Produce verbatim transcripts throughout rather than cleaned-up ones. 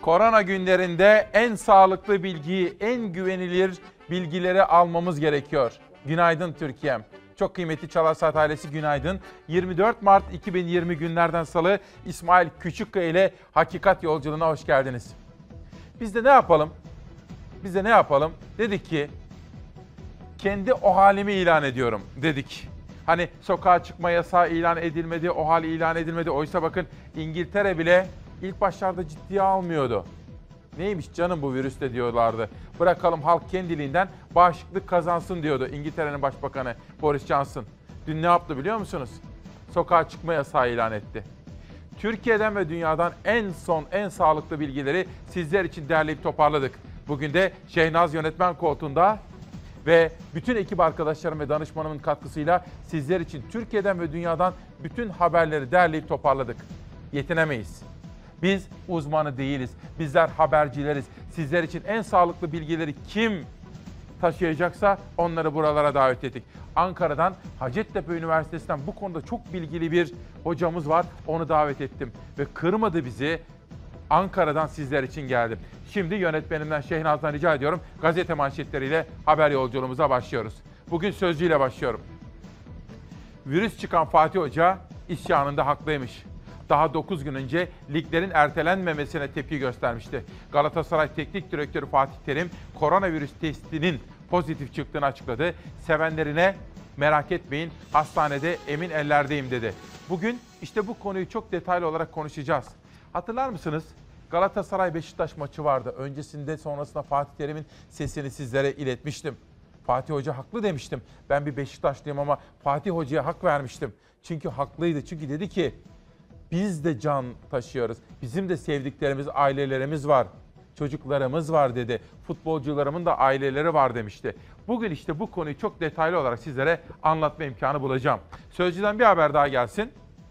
Korona günlerinde en sağlıklı bilgiyi, en güvenilir bilgileri almamız gerekiyor. Günaydın Türkiye'm. Çok kıymetli Çalar Saat ailesi günaydın. yirmi dört Mart iki bin yirmi günlerden salı İsmail Küçükkaya ile Hakikat Yolculuğuna hoş geldiniz. Biz de ne yapalım? Biz de ne yapalım? Dedik ki kendi o halimi ilan ediyorum dedik. Hani sokağa çıkma yasağı ilan edilmedi, o hal ilan edilmedi. Oysa bakın İngiltere bile ilk başlarda ciddiye almıyordu. Neymiş canım bu virüs de diyorlardı. Bırakalım halk kendiliğinden bağışıklık kazansın diyordu İngiltere'nin başbakanı Boris Johnson. Dün ne yaptı biliyor musunuz? Sokağa çıkma yasağı ilan etti. Türkiye'den ve dünyadan en son, en sağlıklı bilgileri sizler için derleyip toparladık. Bugün de Şehnaz yönetmen koltuğunda ve bütün ekip arkadaşlarım ve danışmanımın katkısıyla sizler için Türkiye'den ve dünyadan bütün haberleri derleyip toparladık. Yetinemeyiz. Biz uzmanı değiliz. Bizler habercileriz. Sizler için en sağlıklı bilgileri kim taşıyacaksa onları buralara davet ettik. Ankara'dan Hacettepe Üniversitesi'nden bu konuda çok bilgili bir hocamız var. Onu davet ettim ve kırmadı bizi. Ankara'dan sizler için geldim. Şimdi yönetmenimden Şehnaz'dan rica ediyorum. Gazete manşetleriyle haber yolculuğumuza başlıyoruz. Bugün Sözcü ile başlıyorum. Virüs çıkan Fatih Hoca isyanında haklıymış. Daha dokuz gün önce liglerin ertelenmemesine tepki göstermişti. Galatasaray Teknik Direktörü Fatih Terim koronavirüs testinin pozitif çıktığını açıkladı. Sevenlerine merak etmeyin, hastanede emin ellerdeyim dedi. Bugün işte bu konuyu çok detaylı olarak konuşacağız. Hatırlar mısınız? Galatasaray-Beşiktaş maçı vardı. Öncesinde sonrasında Fatih Terim'in sesini sizlere iletmiştim. Fatih Hoca haklı demiştim. Ben bir Beşiktaşlıyım ama Fatih Hoca'ya hak vermiştim. Çünkü haklıydı. Çünkü dedi ki biz de can taşıyoruz. Bizim de sevdiklerimiz, ailelerimiz var. Çocuklarımız var dedi. Futbolcularımın da aileleri var demişti. Bugün işte bu konuyu çok detaylı olarak sizlere anlatma imkanı bulacağım. Sözcüden bir haber daha gelsin.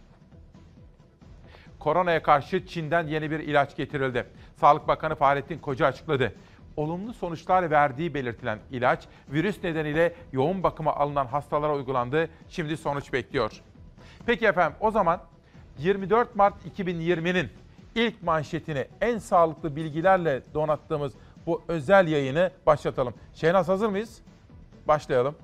Koronaya karşı Çin'den yeni bir ilaç getirildi. Sağlık Bakanı Fahrettin Koca açıkladı. Olumlu sonuçlar verdiği belirtilen ilaç, virüs nedeniyle yoğun bakıma alınan hastalara uygulandı. Şimdi sonuç bekliyor. Peki efendim, o zaman yirmi dört Mart iki bin yirminin ilk manşetini en sağlıklı bilgilerle donattığımız bu özel yayını başlatalım. Şehnaz, hazır mıyız? Başlayalım.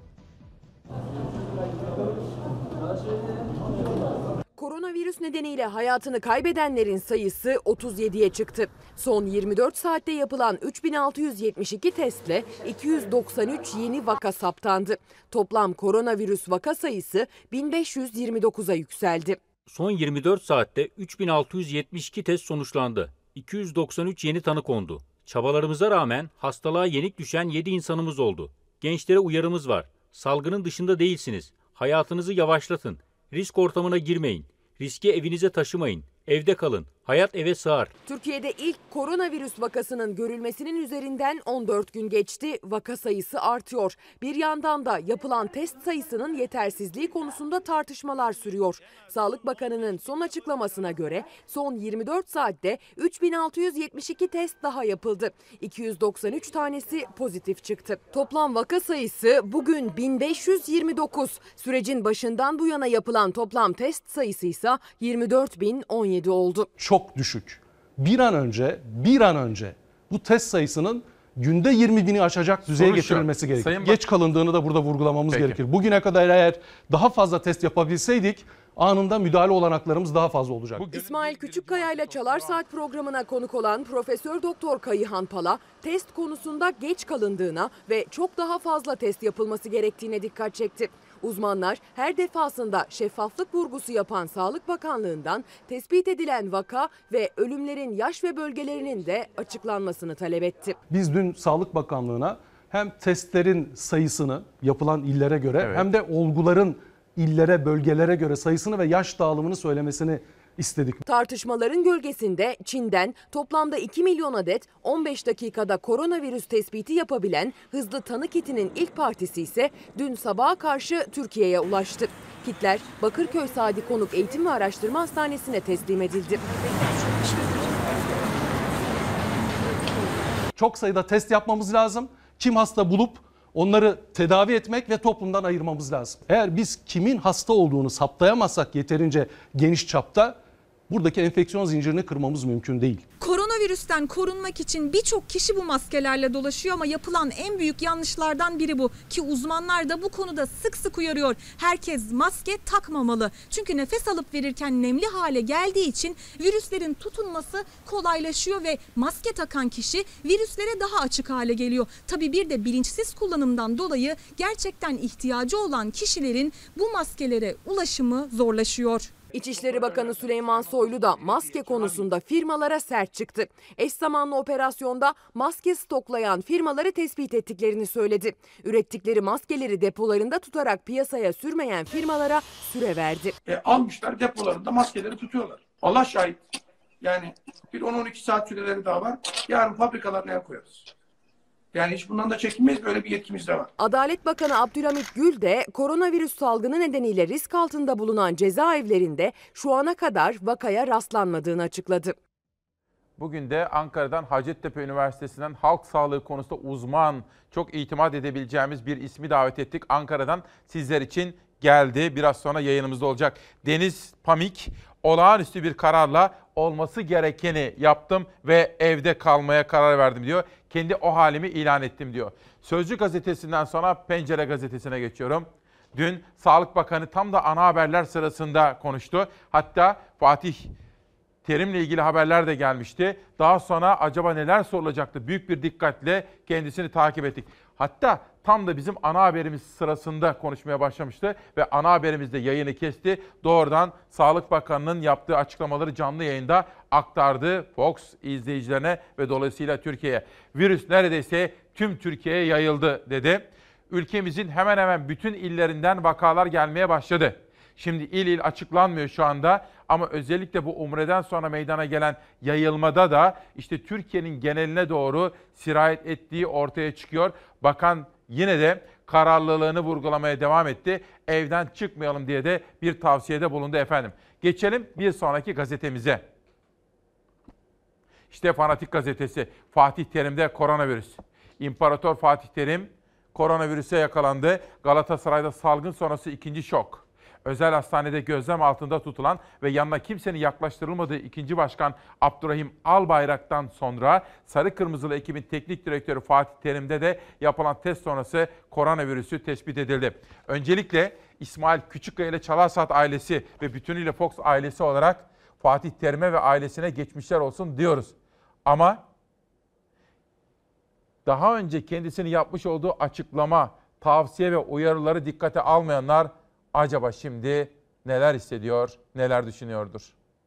Koronavirüs nedeniyle hayatını kaybedenlerin sayısı otuz yediye çıktı. Son yirmi dört saatte yapılan üç bin altı yüz yetmiş iki testle iki yüz doksan üç yeni vaka saptandı. Toplam koronavirüs vaka sayısı bin beş yüz yirmi dokuza yükseldi. Son yirmi dört saatte üç bin altı yüz yetmiş iki test sonuçlandı. iki yüz doksan üç yeni tanı kondu. Çabalarımıza rağmen hastalığa yenik düşen yedi insanımız oldu. Gençlere uyarımız var. Salgının dışında değilsiniz. Hayatınızı yavaşlatın. Risk ortamına girmeyin. Riski evinize taşımayın. Evde kalın. Hayat eve sığar. Türkiye'de ilk koronavirüs vakasının görülmesinin üzerinden on dört gün geçti. Vaka sayısı artıyor. Bir yandan da yapılan test sayısının yetersizliği konusunda tartışmalar sürüyor. Sağlık Bakanı'nın son açıklamasına göre son yirmi dört saatte üç bin altı yüz yetmiş iki test daha yapıldı. iki yüz doksan üç tanesi pozitif çıktı. Toplam vaka sayısı bugün bin beş yüz yirmi dokuz. Sürecin başından bu yana yapılan toplam test sayısı ise yirmi dört bin on yedi oldu. Çok düşük. Bir an önce, bir an önce bu test sayısının günde yirmi bini aşacak düzeye Sonuç getirilmesi yok. gerekir. Sayın Geç kalındığını da burada vurgulamamız Peki. gerekir. Bugüne kadar eğer daha fazla test yapabilseydik anında müdahale olanaklarımız daha fazla olacak. Bugün... İsmail Küçükkaya ile Çalar Saat programına konuk olan Profesör Doktor Kayıhan Pala, test konusunda geç kalındığına ve çok daha fazla test yapılması gerektiğine dikkat çekti. Uzmanlar her defasında şeffaflık vurgusu yapan Sağlık Bakanlığı'ndan tespit edilen vaka ve ölümlerin yaş ve bölgelerinin de açıklanmasını talep etti. Biz dün Sağlık Bakanlığı'na hem testlerin sayısını yapılan illere göre Evet. hem de olguların illere, bölgelere göre sayısını ve yaş dağılımını söylemesini istedik. Tartışmaların gölgesinde Çin'den toplamda iki milyon adet on beş dakikada koronavirüs tespiti yapabilen hızlı tanı kitinin ilk partisi ise dün sabaha karşı Türkiye'ye ulaştı. Kitler Bakırköy Sadi Konuk Eğitim ve Araştırma Hastanesi'ne teslim edildi. Çok sayıda test yapmamız lazım. Kim hasta bulup onları tedavi etmek ve toplumdan ayırmamız lazım. Eğer biz kimin hasta olduğunu saptayamazsak yeterince geniş çapta buradaki enfeksiyon zincirini kırmamız mümkün değil. Koronavirüsten korunmak için birçok kişi bu maskelerle dolaşıyor ama yapılan en büyük yanlışlardan biri bu. Ki uzmanlar da bu konuda sık sık uyarıyor. Herkes maske takmamalı. Çünkü nefes alıp verirken nemli hale geldiği için virüslerin tutunması kolaylaşıyor ve maske takan kişi virüslere daha açık hale geliyor. Tabii bir de bilinçsiz kullanımdan dolayı gerçekten ihtiyacı olan kişilerin bu maskelere ulaşımı zorlaşıyor. İçişleri Bakanı Süleyman Soylu da maske konusunda firmalara sert çıktı. Eş zamanlı operasyonda maske stoklayan firmaları tespit ettiklerini söyledi. Ürettikleri maskeleri depolarında tutarak piyasaya sürmeyen firmalara süre verdi. E, almışlar depolarında maskeleri tutuyorlar. Allah şahit. Yani bir on on iki saat süreleri daha var. Yarın fabrikalarına el koyarız. Yani hiç bundan da çekinmeyiz, böyle bir yetkimiz de var. Adalet Bakanı Abdülhamit Gül de koronavirüs salgını nedeniyle risk altında bulunan cezaevlerinde şu ana kadar vakaya rastlanmadığını açıkladı. Bugün de Ankara'dan Hacettepe Üniversitesi'nden halk sağlığı konusunda uzman, çok itimat edebileceğimiz bir ismi davet ettik. Ankara'dan sizler için geldi. Biraz sonra yayınımızda olacak. Deniz Pamik, olağanüstü bir kararla olması gerekeni yaptım ve evde kalmaya karar verdim diyor. Kendi o halimi ilan ettim diyor. Sözcü gazetesinden sonra Pencere gazetesine geçiyorum. Dün Sağlık Bakanı tam da ana haberler sırasında konuştu. Hatta Fatih Terim'le ilgili haberler de gelmişti. Daha sonra acaba neler sorulacaktı? Büyük bir dikkatle kendisini takip ettik. Hatta tam da bizim ana haberimiz sırasında konuşmaya başlamıştı ve ana haberimizde yayını kesti. Doğrudan Sağlık Bakanı'nın yaptığı açıklamaları canlı yayında aktardı Fox izleyicilerine ve dolayısıyla Türkiye'ye. Virüs neredeyse tüm Türkiye'ye yayıldı dedi. Ülkemizin hemen hemen bütün illerinden vakalar gelmeye başladı. Şimdi il il açıklanmıyor şu anda ama özellikle bu Umre'den sonra meydana gelen yayılmada da işte Türkiye'nin geneline doğru sirayet ettiği ortaya çıkıyor. Bakan yine de kararlılığını vurgulamaya devam etti. Evden çıkmayalım diye de bir tavsiyede bulundu efendim. Geçelim bir sonraki gazetemize. İşte Fanatik Gazetesi. Fatih Terim'de koronavirüs. İmparator Fatih Terim koronavirüse yakalandı. Galatasaray'da salgın sonrası ikinci şok. Özel hastanede gözlem altında tutulan ve yanına kimsenin yaklaştırılmadığı ikinci başkan Abdurrahim Albayrak'tan sonra Sarı Kırmızılı ekibin teknik direktörü Fatih Terim'de de yapılan test sonrası koronavirüsü tespit edildi. Öncelikle İsmail Küçükkaya ile Çalarsaat ailesi ve bütünüyle Fox ailesi olarak Fatih Terim'e ve ailesine geçmişler olsun diyoruz. Ama daha önce kendisini yapmış olduğu açıklama, tavsiye ve uyarıları dikkate almayanlar acaba şimdi neler hissediyor, neler düşünüyordur?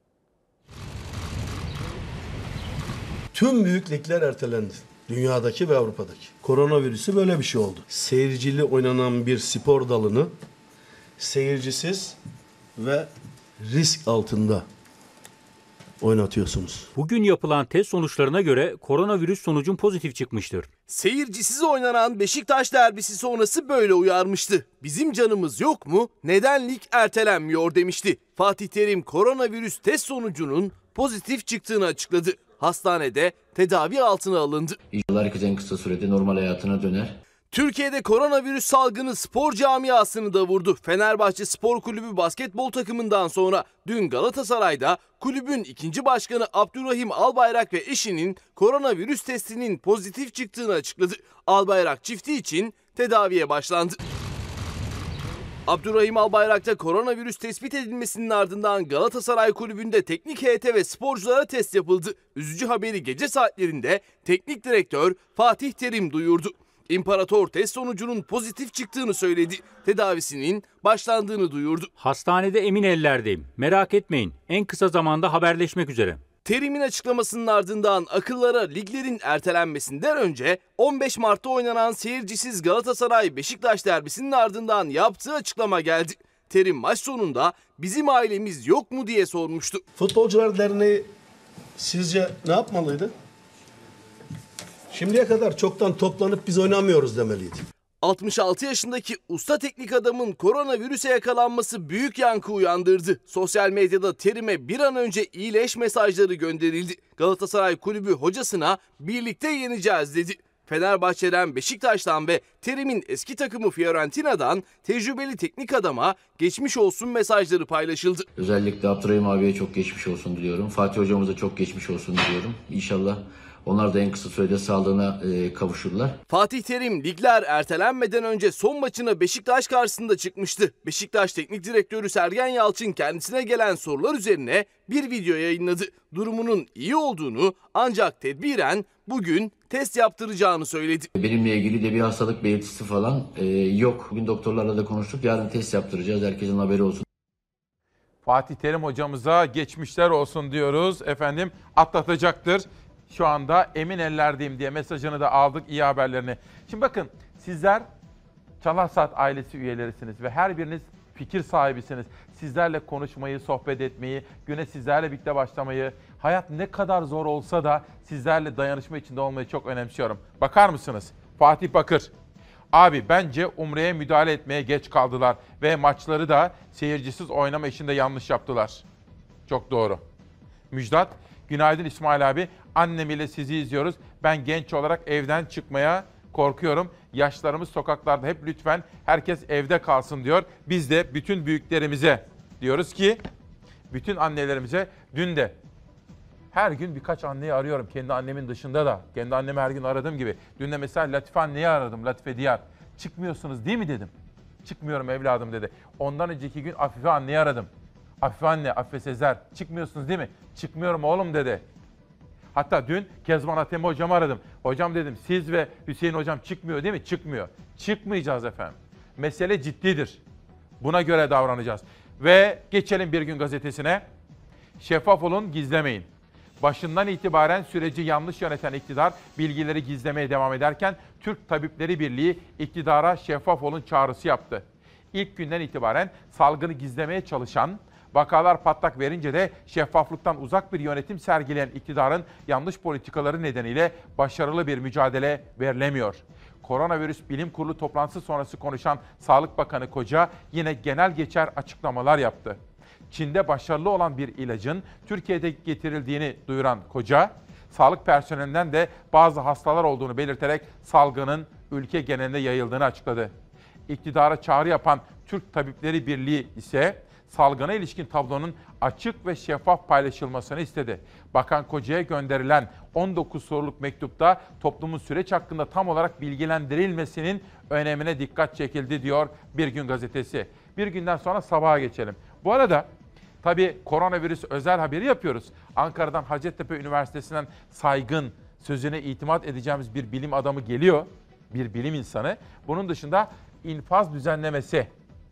Tüm büyük ligler ertelendi. Dünyadaki ve Avrupa'daki. Koronavirüsü böyle bir şey oldu. Seyircili oynanan bir spor dalını seyircisiz ve risk altında oynatıyorsunuz. Bugün yapılan test sonuçlarına göre koronavirüs sonucun pozitif çıkmıştır. Seyircisiz oynanan Beşiktaş derbisi sonrası böyle uyarmıştı. Bizim canımız yok mu? Neden lig ertelenmiyor demişti. Fatih Terim koronavirüs test sonucunun pozitif çıktığını açıkladı. Hastanede tedavi altına alındı. İnşallah herkes en kısa sürede normal hayatına döner. Türkiye'de koronavirüs salgını spor camiasını da vurdu. Fenerbahçe Spor Kulübü basketbol takımından sonra dün Galatasaray'da kulübün ikinci başkanı Abdurrahim Albayrak ve eşinin koronavirüs testinin pozitif çıktığını açıkladı. Albayrak çifti için tedaviye başlandı. Abdurrahim Albayrak'ta koronavirüs tespit edilmesinin ardından Galatasaray Kulübü'nde teknik heyete ve sporculara test yapıldı. Üzücü haberi gece saatlerinde teknik direktör Fatih Terim duyurdu. İmparator test sonucunun pozitif çıktığını söyledi. Tedavisinin başlandığını duyurdu. Hastanede emin ellerdeyim. Merak etmeyin. En kısa zamanda haberleşmek üzere. Terim'in açıklamasının ardından akıllara liglerin ertelenmesinden önce on beş Mart'ta oynanan seyircisiz Galatasaray-Beşiktaş derbisinin ardından yaptığı açıklama geldi. Terim maç sonunda bizim ailemiz yok mu diye sormuştu. Futbolcular Derneği sizce ne yapmalıydı? Şimdiye kadar çoktan toplanıp biz oynamıyoruz demeliydi. altmış altı yaşındaki usta teknik adamın koronavirüse yakalanması büyük yankı uyandırdı. Sosyal medyada Terim'e bir an önce iyileş mesajları gönderildi. Galatasaray Kulübü hocasına birlikte yeneceğiz dedi. Fenerbahçe'den, Beşiktaş'tan ve Terim'in eski takımı Fiorentina'dan tecrübeli teknik adama geçmiş olsun mesajları paylaşıldı. Özellikle Abdurrahim abiye çok geçmiş olsun diliyorum. Fatih hocamıza çok geçmiş olsun diliyorum. İnşallah onlar da en kısa sürede sağlığına e, kavuşurlar. Fatih Terim ligler ertelenmeden önce son maçına Beşiktaş karşısında çıkmıştı. Beşiktaş Teknik Direktörü Sergen Yalçın kendisine gelen sorular üzerine bir video yayınladı. Durumunun iyi olduğunu ancak tedbiren bugün test yaptıracağını söyledi. Benimle ilgili de bir hastalık belirtisi falan e, yok. Bugün doktorlarla da konuştuk. Yarın test yaptıracağız. Herkesin haberi olsun. Fatih Terim hocamıza geçmişler olsun diyoruz. Efendim atlatacaktır. Şu anda emin ellerdeyim diye mesajını da aldık, iyi haberlerini. Şimdi bakın, sizler Çalar Saat ailesi üyelerisiniz ve her biriniz fikir sahibisiniz. Sizlerle konuşmayı, sohbet etmeyi, güne sizlerle birlikte başlamayı, hayat ne kadar zor olsa da sizlerle dayanışma içinde olmayı çok önemsiyorum. Bakar mısınız? Fatih Bakır. Abi bence Umre'ye müdahale etmeye geç kaldılar ve maçları da seyircisiz oynama işinde yanlış yaptılar. Çok doğru. Müjdat, günaydın İsmail abi. Annem ile sizi izliyoruz. Ben genç olarak evden çıkmaya korkuyorum. Yaşlarımız sokaklarda, hep lütfen herkes evde kalsın diyor. Biz de bütün büyüklerimize diyoruz ki, bütün annelerimize, dün de her gün birkaç anneyi arıyorum. Kendi annemin dışında da. Kendi annemi her gün aradığım gibi. Dün de mesela Latife anneyi aradım. Latife Diyar. Çıkmıyorsunuz değil mi dedim. Çıkmıyorum evladım dedi. Ondan önceki gün Afife anneyi aradım. Afife anne, Afife Sezer. Çıkmıyorsunuz değil mi? Çıkmıyorum oğlum dedi. Hatta dün Kezban Atemi hocamı aradım. Hocam dedim, siz ve Hüseyin hocam çıkmıyor değil mi? Çıkmıyor. Çıkmayacağız efendim. Mesele ciddidir. Buna göre davranacağız. Ve geçelim Bir Gün Gazetesi'ne. Şeffaf olun, gizlemeyin. Başından itibaren süreci yanlış yöneten iktidar bilgileri gizlemeye devam ederken Türk Tabipleri Birliği iktidara şeffaf olun çağrısı yaptı. İlk günden itibaren salgını gizlemeye çalışan, vakalar patlak verince de şeffaflıktan uzak bir yönetim sergileyen iktidarın yanlış politikaları nedeniyle başarılı bir mücadele verilemiyor. Koronavirüs Bilim Kurulu toplantısı sonrası konuşan Sağlık Bakanı Koca yine genel geçer açıklamalar yaptı. Çin'de başarılı olan bir ilacın Türkiye'de getirildiğini duyuran Koca, sağlık personelinden de bazı hastalar olduğunu belirterek salgının ülke genelinde yayıldığını açıkladı. İktidara çağrı yapan Türk Tabipleri Birliği ise salgına ilişkin tablonun açık ve şeffaf paylaşılmasını istedi. Bakan Koca'ya gönderilen on dokuz soruluk mektupta toplumun süreç hakkında tam olarak bilgilendirilmesinin önemine dikkat çekildi diyor Bir Gün Gazetesi. Bir günden sonra sabaha geçelim. Bu arada tabii koronavirüs özel haberi yapıyoruz. Ankara'dan Hacettepe Üniversitesi'nden saygın, sözüne itimat edeceğimiz bir bilim adamı geliyor. Bir bilim insanı. Bunun dışında infaz düzenlemesi.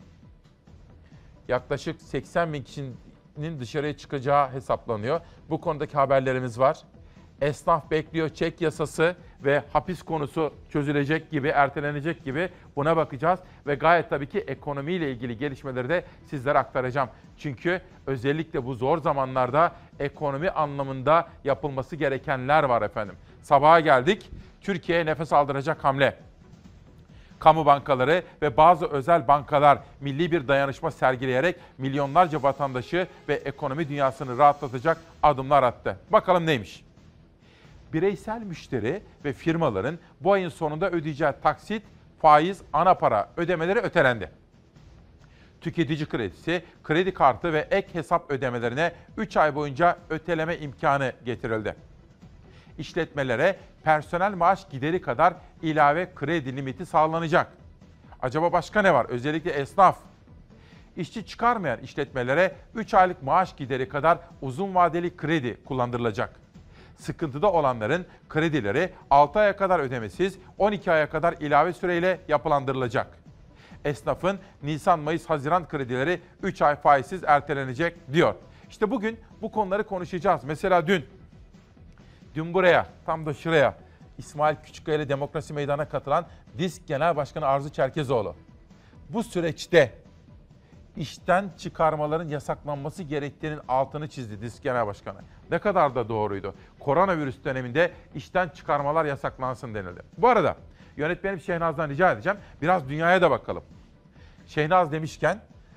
Yaklaşık seksen bin kişinin dışarıya çıkacağı hesaplanıyor. Bu konudaki haberlerimiz var. Esnaf bekliyor, çek yasası ve hapis konusu çözülecek gibi, ertelenecek gibi, buna bakacağız. Ve gayet tabii ki ekonomiyle ilgili gelişmeleri de sizlere aktaracağım. Çünkü özellikle bu zor zamanlarda ekonomi anlamında yapılması gerekenler var efendim. Sabaha geldik. Türkiye'ye nefes aldıracak hamle. Kamu bankaları ve bazı özel bankalar milli bir dayanışma sergileyerek milyonlarca vatandaşı ve ekonomi dünyasını rahatlatacak adımlar attı. Bakalım neymiş? Bireysel müşteri ve firmaların bu ayın sonunda ödeyeceği taksit, faiz, ana para ödemeleri ötelendi. Tüketici kredisi, kredi kartı ve ek hesap ödemelerine üç ay boyunca öteleme imkanı getirildi. İşletmelere personel maaş gideri kadar ilave kredi limiti sağlanacak. Acaba başka ne var? Özellikle esnaf. İşçi çıkarmayan işletmelere üç aylık maaş gideri kadar uzun vadeli kredi kullandırılacak. Sıkıntıda olanların kredileri altı aya kadar ödemesiz, on iki aya kadar ilave süreyle yapılandırılacak. Esnafın Nisan, Mayıs, Haziran kredileri üç ay faizsiz ertelenecek diyor. İşte bugün bu konuları konuşacağız. Mesela dün, dün buraya, tam da şuraya İsmail Küçükkaya ile Demokrasi Meydanı'na katılan DİSK Genel Başkanı Arzu Çerkezoğlu, bu süreçte işten çıkarmaların yasaklanması gerektiğinin altını çizdi DİSK Genel Başkanı. Ne kadar da doğruydu. Koronavirüs döneminde işten çıkarmalar yasaklansın denildi. Bu arada yönetmenim Şehnaz'dan rica edeceğim, biraz dünyaya da bakalım. Şehnaz demişken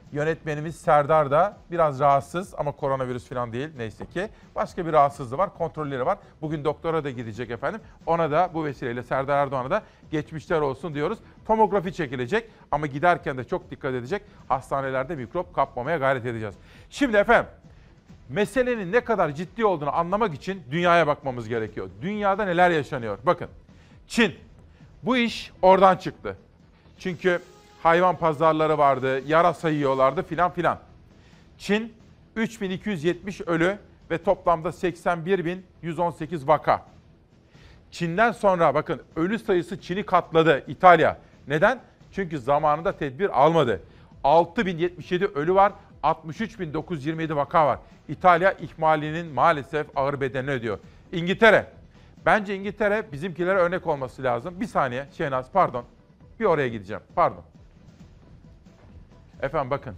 Yönetmenimiz Serdar da biraz rahatsız ama koronavirüs falan değil neyse ki. Başka bir rahatsızlığı var, kontrolleri var. Bugün doktora da gidecek efendim. Ona da bu vesileyle Serdar Erdoğan'a da geçmişler olsun diyoruz. Tomografi çekilecek ama giderken de çok dikkat edecek. Hastanelerde mikrop kapmamaya gayret edeceğiz. Şimdi efendim meselenin ne kadar ciddi olduğunu anlamak için dünyaya bakmamız gerekiyor. Dünyada neler yaşanıyor? Bakın Çin. Bu iş oradan çıktı. Çünkü hayvan pazarları vardı, yarasa yiyorlardı filan filan. Çin üç bin iki yüz yetmiş ölü ve toplamda seksen bir bin yüz on sekiz vaka. Çin'den sonra bakın ölü sayısı Çin'i katladı İtalya. Neden? Çünkü zamanında tedbir almadı. altı bin yetmiş yedi ölü var, altmış üç bin dokuz yüz yirmi yedi vaka var. İtalya ihmalinin maalesef ağır bedelini ödüyor. İngiltere. Bence İngiltere bizimkilere örnek olması lazım. Bir saniye Şehnaz pardon. Bir oraya gideceğim. Pardon. Efendim bakın.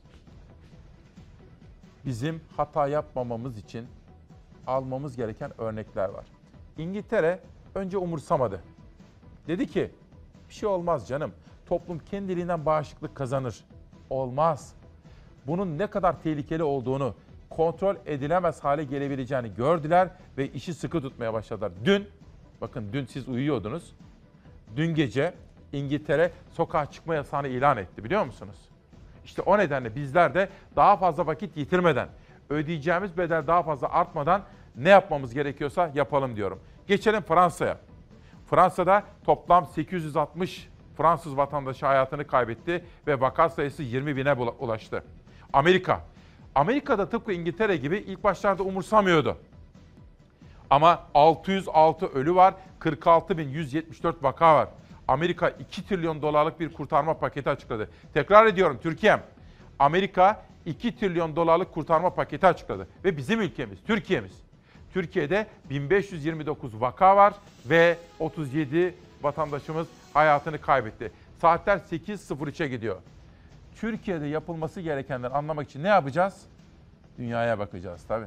Bizim hata yapmamamız için almamız gereken örnekler var. İngiltere önce umursamadı. Dedi ki bir şey olmaz canım. Toplum kendiliğinden bağışıklık kazanır. Olmaz. Bunun ne kadar tehlikeli olduğunu, kontrol edilemez hale gelebileceğini gördüler ve işi sıkı tutmaya başladılar. Dün, bakın dün siz uyuyordunuz. Dün gece İngiltere sokağa çıkma yasağını ilan etti biliyor musunuz? İşte o nedenle bizler de daha fazla vakit yitirmeden, ödeyeceğimiz bedel daha fazla artmadan ne yapmamız gerekiyorsa yapalım diyorum. Geçelim Fransa'ya. Fransa'da toplam sekiz yüz altmış Fransız vatandaşı hayatını kaybetti ve vaka sayısı yirmi bine ulaştı. Amerika. Amerika'da tıpkı İngiltere gibi ilk başlarda umursamıyordu. Ama altı yüz altı ölü var, kırk altı bin yüz yetmiş dört vaka var. Amerika iki trilyon dolarlık bir kurtarma paketi açıkladı. Tekrar ediyorum Türkiye'm. Amerika iki trilyon dolarlık kurtarma paketi açıkladı. Ve bizim ülkemiz, Türkiye'miz. Türkiye'de bin beş yüz yirmi dokuz vaka var ve otuz yedi vatandaşımız hayatını kaybetti. Saatler sekiz sıfır üçe gidiyor. Türkiye'de yapılması gerekenleri anlamak için ne yapacağız? Dünyaya bakacağız tabii.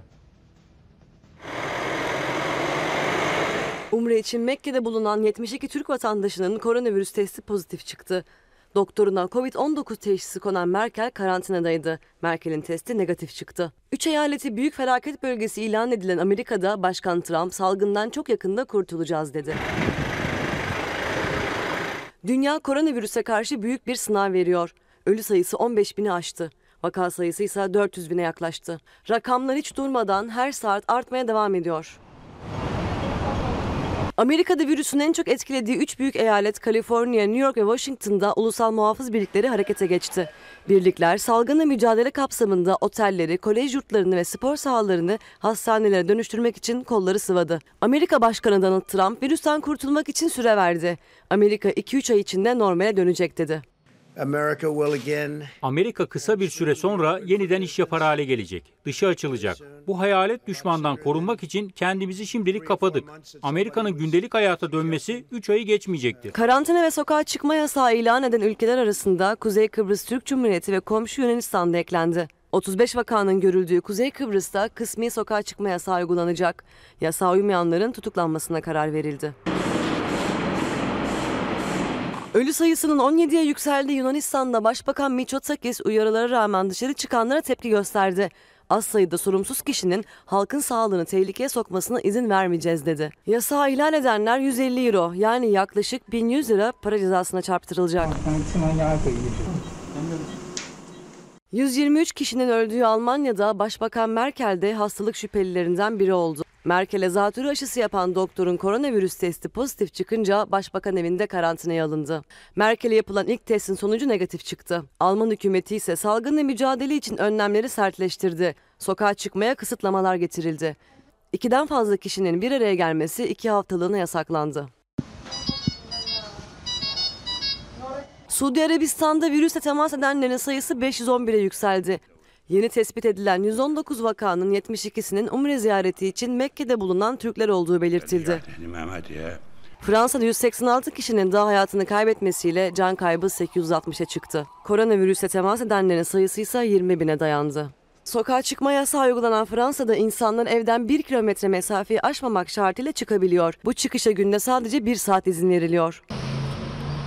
Umre için Mekke'de bulunan yetmiş iki Türk vatandaşının koronavirüs testi pozitif çıktı. Doktoruna kovid on dokuz teşhisi konan Merkel karantinadaydı. Merkel'in testi negatif çıktı. Üç eyaleti büyük felaket bölgesi ilan edilen Amerika'da Başkan Trump salgından çok yakında kurtulacağız dedi. Dünya koronavirüse karşı büyük bir sınav veriyor. Ölü sayısı on beş bini aştı. Vaka sayısı ise dört yüz bine yaklaştı. Rakamlar hiç durmadan her saat artmaya devam ediyor. Amerika'da virüsün en çok etkilediği üç büyük eyalet Kaliforniya, New York ve Washington'da ulusal muhafız birlikleri harekete geçti. Birlikler salgınla mücadele kapsamında otelleri, kolej yurtlarını ve spor sahalarını hastanelere dönüştürmek için kolları sıvadı. Amerika Başkanı Donald Trump virüsten kurtulmak için süre verdi. Amerika iki üç ay içinde normale dönecek dedi. Amerika kısa bir süre sonra yeniden iş yapar hale gelecek. Dışı açılacak. Bu hayalet düşmandan korunmak için kendimizi şimdilik kapadık. Amerika'nın gündelik hayata dönmesi üç ayı geçmeyecektir. Karantina ve sokağa çıkma yasağı ilan eden ülkeler arasında Kuzey Kıbrıs Türk Cumhuriyeti ve komşu Yunanistan da eklendi. otuz beş vakanın görüldüğü Kuzey Kıbrıs'ta kısmi sokağa çıkma yasağı uygulanacak. Yasağa uymayanların tutuklanmasına karar verildi. Ölü sayısının on yediye yükseldiği Yunanistan'da Başbakan Mitsotakis uyarılara rağmen dışarı çıkanlara tepki gösterdi. Az sayıda sorumsuz kişinin halkın sağlığını tehlikeye sokmasına izin vermeyeceğiz dedi. Yasağı ihlal edenler yüz elli euro yani yaklaşık bin yüz lira para cezasına çarptırılacak. yüz yirmi üç kişinin öldüğü Almanya'da Başbakan Merkel de hastalık şüphelilerinden biri oldu. Merkel'e zatürre aşısı yapan doktorun koronavirüs testi pozitif çıkınca başbakan evinde karantinaya alındı. Merkel'e yapılan ilk testin sonucu negatif çıktı. Alman hükümeti ise salgınla mücadele için önlemleri sertleştirdi. Sokağa çıkmaya kısıtlamalar getirildi. İkiden fazla kişinin bir araya gelmesi iki haftalığına yasaklandı. Suudi Arabistan'da virüsle temas edenlerin sayısı beş yüz on bire yükseldi. Yeni tespit edilen yüz on dokuz vakanın yetmiş ikisinin Umre ziyareti için Mekke'de bulunan Türkler olduğu belirtildi. Fransa'da yüz seksen altı kişinin daha hayatını kaybetmesiyle can kaybı sekiz yüz altmışa çıktı. Koronavirüsle temas edenlerin sayısı ise yirmi bine dayandı. Sokağa çıkma yasağı uygulanan Fransa'da insanlar evden bir kilometre mesafeyi aşmamak şartıyla çıkabiliyor. Bu çıkışa günde sadece bir saat izin veriliyor.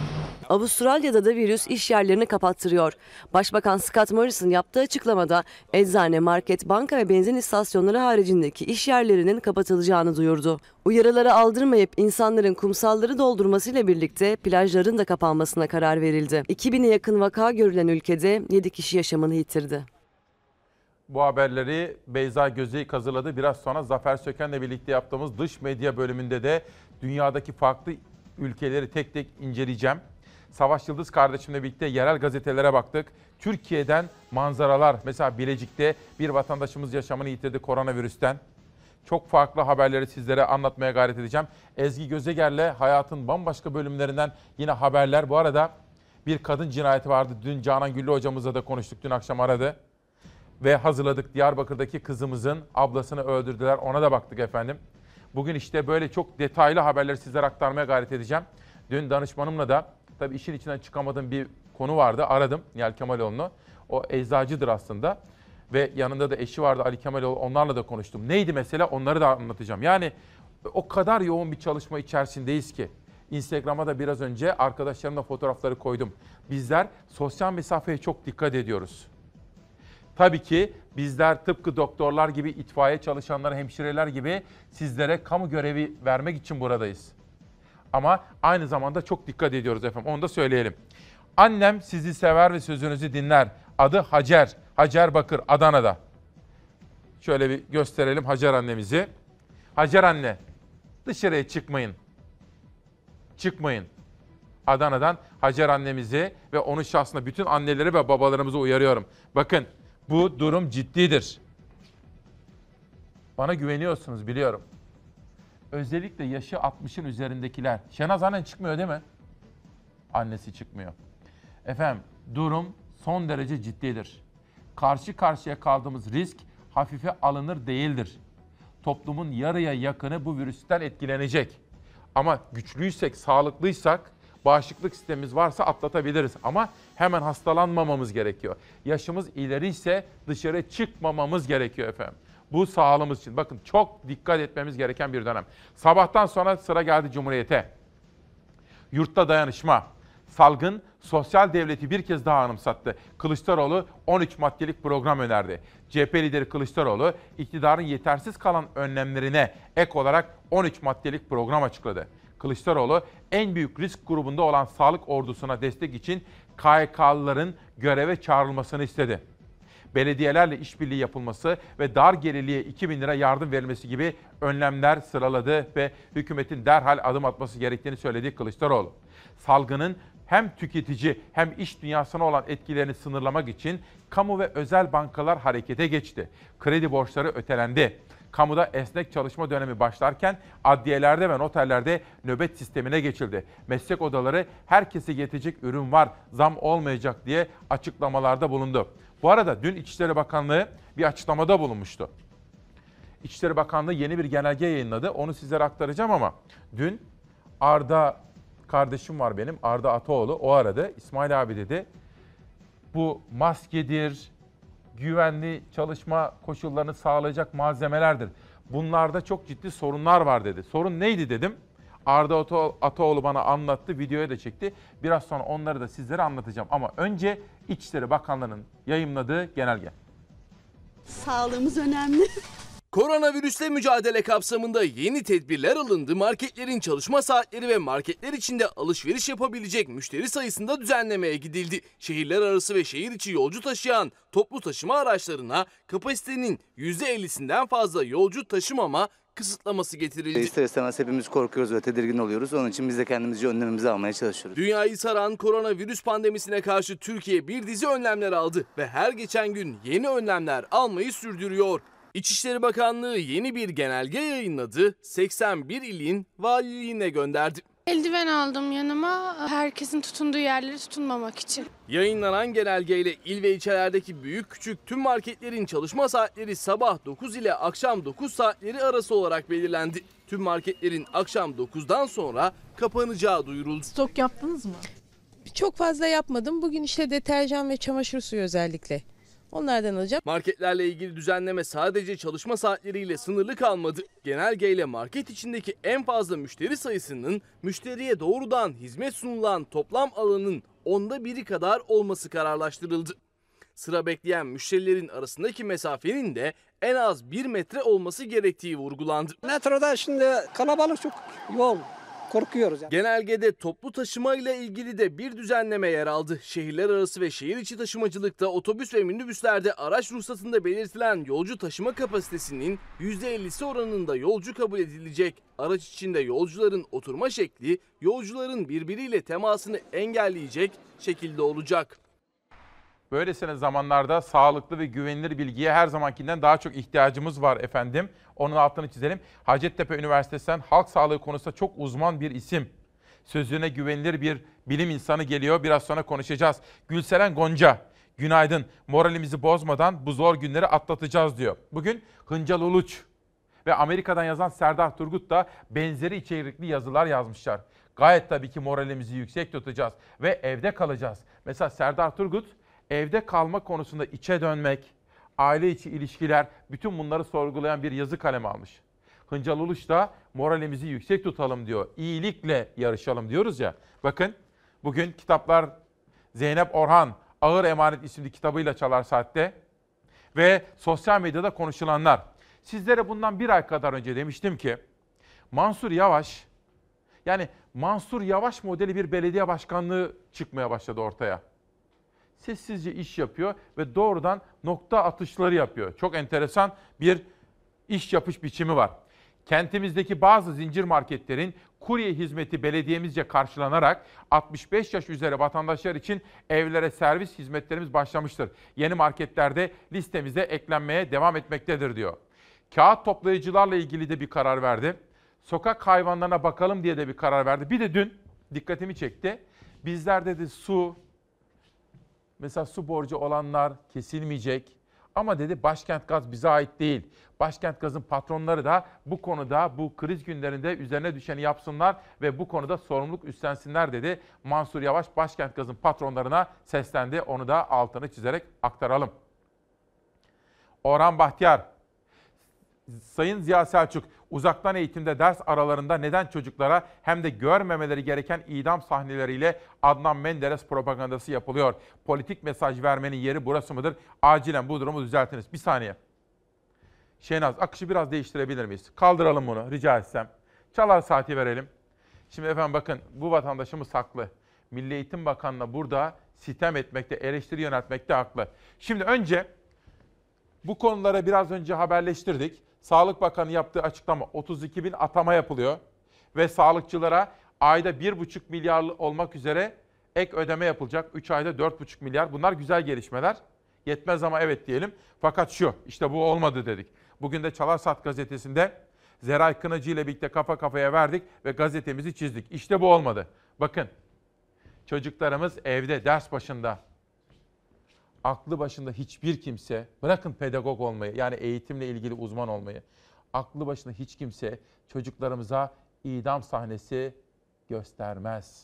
Avustralya'da da virüs iş yerlerini kapattırıyor. Başbakan Scott Morrison yaptığı açıklamada eczane, market, banka ve benzin istasyonları haricindeki iş yerlerinin kapatılacağını duyurdu. Uyarıları aldırmayıp insanların kumsalları doldurmasıyla birlikte plajların da kapanmasına karar verildi. iki bine yakın vaka görülen ülkede yedi kişi yaşamını yitirdi. Bu haberleri Beyza Gözeyik hazırladı. Biraz sonra Zafer Söken'le birlikte yaptığımız dış medya bölümünde de dünyadaki farklı ülkeleri tek tek inceleyeceğim. Savaş Yıldız kardeşimle birlikte yerel gazetelere baktık. Türkiye'den manzaralar, mesela Bilecik'te bir vatandaşımız yaşamını yitirdi koronavirüsten. Çok farklı haberleri sizlere anlatmaya gayret edeceğim. Ezgi Gözeger'le hayatın bambaşka bölümlerinden yine haberler. Bu arada bir kadın cinayeti vardı. Dün Canan Güllü hocamızla da konuştuk. Dün akşam aradı. Ve hazırladık. Diyarbakır'daki kızımızın ablasını öldürdüler. Ona da baktık efendim. Bugün işte böyle çok detaylı haberleri sizlere aktarmaya gayret edeceğim. Dün danışmanımla da tabii işin içinden çıkamadığım bir konu vardı. Aradım Nihal Kemaloğlu'nu. O eczacıdır aslında. Ve yanında da eşi vardı Ali Kemaloğlu. Onlarla da konuştum. Neydi mesela? Onları da anlatacağım. Yani o kadar yoğun bir çalışma içerisindeyiz ki. Instagram'a da biraz önce arkadaşlarımla fotoğrafları koydum. Bizler sosyal mesafeye çok dikkat ediyoruz. Tabii ki bizler tıpkı doktorlar gibi, itfaiye çalışanları, hemşireler gibi sizlere kamu görevi vermek için buradayız. Ama aynı zamanda çok dikkat ediyoruz efendim. Onu da söyleyelim. Annem sizi sever ve sözünüzü dinler. Adı Hacer. Hacer Bakır, Adana'da. Şöyle bir gösterelim Hacer annemizi. Hacer anne, dışarıya çıkmayın. Çıkmayın. Adana'dan Hacer annemizi ve onun şahsında bütün anneleri ve babalarımızı uyarıyorum. Bakın, bu durum ciddidir. Bana güveniyorsunuz biliyorum. Özellikle yaşı altmışın üzerindekiler. Şenaz annen çıkmıyor değil mi? Annesi çıkmıyor. Efendim, durum son derece ciddidir. Karşı karşıya kaldığımız risk hafife alınır değildir. Toplumun yarıya yakını bu virüsten etkilenecek. Ama güçlüysek, sağlıklıysak, bağışıklık sistemimiz varsa atlatabiliriz. Ama hemen hastalanmamamız gerekiyor. Yaşımız ileri ise dışarı çıkmamamız gerekiyor efendim. Bu sağlığımız için. Bakın çok dikkat etmemiz gereken bir dönem. Sabahtan sonra sıra geldi Cumhuriyet'e. Yurtta dayanışma. Salgın sosyal devleti bir kez daha anımsattı. Kılıçdaroğlu on üç maddelik program önerdi. C H P lideri Kılıçdaroğlu iktidarın yetersiz kalan önlemlerine ek olarak on üç maddelik program açıkladı. Kılıçdaroğlu en büyük risk grubunda olan sağlık ordusuna destek için K Y K'lıların göreve çağrılmasını istedi. Belediyelerle işbirliği yapılması ve dar gelirliye iki bin lira yardım verilmesi gibi önlemler sıraladı ve hükümetin derhal adım atması gerektiğini söyledi Kılıçdaroğlu. Salgının hem tüketici hem iş dünyasına olan etkilerini sınırlamak için kamu ve özel bankalar harekete geçti. Kredi borçları ötelendi. Kamuda esnek çalışma dönemi başlarken adliyelerde ve noterlerde nöbet sistemine geçildi. Meslek odaları herkese yetecek ürün var, zam olmayacak diye açıklamalarda bulundu. Bu arada dün İçişleri Bakanlığı bir açıklamada bulunmuştu. İçişleri Bakanlığı yeni bir genelge yayınladı. Onu sizlere aktaracağım ama dün Arda kardeşim var benim, Arda Ataoğlu. O aradı. İsmail abi dedi. Bu maskedir, güvenli çalışma koşullarını sağlayacak malzemelerdir. Bunlarda çok ciddi sorunlar var dedi. Sorun neydi dedim. Arda Ataoğlu bana anlattı, videoya da çekti. Biraz sonra onları da sizlere anlatacağım. Ama önce İçişleri Bakanlığı'nın yayımladığı genelge. Sağlığımız önemli. Koronavirüsle mücadele kapsamında yeni tedbirler alındı. Marketlerin çalışma saatleri ve marketler içinde alışveriş yapabilecek müşteri sayısında düzenlemeye gidildi. Şehirler arası ve şehir içi yolcu taşıyan toplu taşıma araçlarına kapasitenin yüzde ellisinden fazla yolcu taşımama kısıtlaması getirildi. İster istemez hepimiz korkuyoruz ve tedirgin oluyoruz. Onun için biz de kendimizce önlemimizi almaya çalışıyoruz. Dünyayı saran koronavirüs pandemisine karşı Türkiye bir dizi önlemler aldı ve her geçen gün yeni önlemler almayı sürdürüyor. İçişleri Bakanlığı yeni bir genelge yayınladı, seksen bir ilin valiliğine gönderdi. Eldiven aldım yanıma, herkesin tutunduğu yerleri tutunmamak için. Yayınlanan genelgeyle il ve ilçelerdeki büyük küçük tüm marketlerin çalışma saatleri sabah dokuz ile akşam dokuz saatleri arası olarak belirlendi. Tüm marketlerin akşam dokuzdan sonra kapanacağı duyuruldu. Stok yaptınız mı? Çok fazla yapmadım. Bugün işte deterjan ve çamaşır suyu özellikle Onlardan alacağım. Marketlerle ilgili düzenleme sadece çalışma saatleriyle sınırlı kalmadı. Genelgeyle market içindeki en fazla müşteri sayısının müşteriye doğrudan hizmet sunulan toplam alanın onda biri kadar olması kararlaştırıldı. Sıra bekleyen müşterilerin arasındaki mesafenin de en az bir metre olması gerektiği vurgulandı. Metroda şimdi kalabalık çok yol. Korkuyoruz yani. Genelgede toplu taşıma ile ilgili de bir düzenleme yer aldı. Şehirler arası ve şehir içi taşımacılıkta otobüs ve minibüslerde araç ruhsatında belirtilen yolcu taşıma kapasitesinin yüzde ellisi oranında yolcu kabul edilecek. Araç içinde yolcuların oturma şekli yolcuların birbiriyle temasını engelleyecek şekilde olacak. Böylesine zamanlarda sağlıklı ve güvenilir bilgiye her zamankinden daha çok ihtiyacımız var efendim. Onun altını çizelim. Hacettepe Üniversitesi'nden halk sağlığı konusunda çok uzman bir isim. Sözüne güvenilir bir bilim insanı geliyor. Biraz sonra konuşacağız. Gülseren Gonca, günaydın. Moralimizi bozmadan bu zor günleri atlatacağız diyor. Bugün Hıncal Uluç ve Amerika'dan yazan Serdar Turgut da benzeri içerikli yazılar yazmışlar. Gayet tabii ki moralimizi yüksek tutacağız ve evde kalacağız. Mesela Serdar Turgut, evde kalma konusunda içe dönmek, aile içi ilişkiler, bütün bunları sorgulayan bir yazı kalemi almış. Hıncal Uluç da moralimizi yüksek tutalım diyor. İyilikle yarışalım diyoruz ya. Bakın bugün kitaplar Zeynep Orhan Ağır Emanet isimli kitabıyla Çalar Saat'te ve sosyal medyada konuşulanlar. Sizlere bundan bir ay kadar önce demiştim ki Mansur Yavaş, yani Mansur Yavaş modeli bir belediye başkanlığı çıkmaya başladı ortaya. Sessizce iş yapıyor ve doğrudan nokta atışları yapıyor. Çok enteresan bir iş yapış biçimi var. Kentimizdeki bazı zincir marketlerin kurye hizmeti belediyemizce karşılanarak altmış beş yaş üzeri vatandaşlar için evlere servis hizmetlerimiz başlamıştır. Yeni marketlerde listemize eklenmeye devam etmektedir diyor. Kağıt toplayıcılarla ilgili de bir karar verdi. Sokak hayvanlarına bakalım diye de bir karar verdi. Bir de dün dikkatimi çekti. Bizler dedi su, mesela su borcu olanlar kesilmeyecek. Ama dedi Başkent Gaz bize ait değil. Başkent Gaz'ın patronları da bu konuda, bu kriz günlerinde üzerine düşeni yapsınlar ve bu konuda sorumluluk üstlensinler dedi. Mansur Yavaş Başkent Gaz'ın patronlarına seslendi. Onu da altını çizerek aktaralım. Orhan Bahtiyar, Sayın Ziya Selçuk, uzaktan eğitimde ders aralarında neden çocuklara hem de görmemeleri gereken idam sahneleriyle Adnan Menderes propagandası yapılıyor? Politik mesaj vermenin yeri burası mıdır? Acilen bu durumu düzeltiniz. Bir saniye. Şehnaz, akışı biraz değiştirebilir miyiz? Kaldıralım bunu rica etsem. Çalar Saati verelim. Şimdi efendim bakın bu vatandaşımız haklı. Milli Eğitim Bakanı'na burada sitem etmekte, eleştiri yöneltmekte haklı. Şimdi önce bu konulara biraz önce haberleştirdik. Sağlık Bakanı yaptığı açıklama otuz iki bin atama yapılıyor. Ve sağlıkçılara ayda bir buçuk milyar olmak üzere ek ödeme yapılacak. üç ayda dört buçuk milyar. Bunlar güzel gelişmeler. Yetmez ama evet diyelim. Fakat şu, işte bu olmadı dedik. Bugün de Çalar Saat gazetesinde Zeray Kınacı ile birlikte kafa kafaya verdik ve gazetemizi çizdik. İşte bu olmadı. Bakın, çocuklarımız evde, ders başında. Aklı başında hiçbir kimse, bırakın pedagog olmayı, yani eğitimle ilgili uzman olmayı, aklı başında hiç kimse çocuklarımıza idam sahnesi göstermez.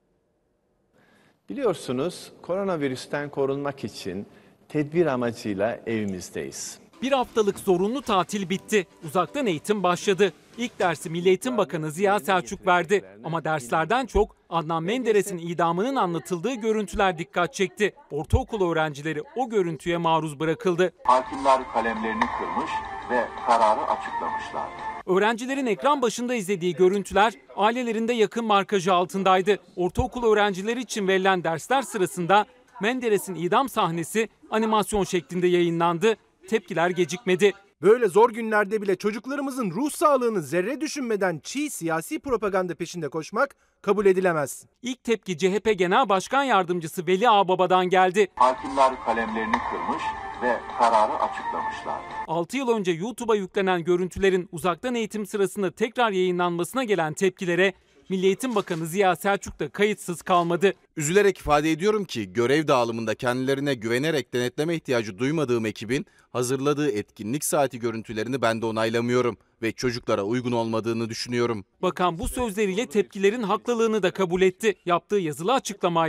Biliyorsunuz koronavirüsten korunmak için tedbir amacıyla evimizdeyiz. Bir haftalık zorunlu tatil bitti. Uzaktan eğitim başladı. İlk dersi Milli Eğitim Bakanı Ziya Selçuk verdi. Ama derslerden çok Adnan Menderes'in idamının anlatıldığı görüntüler dikkat çekti. Ortaokul öğrencileri o görüntüye maruz bırakıldı. Hakimler kalemlerini kırmış ve kararı açıklamışlar. Öğrencilerin ekran başında izlediği görüntüler ailelerinde yakın markajı altındaydı. Ortaokul öğrencileri için verilen dersler sırasında Menderes'in idam sahnesi animasyon şeklinde yayınlandı. Tepkiler gecikmedi. Böyle zor günlerde bile çocuklarımızın ruh sağlığını zerre düşünmeden çiğ siyasi propaganda peşinde koşmak kabul edilemez. İlk tepki C H P Genel Başkan Yardımcısı Veli Ağbaba'dan geldi. Hakimler kalemlerini kırmış ve kararı açıklamışlar. altı yıl önce YouTube'a yüklenen görüntülerin uzaktan eğitim sırasında tekrar yayınlanmasına gelen tepkilere Milli Eğitim Bakanı Ziya Selçuk da kayıtsız kalmadı. Üzülerek ifade ediyorum ki görev dağılımında kendilerine güvenerek denetleme ihtiyacı duymadığım ekibin hazırladığı etkinlik saati görüntülerini ben de onaylamıyorum ve çocuklara uygun olmadığını düşünüyorum. Bakan bu sözleriyle tepkilerin haklılığını da kabul etti. Yaptığı yazılı açıklamayla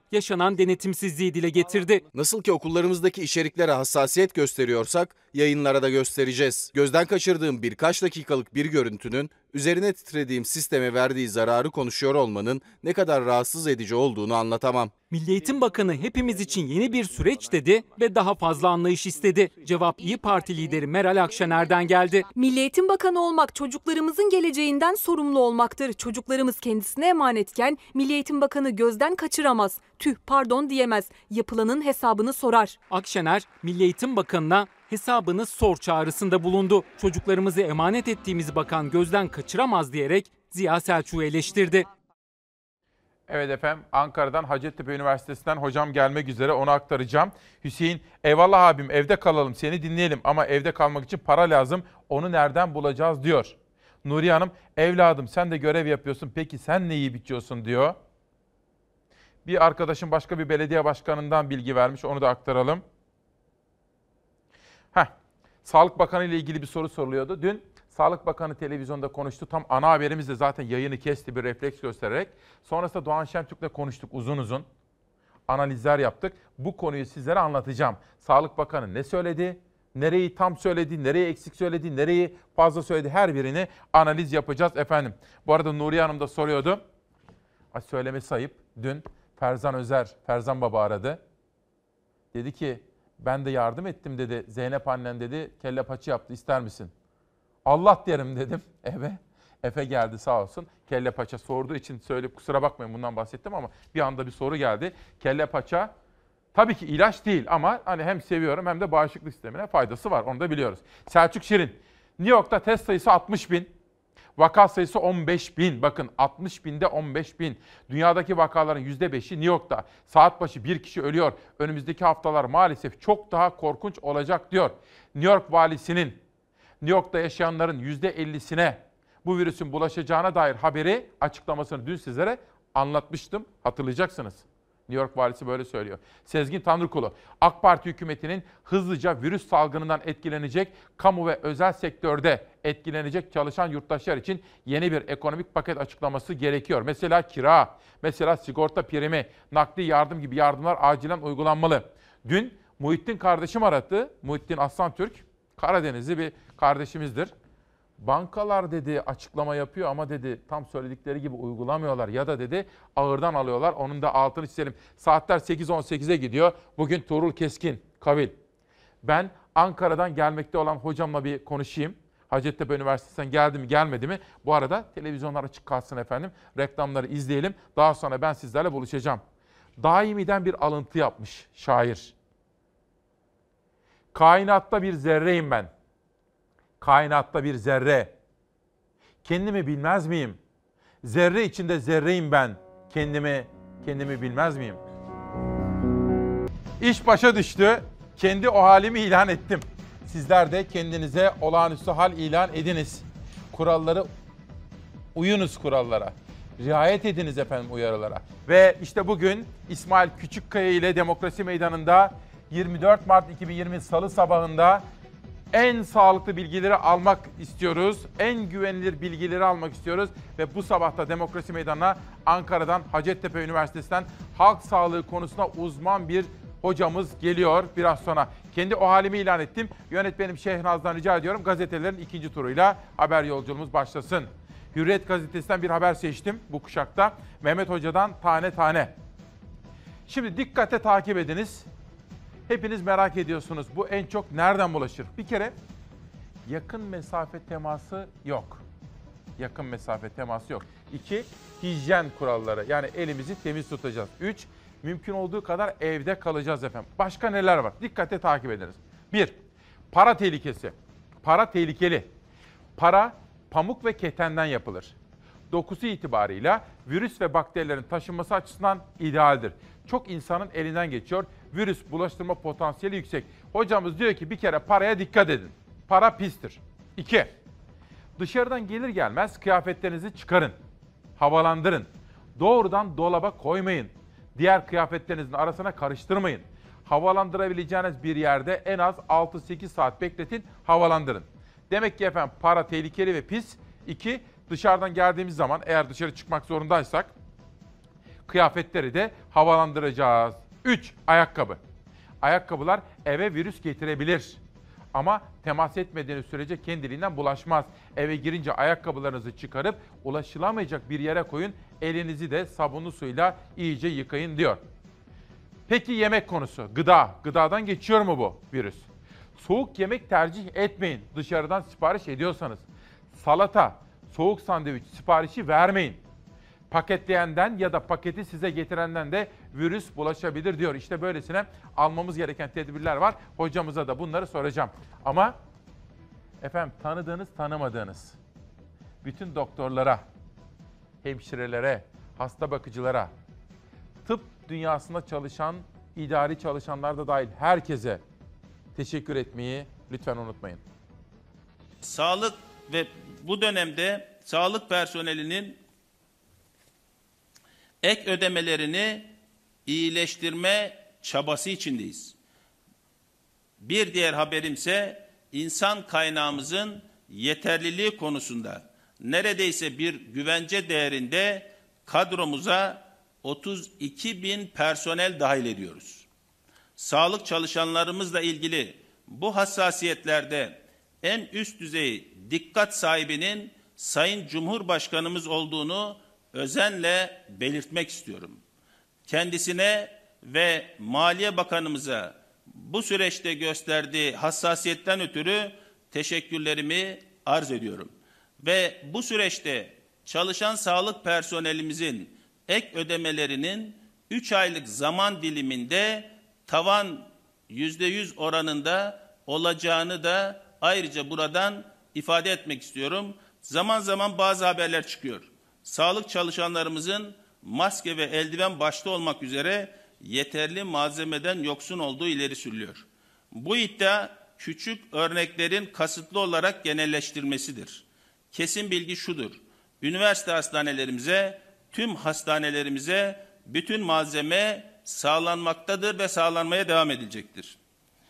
yaşanan denetimsizliği dile getirdi. Nasıl ki okullarımızdaki içeriklere hassasiyet gösteriyorsak yayınlara da göstereceğiz. Gözden kaçırdığım birkaç dakikalık bir görüntünün üzerine titrediğim sisteme verdiği zararı konuşuyor olmanın ne kadar rahatsız edici olduğunu anlatamam. Milli Eğitim Bakanı hepimiz için yeni bir süreç dedi ve daha fazla anlayış istedi. Cevap İYİ Parti lideri Meral Akşener'den geldi. Milli Eğitim Bakanı olmak çocuklarımızın geleceğinden sorumlu olmaktır. Çocuklarımız kendisine emanetken Milli Eğitim Bakanı gözden kaçıramaz. Tüh pardon diyemez. Yapılanın hesabını sorar. Akşener, Milli Eğitim Bakanı'na hesabını sor çağrısında bulundu. Çocuklarımızı emanet ettiğimiz bakan gözden kaçıramaz diyerek Ziya Selçuk'u eleştirdi. Evet efendim, Ankara'dan Hacettepe Üniversitesi'nden hocam gelmek üzere, onu aktaracağım. Hüseyin, eyvallah abim, evde kalalım, seni dinleyelim ama evde kalmak için para lazım, onu nereden bulacağız diyor. Nuriye Hanım, evladım sen de görev yapıyorsun, peki sen ne yiyip içiyorsun diyor. Bir arkadaşım başka bir belediye başkanından bilgi vermiş, onu da aktaralım. Heh, Sağlık Bakanı ile ilgili bir soru soruluyordu. Dün Sağlık Bakanı televizyonda konuştu. Tam ana haberimizde zaten yayını kesti bir refleks göstererek. Sonrasında Doğan Şentürk'le konuştuk uzun uzun. Analizler yaptık. Bu konuyu sizlere anlatacağım. Sağlık Bakanı ne söyledi? Nereyi tam söyledi? Nereyi eksik söyledi? Nereyi fazla söyledi? Her birini analiz yapacağız efendim. Bu arada Nuriye Hanım da soruyordu. Ay, söylemesi ayıp. Dün Ferzan Özer, Ferzan Baba aradı. Dedi ki ben de yardım ettim dedi. Zeynep annen dedi kelle paça yaptı, ister misin? Allah derim dedim eve. Efe geldi sağ olsun. Kelle paça sorduğu için söyleyip kusura bakmayın bundan bahsettim ama bir anda bir soru geldi. Kelle paça tabii ki ilaç değil ama hani hem seviyorum hem de bağışıklık sistemine faydası var. Onu da biliyoruz. Selçuk Şirin. New York'ta test sayısı altmış bin. Vaka sayısı on beş bin. Bakın altmış binde on beş bin. Dünyadaki vakaların yüzde beşi New York'ta. Saat başı bir kişi ölüyor. Önümüzdeki haftalar maalesef çok daha korkunç olacak diyor. New York valisinin New York'ta yaşayanların yüzde ellisine bu virüsün bulaşacağına dair haberi, açıklamasını dün sizlere anlatmıştım. Hatırlayacaksınız. New York valisi böyle söylüyor. Sezgin Tanrıkulu, AK Parti hükümetinin hızlıca virüs salgınından etkilenecek, kamu ve özel sektörde etkilenecek çalışan yurttaşlar için yeni bir ekonomik paket açıklaması gerekiyor. Mesela kira, mesela sigorta primi, nakdi yardım gibi yardımlar acilen uygulanmalı. Dün Muhittin kardeşim aradı. Muhittin Aslantürk, Karadenizli bir kardeşimizdir. Bankalar dedi açıklama yapıyor ama dedi tam söyledikleri gibi uygulamıyorlar ya da dedi ağırdan alıyorlar. Onun da altını çizelim. Saatler sekiz on sekize gidiyor. Bugün Tuğrul Keskin, Kavil. Ben Ankara'dan gelmekte olan hocamla bir konuşayım. Hacettepe Üniversitesi'nden geldi mi gelmedi mi? Bu arada televizyonlar açık kalsın efendim. Reklamları izleyelim. Daha sonra ben sizlerle buluşacağım. Daimi'den bir alıntı yapmış şair. Kainatta bir zerreyim ben. Kainatta bir zerre. Kendimi bilmez miyim? Zerre içinde zerreyim ben. Kendimi, kendimi bilmez miyim? İş başa düştü. Kendi o halimi ilan ettim. Sizler de kendinize olağanüstü hal ilan ediniz. Kuralları, uyunuz kurallara. Riayet ediniz efendim uyarılara. Ve işte bugün İsmail Küçükkaya ile Demokrasi Meydanı'nda yirmi dört Mart iki bin yirmi Salı sabahında en sağlıklı bilgileri almak istiyoruz. En güvenilir bilgileri almak istiyoruz. Ve bu sabahta Demokrasi Meydanı'na Ankara'dan Hacettepe Üniversitesi'nden halk sağlığı konusunda uzman bir hocamız geliyor biraz sonra. Kendi o halimi ilan ettim. Yönetmenim Şehnaz'dan rica ediyorum gazetelerin ikinci turuyla haber yolculuğumuz başlasın. Hürriyet gazetesinden bir haber seçtim bu kuşakta. Mehmet Hoca'dan tane tane. Şimdi dikkate takip ediniz. Hepiniz merak ediyorsunuz bu en çok nereden bulaşır? Bir kere yakın mesafe teması yok. Yakın mesafe teması yok. İki, hijyen kuralları. Yani elimizi temiz tutacağız. Üç, mümkün olduğu kadar evde kalacağız efendim. Başka neler var? Dikkate takip ediniz. Bir, para tehlikesi. Para tehlikeli. Para pamuk ve ketenden yapılır. Dokusu itibarıyla virüs ve bakterilerin taşınması açısından idealdir. Çok insanın elinden geçiyor. Virüs bulaştırma potansiyeli yüksek. Hocamız diyor ki bir kere paraya dikkat edin. Para pistir. İki, dışarıdan gelir gelmez kıyafetlerinizi çıkarın. Havalandırın. Doğrudan dolaba koymayın. Diğer kıyafetlerinizin arasına karıştırmayın. Havalandırabileceğiniz bir yerde en az altı sekiz saat bekletin, havalandırın. Demek ki efendim para tehlikeli ve pis. İki, dışarıdan geldiğimiz zaman eğer dışarı çıkmak zorundaysak Kıyafetleri de havalandıracağız. üç. Ayakkabı. Ayakkabılar eve virüs getirebilir. Ama temas etmediğiniz sürece kendiliğinden bulaşmaz. Eve girince ayakkabılarınızı çıkarıp ulaşılamayacak bir yere koyun. Elinizi de sabunlu suyla iyice yıkayın diyor. Peki yemek konusu. Gıda. Gıdadan geçiyor mu bu virüs? Soğuk yemek tercih etmeyin dışarıdan sipariş ediyorsanız. Salata, soğuk sandviç siparişi vermeyin. Paketleyenden ya da paketi size getirenden de virüs bulaşabilir diyor. İşte böylesine almamız gereken tedbirler var. Hocamıza da bunları soracağım. Ama efendim tanıdığınız tanımadığınız bütün doktorlara, hemşirelere, hasta bakıcılara, tıp dünyasında çalışan, idari çalışanlar da dahil herkese teşekkür etmeyi lütfen unutmayın. Sağlık ve bu dönemde sağlık personelinin ek ödemelerini iyileştirme çabası içindeyiz. Bir diğer haberimse insan kaynağımızın yeterliliği konusunda neredeyse bir güvence değerinde kadromuza otuz iki bin personel dahil ediyoruz. Sağlık çalışanlarımızla ilgili bu hassasiyetlerde en üst düzey dikkat sahibinin Sayın Cumhurbaşkanımız olduğunu özenle belirtmek istiyorum. Kendisine ve Maliye Bakanımıza bu süreçte gösterdiği hassasiyetten ötürü teşekkürlerimi arz ediyorum. Ve bu süreçte çalışan sağlık personelimizin ek ödemelerinin üç aylık zaman diliminde tavan yüzde yüz oranında olacağını da ayrıca buradan ifade etmek istiyorum. Zaman zaman bazı haberler çıkıyor. Sağlık çalışanlarımızın maske ve eldiven başta olmak üzere yeterli malzemeden yoksun olduğu ileri sürülüyor. Bu iddia küçük örneklerin kasıtlı olarak genelleştirmesidir. Kesin bilgi şudur: üniversite hastanelerimize, tüm hastanelerimize bütün malzeme sağlanmaktadır ve sağlanmaya devam edilecektir.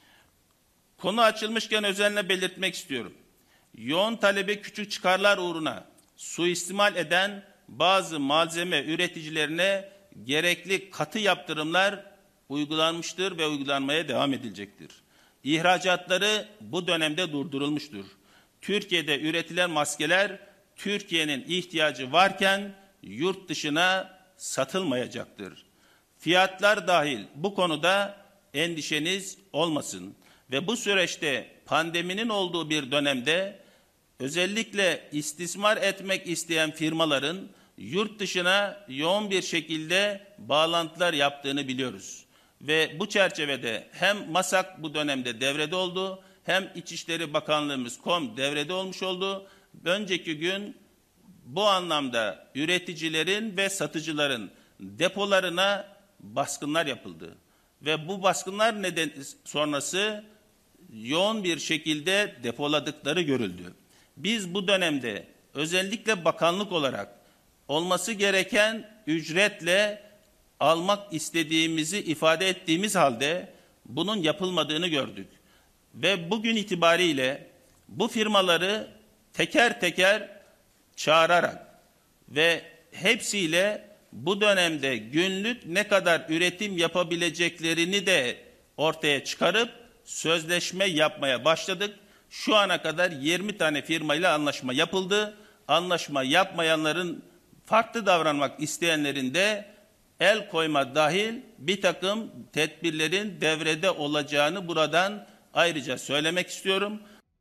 Konu açılmışken özenle belirtmek istiyorum. Yoğun talebi küçük çıkarlar uğruna suistimal eden bazı malzeme üreticilerine gerekli katı yaptırımlar uygulanmıştır ve uygulanmaya devam edilecektir. İhracatları bu dönemde durdurulmuştur. Türkiye'de üretilen maskeler Türkiye'nin ihtiyacı varken yurt dışına satılmayacaktır. Fiyatlar dahil bu konuda endişeniz olmasın ve bu süreçte pandeminin olduğu bir dönemde özellikle istismar etmek isteyen firmaların yurt dışına yoğun bir şekilde bağlantılar yaptığını biliyoruz. Ve bu çerçevede hem MASAK bu dönemde devrede oldu, hem İçişleri Bakanlığımız KOM devrede olmuş oldu. Önceki gün bu anlamda üreticilerin ve satıcıların depolarına baskınlar yapıldı. Ve bu baskınlar neden sonrası yoğun bir şekilde depoladıkları görüldü. Biz bu dönemde özellikle bakanlık olarak olması gereken ücretle almak istediğimizi ifade ettiğimiz halde bunun yapılmadığını gördük. Ve bugün itibariyle bu firmaları teker teker çağırarak ve hepsiyle bu dönemde günlük ne kadar üretim yapabileceklerini de ortaya çıkarıp sözleşme yapmaya başladık. Şu ana kadar yirmi tane firmayla anlaşma yapıldı. Anlaşma yapmayanların, farklı davranmak isteyenlerin de el koyma dahil bir takım tedbirlerin devrede olacağını buradan ayrıca söylemek istiyorum.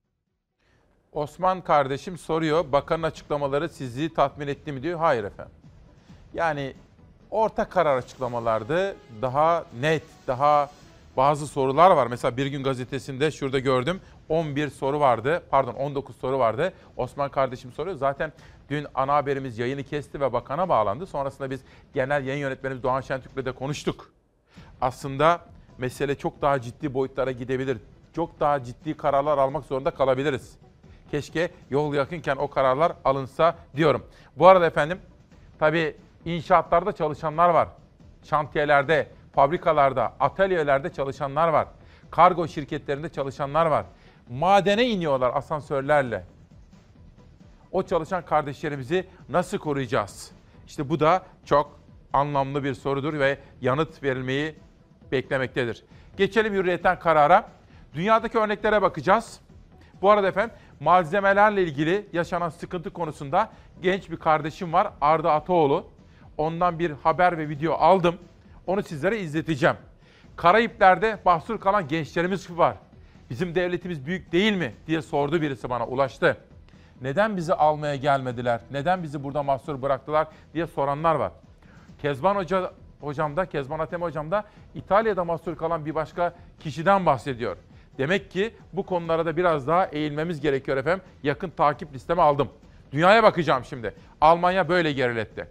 Osman kardeşim soruyor, bakanın açıklamaları sizi tatmin etti mi diyor. Hayır efendim. Yani orta karar açıklamalardı, daha net, daha bazı sorular var. Mesela Bir Gün Gazetesi'nde şurada gördüm, on bir soru vardı, pardon on dokuz soru vardı. Osman kardeşim soruyor. Zaten dün ana haberimiz yayını kesti ve bakana bağlandı. Sonrasında biz genel yayın yönetmenimiz Doğan Şentürk'le de konuştuk. Aslında mesele çok daha ciddi boyutlara gidebilir. Çok daha ciddi kararlar almak zorunda kalabiliriz. Keşke yol yakınken o kararlar alınsa diyorum. Bu arada efendim, tabii inşaatlarda çalışanlar var. Şantiyelerde, fabrikalarda, atölyelerde çalışanlar var. Kargo şirketlerinde çalışanlar var. Madene iniyorlar asansörlerle. O çalışan kardeşlerimizi nasıl koruyacağız? İşte bu da çok anlamlı bir sorudur ve yanıt verilmeyi beklemektedir. Geçelim Hürriyet'ten karara. Dünyadaki örneklere bakacağız. Bu arada efendim malzemelerle ilgili yaşanan sıkıntı konusunda genç bir kardeşim var, Arda Ataoğlu. Ondan bir haber ve video aldım. Onu sizlere izleteceğim. Karayipler'de mahsur kalan gençlerimiz var. Bizim devletimiz büyük değil mi diye sordu birisi, bana ulaştı. Neden bizi almaya gelmediler? Neden bizi burada mahsur bıraktılar diye soranlar var. Kezban Hoca hocam da, Kezban Atemi hocam da İtalya'da mahsur kalan bir başka kişiden bahsediyor. Demek ki bu konulara da biraz daha eğilmemiz gerekiyor efendim. Yakın takip listeme aldım. Dünyaya bakacağım şimdi. Almanya böyle geriletti.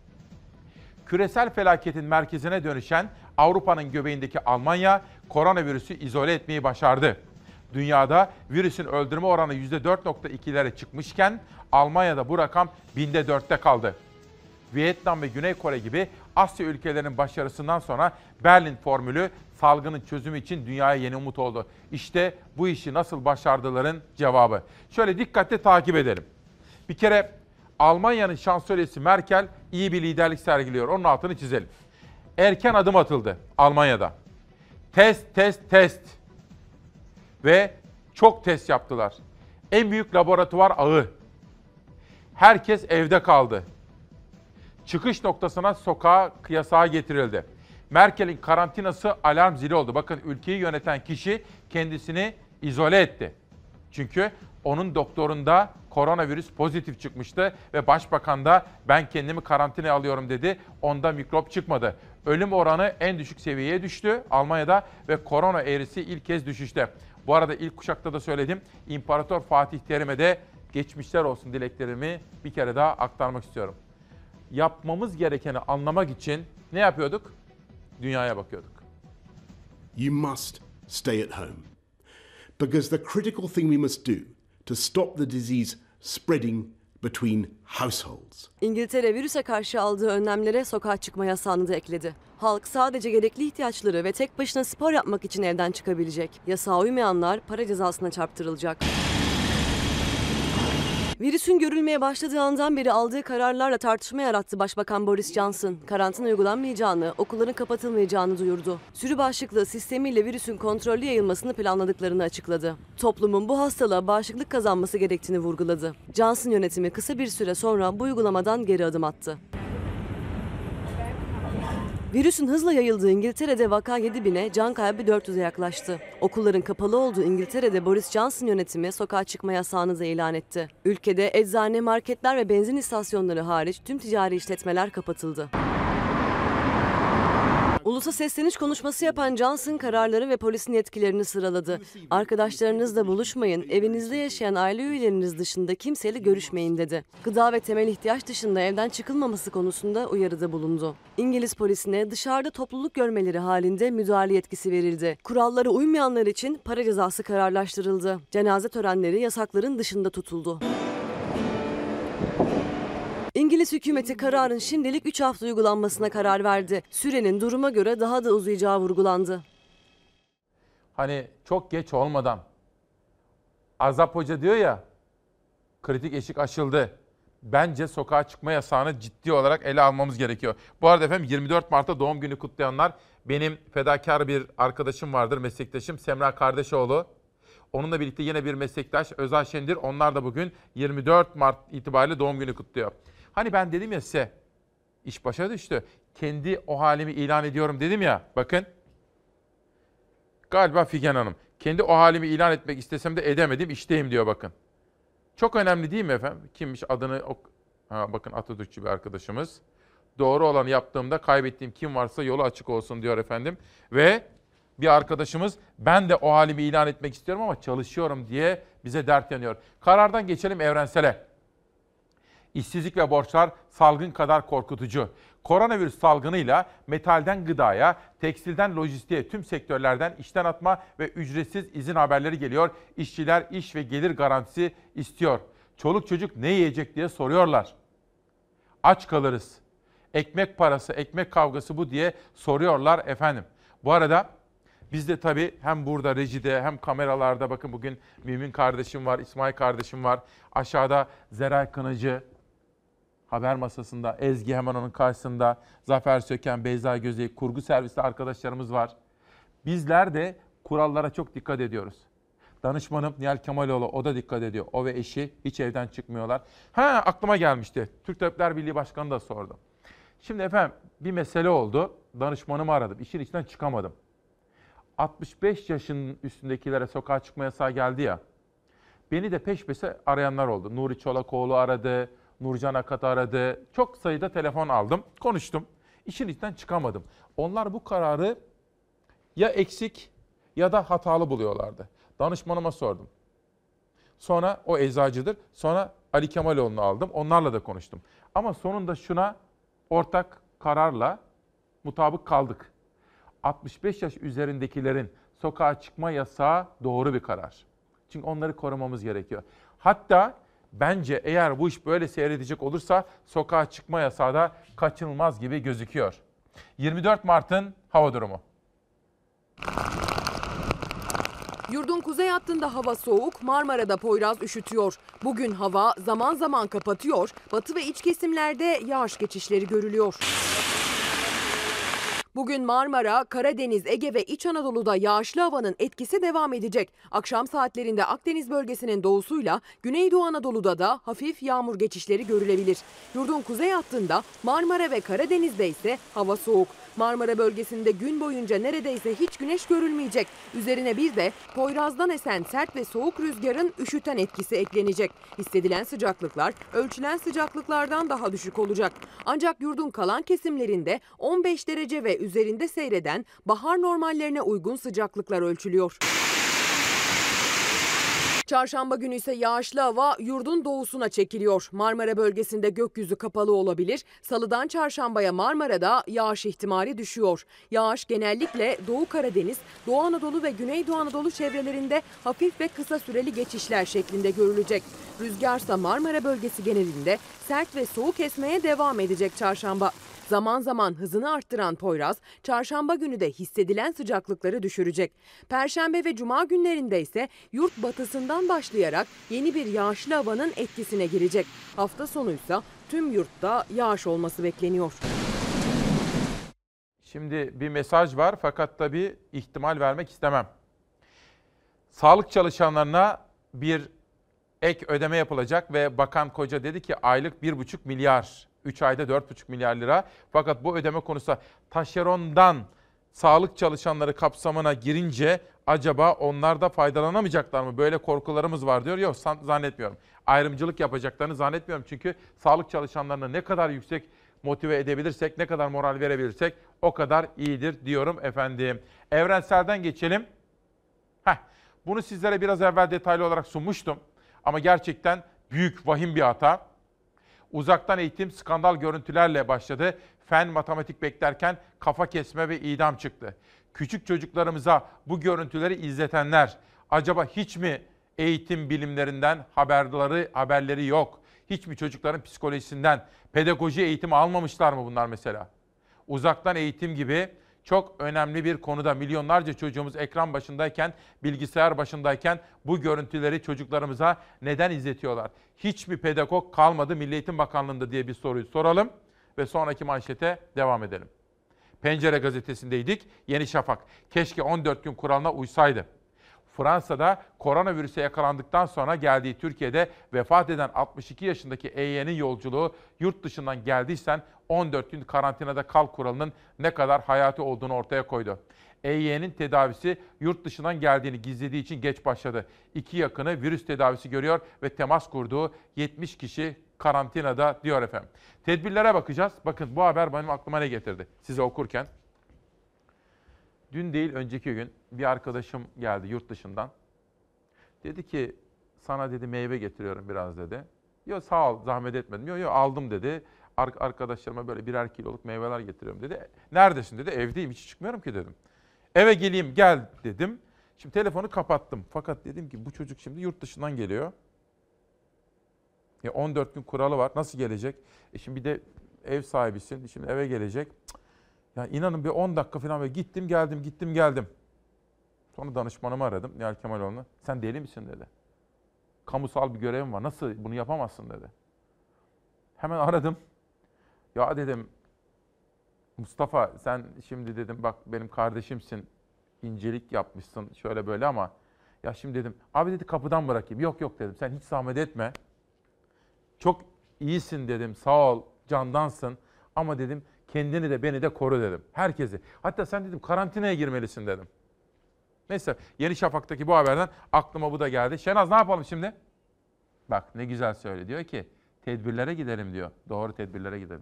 Küresel felaketin merkezine dönüşen Avrupa'nın göbeğindeki Almanya koronavirüsü izole etmeyi başardı. Dünyada virüsün öldürme oranı yüzde dört virgül ikilere çıkmışken Almanya'da bu rakam binde dörtte kaldı. Vietnam ve Güney Kore gibi Asya ülkelerinin başarısından sonra Berlin formülü salgının çözümü için dünyaya yeni umut oldu. İşte bu işi nasıl başardıların cevabı. Şöyle dikkatle takip edelim. Bir kere Almanya'nın şansölyesi Merkel iyi bir liderlik sergiliyor. Onun altını çizelim. Erken adım atıldı Almanya'da. Test, test, test. Ve çok test yaptılar. En büyük laboratuvar ağı. Herkes evde kaldı. Çıkış noktasına sokağa yasağı getirildi. Merkel'in karantinası alarm zili oldu. Bakın ülkeyi yöneten kişi kendisini izole etti. Çünkü onun doktorunda koronavirüs pozitif çıkmıştı ve başbakan da ben kendimi karantinaya alıyorum dedi. Onda mikrop çıkmadı. Ölüm oranı en düşük seviyeye düştü Almanya'da ve korona eğrisi ilk kez düşüşte. Bu arada ilk kuşakta da söyledim. İmparator Fatih Terim'e de geçmişler olsun dileklerimi bir kere daha aktarmak istiyorum. Yapmamız gerekeni anlamak için ne yapıyorduk? Dünyaya bakıyorduk. You must stay at home. Because the critical thing we must do to stop the disease spreading between households. İngiltere virüse karşı aldığı önlemlere sokağa çıkma yasağını da ekledi. Halk sadece gerekli ihtiyaçları ve tek başına spor yapmak için evden çıkabilecek. Yasağa uymayanlar para cezasına çarptırılacak. Virüsün görülmeye başladığı andan beri aldığı kararlarla tartışma yarattı Başbakan Boris Johnson. Karantina uygulanmayacağını, okulların kapatılmayacağını duyurdu. Sürü bağışıklığı sistemiyle virüsün kontrollü yayılmasını planladıklarını açıkladı. Toplumun bu hastalığa bağışıklık kazanması gerektiğini vurguladı. Johnson yönetimi kısa bir süre sonra bu uygulamadan geri adım attı. Virüsün hızla yayıldığı İngiltere'de vaka yedi bine, can kaybı dört yüze yaklaştı. Okulların kapalı olduğu İngiltere'de Boris Johnson yönetimi sokağa çıkma yasağını da ilan etti. Ülkede eczane, marketler ve benzin istasyonları hariç tüm ticari işletmeler kapatıldı. Ulusa sesleniş konuşması yapan Johnson kararları ve polisin yetkilerini sıraladı. Arkadaşlarınızla buluşmayın, evinizde yaşayan aile üyeleriniz dışında kimseyle görüşmeyin dedi. Gıda ve temel ihtiyaç dışında evden çıkılmaması konusunda uyarıda bulundu. İngiliz polisine dışarıda topluluk görmeleri halinde müdahale yetkisi verildi. Kurallara uymayanlar için para cezası kararlaştırıldı. Cenaze törenleri yasakların dışında tutuldu. İngiliz hükümeti kararın şimdilik üç hafta uygulanmasına karar verdi. Sürenin duruma göre daha da uzayacağı vurgulandı. Hani çok geç olmadan Azap Hoca diyor ya, kritik eşik aşıldı. Bence sokağa çıkma yasağını ciddi olarak ele almamız gerekiyor. Bu arada efendim yirmi dört Mart'ta doğum günü kutlayanlar, benim fedakar bir arkadaşım vardır, meslektaşım Semra Kardeşoğlu. Onunla birlikte yine bir meslektaş Özay Şendir. Onlar da bugün yirmi dört Mart itibariyle doğum günü kutluyor. Hani ben dedim ya size, iş başa düştü. Kendi o halimi ilan ediyorum dedim ya, bakın. Galiba Figen Hanım. Kendi o halimi ilan etmek istesem de edemedim, işteyim diyor bakın. Çok önemli değil mi efendim? Kimmiş adını... Ha, bakın Atatürkçü bir arkadaşımız. Doğru olanı yaptığımda kaybettiğim kim varsa yolu açık olsun diyor efendim. Ve bir arkadaşımız ben de o halimi ilan etmek istiyorum ama çalışıyorum diye bize dert yanıyor. Karardan geçelim evrensele. İşsizlik ve borçlar salgın kadar korkutucu. Koronavirüs salgınıyla metalden gıdaya, tekstilden lojistiğe tüm sektörlerden işten atma ve ücretsiz izin haberleri geliyor. İşçiler iş ve gelir garantisi istiyor. Çoluk çocuk ne yiyecek diye soruyorlar. Aç kalırız. Ekmek parası, ekmek kavgası bu diye soruyorlar efendim. Bu arada biz de tabii hem burada rejide hem kameralarda, bakın bugün Mümin kardeşim var, İsmail kardeşim var. Aşağıda Zeray Kınıcı, haber masasında, Ezgi hemen onun karşısında, Zafer Söken, Beyza Gözeyik, kurgu serviste arkadaşlarımız var. Bizler de kurallara çok dikkat ediyoruz. Danışmanım Nihal Kemaloğlu, o da dikkat ediyor. O ve eşi hiç evden çıkmıyorlar. Ha, aklıma gelmişti. Türk Tabipler Birliği Başkanı da sordu. Şimdi efendim bir mesele oldu. Danışmanımı aradım. İşin içinden çıkamadım. altmış beş yaşın üstündekilere sokağa çıkma yasağı geldi ya. Beni de peş peşe arayanlar oldu. Nuri Çolakoğlu aradı, Nurcan Akat aradı. Çok sayıda telefon aldım, konuştum. İşin içinden çıkamadım. Onlar bu kararı ya eksik ya da hatalı buluyorlardı. Danışmanıma sordum. Sonra o eczacıdır. Sonra Ali Kemaloğlu'nu aldım. Onlarla da konuştum. Ama sonunda şuna ortak kararla mutabık kaldık. altmış beş yaş üzerindekilerin sokağa çıkma yasağı doğru bir karar. Çünkü onları korumamız gerekiyor. Hatta bence eğer bu iş böyle seyredecek olursa sokağa çıkma yasağı da kaçınılmaz gibi gözüküyor. yirmi dört Mart'ın hava durumu. Yurdun kuzey hattında hava soğuk, Marmara'da Poyraz üşütüyor. Bugün hava zaman zaman kapatıyor, batı ve iç kesimlerde yağış geçişleri görülüyor. Bugün Marmara, Karadeniz, Ege ve İç Anadolu'da yağışlı havanın etkisi devam edecek. Akşam saatlerinde Akdeniz bölgesinin doğusuyla Güneydoğu Anadolu'da da hafif yağmur geçişleri görülebilir. Yurdun kuzey hattında Marmara ve Karadeniz'de ise hava soğuk. Marmara bölgesinde gün boyunca neredeyse hiç güneş görülmeyecek. Üzerine bir de Poyraz'dan esen sert ve soğuk rüzgarın üşüten etkisi eklenecek. Hissedilen sıcaklıklar ölçülen sıcaklıklardan daha düşük olacak. Ancak yurdun kalan kesimlerinde on beş derece ve üzerinde seyreden bahar normallerine uygun sıcaklıklar ölçülüyor. Çarşamba günü ise yağışlı hava yurdun doğusuna çekiliyor. Marmara bölgesinde gökyüzü kapalı olabilir. Salıdan çarşambaya Marmara'da yağış ihtimali düşüyor. Yağış genellikle Doğu Karadeniz, Doğu Anadolu ve Güneydoğu Anadolu çevrelerinde hafif ve kısa süreli geçişler şeklinde görülecek. Rüzgarsa Marmara bölgesi genelinde sert ve soğuk esmeye devam edecek çarşamba. Zaman zaman hızını arttıran Poyraz, çarşamba günü de hissedilen sıcaklıkları düşürecek. Perşembe ve cuma günlerinde ise yurt batısından başlayarak yeni bir yağışlı havanın etkisine girecek. Hafta sonuysa tüm yurtta yağış olması bekleniyor. Şimdi bir mesaj var fakat tabii ihtimal vermek istemem. Sağlık çalışanlarına bir ek ödeme yapılacak ve Bakan Koca dedi ki aylık bir buçuk milyar. üç ayda dört buçuk milyar lira. Fakat bu ödeme konusu taşerondan sağlık çalışanları kapsamına girince acaba onlar da faydalanamayacaklar mı? Böyle korkularımız var diyor. Yok, zannetmiyorum. Ayrımcılık yapacaklarını zannetmiyorum. Çünkü sağlık çalışanlarını ne kadar yüksek motive edebilirsek, ne kadar moral verebilirsek o kadar iyidir diyorum efendim. Evrensel'den geçelim. Heh, bunu sizlere biraz evvel detaylı olarak sunmuştum. Ama gerçekten büyük, vahim bir hata. Uzaktan eğitim skandal görüntülerle başladı. Fen, matematik beklerken kafa kesme ve idam çıktı. Küçük çocuklarımıza bu görüntüleri izletenler acaba hiç mi eğitim bilimlerinden haberleri, haberleri yok? Hiç mi çocukların psikolojisinden, pedagoji eğitimi almamışlar mı bunlar mesela? Uzaktan eğitim gibi çok önemli bir konuda milyonlarca çocuğumuz ekran başındayken, bilgisayar başındayken bu görüntüleri çocuklarımıza neden izletiyorlar? Hiç mi pedagog kalmadı Milli Eğitim Bakanlığı'nda diye bir soruyu soralım ve sonraki manşete devam edelim. Pencere gazetesindeydik. Yeni Şafak. Keşke on dört gün kuralına uysaydı. Fransa'da koronavirüse yakalandıktan sonra geldiği Türkiye'de vefat eden altmış iki yaşındaki E Y'nin yolculuğu yurt dışından geldiysen on dört gün karantinada kal kuralının ne kadar hayati olduğunu ortaya koydu. E Y'nin tedavisi yurt dışından geldiğini gizlediği için geç başladı. İki yakını virüs tedavisi görüyor ve temas kurduğu yetmiş kişi karantinada diyor efendim. Tedbirlere bakacağız. Bakın bu haber benim aklıma ne getirdi size okurken. Dün değil önceki gün bir arkadaşım geldi yurt dışından. Dedi ki sana dedi meyve getiriyorum biraz dedi. Yok sağ ol zahmet etmedim. Yok yok aldım dedi. Ar- arkadaşlarıma böyle birer kiloluk meyveler getiriyorum dedi. Neredesin dedi. Evdeyim hiç çıkmıyorum ki dedim. Eve geleyim gel dedim. Şimdi telefonu kapattım. Fakat dedim ki bu çocuk şimdi yurt dışından geliyor. Ya on dört gün kuralı var. Nasıl gelecek? E şimdi bir de ev sahibisin. Şimdi eve gelecek. Ya inanın bir on dakika falan böyle gittim geldim gittim geldim. Sonra danışmanımı aradım Nihal Kemaloğlu'nu. Sen deli misin dedi. Kamusal bir görevim var. Nasıl bunu yapamazsın dedi. Hemen aradım. Ya dedim, Mustafa sen şimdi dedim bak benim kardeşimsin. İncelik yapmışsın şöyle böyle ama ya şimdi dedim abi dedi kapıdan bırakayım. Yok yok dedim sen hiç zahmet etme. Çok iyisin dedim, sağ ol, candansın ama dedim kendini de beni de koru dedim. Herkesi. Hatta sen dedim karantinaya girmelisin dedim. Neyse Yeni Şafak'taki bu haberden aklıma bu da geldi. Şenaz ne yapalım şimdi? Bak ne güzel söyle, diyor ki tedbirlere gidelim diyor. Doğru tedbirlere gidelim.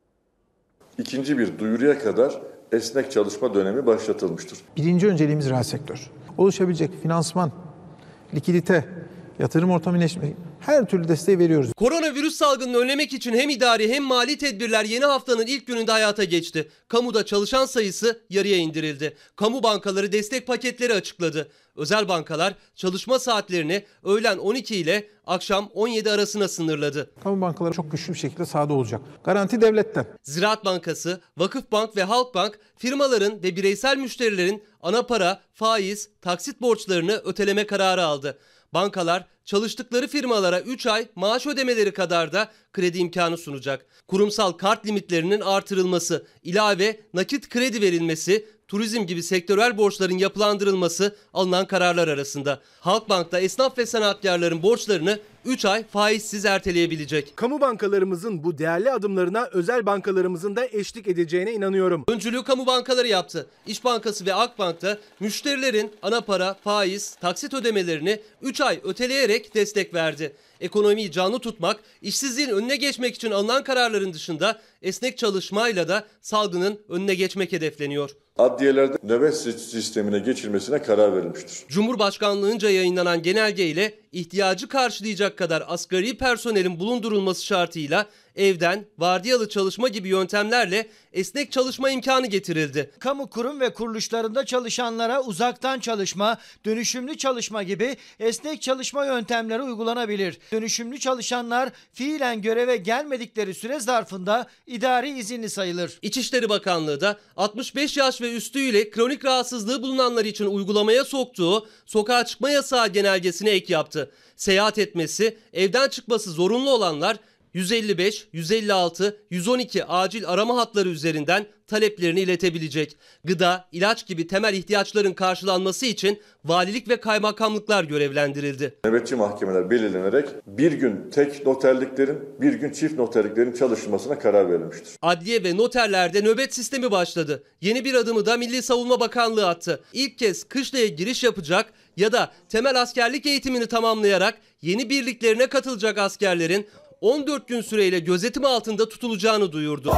İkinci bir duyuruya kadar esnek çalışma dönemi başlatılmıştır. Birinci önceliğimiz reel sektör. Oluşabilecek finansman, likidite, yatırım ortamı iyileşme, her türlü desteği veriyoruz. Koronavirüs salgınını önlemek için hem idari hem mali tedbirler yeni haftanın ilk gününde hayata geçti. Kamuda çalışan sayısı yarıya indirildi. Kamu bankaları destek paketleri açıkladı. Özel bankalar çalışma saatlerini öğlen on iki ile akşam on yedi arasına sınırladı. Kamu bankaları çok güçlü bir şekilde sahada olacak. Garanti devletten. Ziraat Bankası, Vakıfbank ve Halkbank firmaların ve bireysel müşterilerin ana para, faiz, taksit borçlarını öteleme kararı aldı. Bankalar çalıştıkları firmalara üç ay maaş ödemeleri kadar da kredi imkanı sunacak. Kurumsal kart limitlerinin artırılması, ilave nakit kredi verilmesi, turizm gibi sektörel borçların yapılandırılması alınan kararlar arasında. Halkbank'ta esnaf ve sanatkarların borçlarını üç ay faizsiz erteleyebilecek. Kamu bankalarımızın bu değerli adımlarına özel bankalarımızın da eşlik edeceğine inanıyorum. Öncülüğü kamu bankaları yaptı. İş Bankası ve Akbank'ta müşterilerin ana para, faiz, taksit ödemelerini üç ay öteleyerek destek verdi. Ekonomiyi canlı tutmak, işsizliğin önüne geçmek için alınan kararların dışında esnek çalışmayla da salgının önüne geçmek hedefleniyor. Adliyelerde nöbet sistemine geçilmesine karar verilmiştir. Cumhurbaşkanlığınca yayınlanan genelge ile ihtiyacı karşılayacak kadar asgari personelin bulundurulması şartıyla evden, vardiyalı çalışma gibi yöntemlerle esnek çalışma imkanı getirildi. Kamu kurum ve kuruluşlarında çalışanlara uzaktan çalışma, dönüşümlü çalışma gibi esnek çalışma yöntemleri uygulanabilir. Dönüşümlü çalışanlar fiilen göreve gelmedikleri süre zarfında idari izinli sayılır. İçişleri Bakanlığı da altmış beş yaş ve üstüyle kronik rahatsızlığı bulunanlar için uygulamaya soktuğu sokağa çıkma yasağı genelgesine ek yaptı. Seyahat etmesi, evden çıkması zorunlu olanlar yüz elli beş, yüz elli altı, yüz on iki acil arama hatları üzerinden taleplerini iletebilecek. Gıda, ilaç gibi temel ihtiyaçların karşılanması için valilik ve kaymakamlıklar görevlendirildi. Nöbetçi mahkemeler belirlenerek bir gün tek noterliklerin, bir gün çift noterliklerin çalışılmasına karar verilmiştir. Adliye ve noterlerde nöbet sistemi başladı. Yeni bir adımı da Milli Savunma Bakanlığı attı. İlk kez kışlaya giriş yapacak ya da temel askerlik eğitimini tamamlayarak yeni birliklerine katılacak askerlerin on dört gün süreyle gözetim altında tutulacağını duyurdu.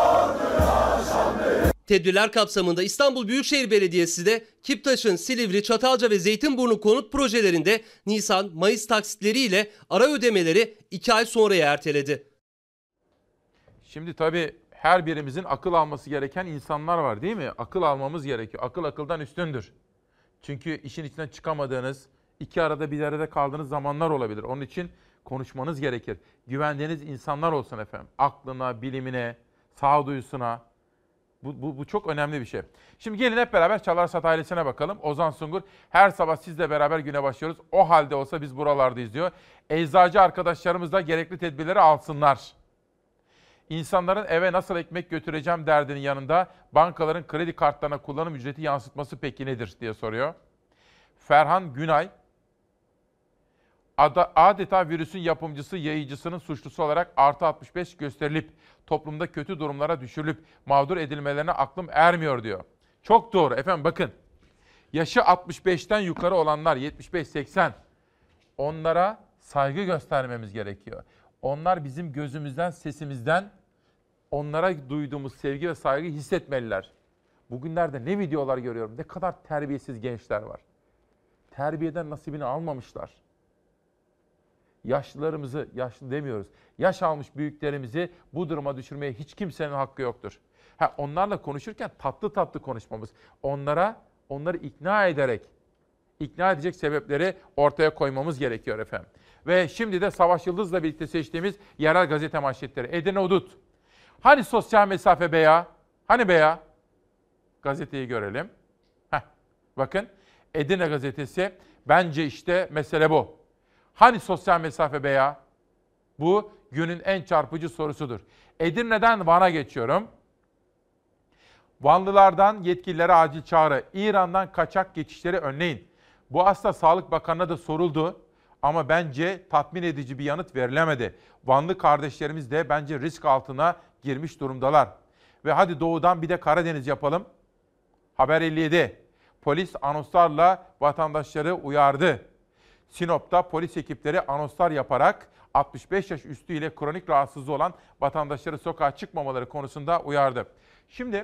Tedbirler kapsamında İstanbul Büyükşehir Belediyesi de Kiptaş'ın Silivri, Çatalca ve Zeytinburnu konut projelerinde Nisan-Mayıs taksitleriyle ara ödemeleri iki ay sonraya erteledi. Şimdi tabii her birimizin akıl alması gereken insanlar var değil mi? Akıl almamız gerekiyor. Akıl akıldan üstündür. Çünkü işin içinden çıkamadığınız, iki arada bir arada kaldığınız zamanlar olabilir. Onun için konuşmanız gerekir. Güvendiğiniz insanlar olsun efendim. Aklına, bilimine, sağduyusuna. Bu, bu, bu çok önemli bir şey. Şimdi gelin hep beraber Çalarsat ailesine bakalım. Ozan Sungur, her sabah sizle beraber güne başlıyoruz. O halde olsa biz buralardayız diyor. Eczacı arkadaşlarımız da gerekli tedbirleri alsınlar. İnsanların eve nasıl ekmek götüreceğim derdinin yanında bankaların kredi kartlarına kullanım ücreti yansıtması peki nedir diye soruyor. Ferhan Günay, adeta virüsün yapımcısı, yayıcısının suçlusu olarak artı altmış beş gösterilip toplumda kötü durumlara düşürülüp mağdur edilmelerine aklım ermiyor diyor. Çok doğru efendim, bakın. Yaşı altmış beşten yukarı olanlar, yetmiş beş seksen, onlara saygı göstermemiz gerekiyor. Onlar bizim gözümüzden, sesimizden onlara duyduğumuz sevgi ve saygı hissetmeliler. Bugünlerde ne videolar görüyorum, ne kadar terbiyesiz gençler var. Terbiyeden nasibini almamışlar. Yaşlılarımızı, yaşlı demiyoruz, yaş almış büyüklerimizi bu duruma düşürmeye hiç kimsenin hakkı yoktur. Ha, onlarla konuşurken tatlı tatlı konuşmamız, onlara, onları ikna ederek, ikna edecek sebepleri ortaya koymamız gerekiyor efendim. Ve şimdi de Savaş Yıldız'la birlikte seçtiğimiz yerel gazete manşetleri. Edirne Udut. Hani sosyal mesafe be ya? Hani be ya? Gazeteyi görelim. Heh, bakın Edirne gazetesi, bence işte mesele bu. Hani sosyal mesafe be ya? Bu günün en çarpıcı sorusudur. Edirne'den Van'a geçiyorum. Vanlılardan yetkililere acil çağrı. İran'dan kaçak geçişleri önleyin. Bu aslında Sağlık Bakanı'na da soruldu ama bence tatmin edici bir yanıt verilemedi. Vanlı kardeşlerimiz de bence risk altına girmiş durumdalar. Ve hadi doğudan bir de Karadeniz yapalım. Haber elli yedi. Polis anonslarla vatandaşları uyardı. Sinop'ta polis ekipleri anonslar yaparak altmış beş yaş üstü ile kronik rahatsızlığı olan vatandaşları sokağa çıkmamaları konusunda uyardı. Şimdi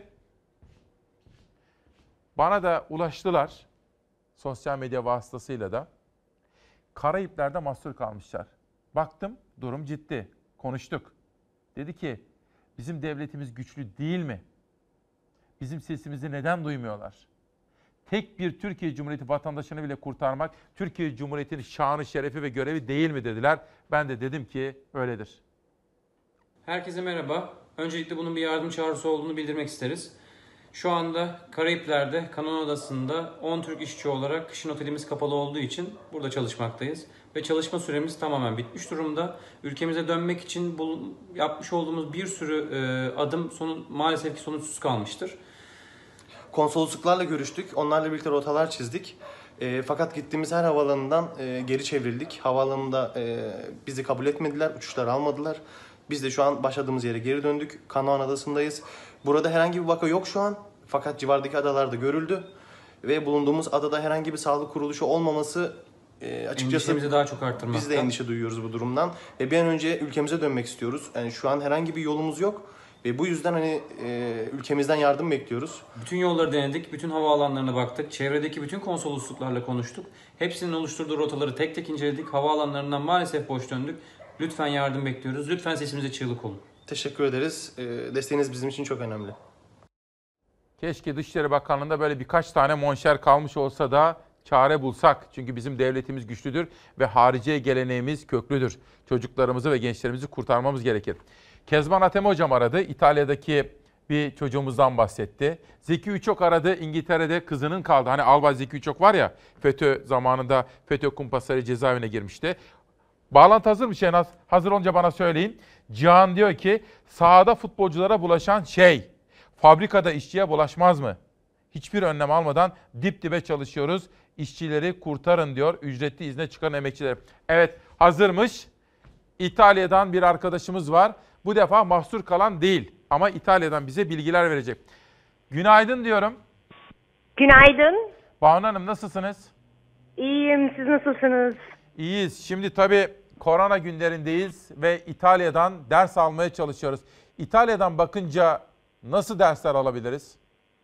bana da ulaştılar sosyal medya vasıtasıyla da. Karayipler'de mahsur kalmışlar. Baktım durum ciddi. Konuştuk. Dedi ki bizim devletimiz güçlü değil mi? Bizim sesimizi neden duymuyorlar? Tek bir Türkiye Cumhuriyeti vatandaşını bile kurtarmak Türkiye Cumhuriyeti'nin şanı, şerefi ve görevi değil mi dediler. Ben de dedim ki öyledir. Herkese merhaba. Öncelikle bunun bir yardım çağrısı olduğunu bildirmek isteriz. Şu anda Karayipler'de Kanon Adası'nda on Türk işçi olarak kışın otelimiz kapalı olduğu için burada çalışmaktayız. Ve çalışma süremiz tamamen bitmiş durumda. Ülkemize dönmek için bu, yapmış olduğumuz bir sürü e, adım sonu, maalesef ki sonuçsuz kalmıştır. Konsolosluklarla görüştük, onlarla birlikte rotalar çizdik. E, fakat gittiğimiz her havaalanından e, geri çevrildik. Havaalanında e, bizi kabul etmediler, uçuşlar almadılar. Biz de şu an başladığımız yere geri döndük. Kanon Adası'ndayız. Burada herhangi bir vaka yok şu an. Fakat civardaki adalarda görüldü. Ve bulunduğumuz adada herhangi bir sağlık kuruluşu olmaması e, açıkçası daha çok arttırmakta. Biz de endişe duyuyoruz bu durumdan. Ve bir an önce ülkemize dönmek istiyoruz. Yani şu an herhangi bir yolumuz yok. Ve bu yüzden hani e, ülkemizden yardım bekliyoruz. Bütün yolları denedik, bütün havaalanlarına baktık. Çevredeki bütün konsolosluklarla konuştuk. Hepsinin oluşturduğu rotaları tek tek inceledik. Havaalanlarından maalesef boş döndük. Lütfen yardım bekliyoruz. Lütfen sesimize çığlık olun. Teşekkür ederiz. E, desteğiniz bizim için çok önemli. Keşke Dışişleri Bakanlığı'nda böyle birkaç tane monşer kalmış olsa da çare bulsak. Çünkü bizim devletimiz güçlüdür ve hariciye geleneğimiz köklüdür. Çocuklarımızı ve gençlerimizi kurtarmamız gerekir. Kezban Atem hocam aradı. İtalya'daki bir çocuğumuzdan bahsetti. Zeki Üçok aradı. İngiltere'de kızının kaldı. Hani Albay Zeki Üçok var ya, FETÖ zamanında FETÖ kumpasları cezaevine girmişti. Bağlantı hazır mı Şenaz? Hazır olunca bana söyleyin. Cihan diyor ki sahada futbolculara bulaşan şey fabrikada işçiye bulaşmaz mı? Hiçbir önlem almadan dip dibe çalışıyoruz. İşçileri kurtarın diyor ücretli izne çıkan emekçiler. Evet hazırmış. İtalya'dan bir arkadaşımız var. Bu defa mahsur kalan değil ama İtalya'dan bize bilgiler verecek. Günaydın diyorum. Günaydın. Banu Hanım nasılsınız? İyiyim, siz nasılsınız? İyiyiz. Şimdi tabii korona günlerindeyiz ve İtalya'dan ders almaya çalışıyoruz. İtalya'dan bakınca nasıl dersler alabiliriz?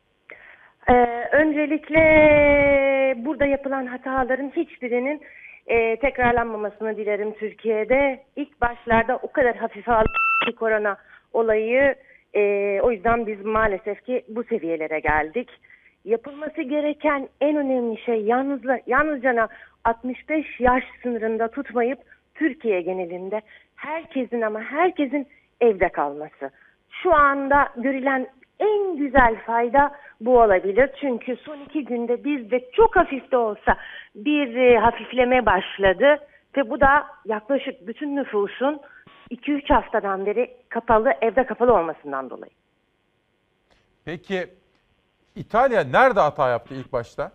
Ee, öncelikle burada yapılan hataların hiçbirinin e, tekrarlanmamasını dilerim Türkiye'de. İlk başlarda o kadar hafife aldık ki korona olayı. E, o yüzden biz maalesef ki bu seviyelere geldik. Yapılması gereken en önemli şey yalnızca, yalnızca altmış beş yaş sınırında tutmayıp Türkiye genelinde herkesin ama herkesin evde kalması. Şu anda görülen en güzel fayda bu olabilir. Çünkü son iki günde bizde çok hafif de olsa bir e, hafifleme başladı. Ve bu da yaklaşık bütün nüfusun iki üç haftadan beri kapalı, evde kapalı olmasından dolayı. Peki İtalya nerede hata yaptı ilk başta?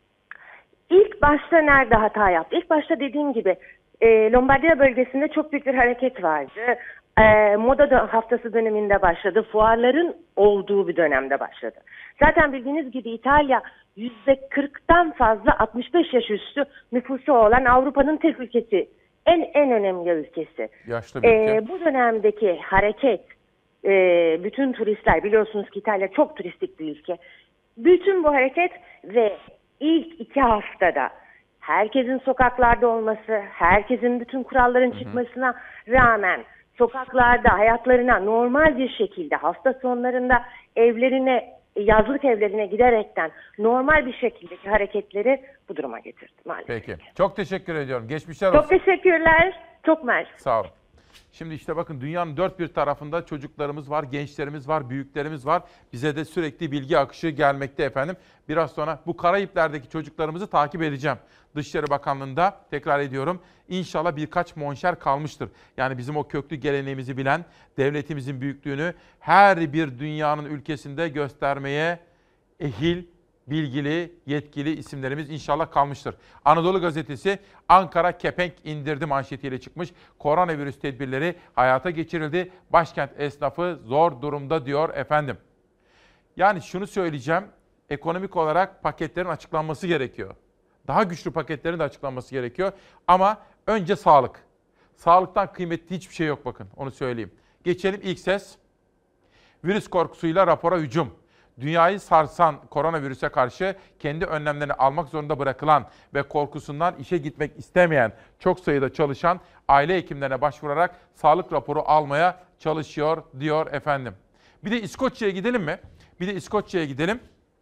İlk başta nerede hata yaptı? İlk başta dediğim gibi e, Lombardiya bölgesinde çok büyük bir hareket vardı. E, moda haftası döneminde başladı. Fuarların olduğu bir dönemde başladı. Zaten bildiğiniz gibi İtalya yüzde kırktan fazla altmış beş yaş üstü nüfusu olan Avrupa'nın tek ülkesi. En en önemli ülkesi. Yaşlı bir ülke. E, bu dönemdeki hareket, e, bütün turistler, biliyorsunuz ki İtalya çok turistik bir ülke. Bütün bu hareket ve ilk iki haftada herkesin sokaklarda olması, herkesin bütün kuralların hı hı. çıkmasına rağmen sokaklarda hayatlarına normal bir şekilde hafta sonlarında evlerine, yazlık evlerine giderekten normal bir şekildeki hareketleri bu duruma getirdi maalesef. Peki. Çok teşekkür ediyorum. Geçmişler olsun. Çok teşekkürler. Çok mersi. Sağ olun. Şimdi işte bakın dünyanın dört bir tarafında çocuklarımız var, gençlerimiz var, büyüklerimiz var. Bize de sürekli bilgi akışı gelmekte efendim. Biraz sonra bu Karayipler'deki çocuklarımızı takip edeceğim. Dışişleri Bakanlığı'nda tekrar ediyorum inşallah birkaç monşer kalmıştır. Yani bizim o köklü geleneğimizi bilen, devletimizin büyüklüğünü her bir dünyanın ülkesinde göstermeye ehil, bilgili, yetkili isimlerimiz inşallah kalmıştır. Anadolu Gazetesi Ankara kepenk indirdi manşetiyle çıkmış. Koronavirüs tedbirleri hayata geçirildi. Başkent esnafı zor durumda diyor efendim. Yani şunu söyleyeceğim. Ekonomik olarak paketlerin açıklanması gerekiyor. Daha güçlü paketlerin de açıklanması gerekiyor. Ama önce sağlık. Sağlıktan kıymetli hiçbir şey yok bakın. Onu söyleyeyim. Geçelim ilk ses. Virüs korkusuyla rapora hücum. Dünyayı sarsan koronavirüse karşı kendi önlemlerini almak zorunda bırakılan ve korkusundan işe gitmek istemeyen çok sayıda çalışan aile hekimlerine başvurarak sağlık raporu almaya çalışıyor diyor efendim. Bir de İskoçya'ya gidelim mi? Bir de İskoçya'ya gidelim.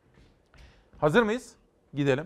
Hazır mıyız? Gidelim.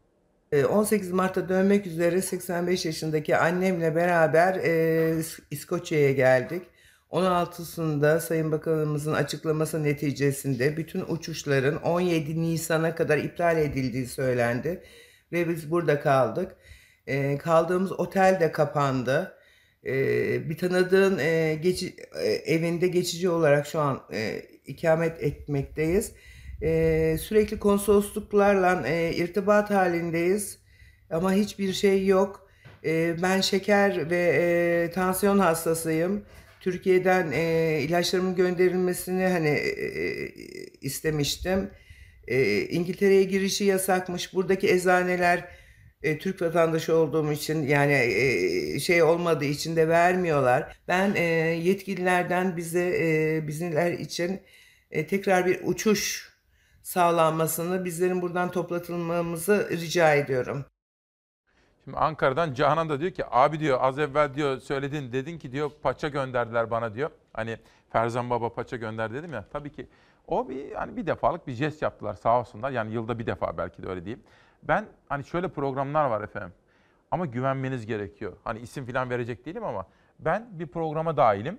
on sekiz Mart'ta dönmek üzere seksen beş yaşındaki annemle beraber e, İskoçya'ya geldik. on altısında Sayın Bakanımızın açıklaması neticesinde bütün uçuşların on yedi Nisan'a kadar iptal edildiği söylendi. Ve biz burada kaldık. E, kaldığımız otel de kapandı. E, bir tanıdığın e, geçi, e, evinde geçici olarak şu an e, ikamet etmekteyiz. E, sürekli konsolosluklarla e, irtibat halindeyiz. Ama hiçbir şey yok. E, ben şeker ve e, tansiyon hastasıyım. Türkiye'den e, ilaçlarımın gönderilmesini hani e, istemiştim. E, İngiltere'ye girişi yasakmış. Buradaki eczaneler e, Türk vatandaşı olduğum için yani e, şey olmadığı için de vermiyorlar. Ben e, yetkililerden bize e, bizimler için e, tekrar bir uçuş sağlanmasını, bizlerin buradan toplatılmamızı rica ediyorum. Şimdi Ankara'dan Canan da diyor ki abi diyor az evvel diyor söyledin dedin ki diyor paça gönderdiler bana diyor. Hani Ferzan Baba paça gönder dedim ya. Tabii ki o bir hani bir defalık bir jest yaptılar sağ olsunlar. Yani yılda bir defa belki de öyle diyeyim. Ben hani şöyle programlar var efendim. Ama güvenmeniz gerekiyor. Hani isim falan verecek değilim ama ben bir programa dahilim.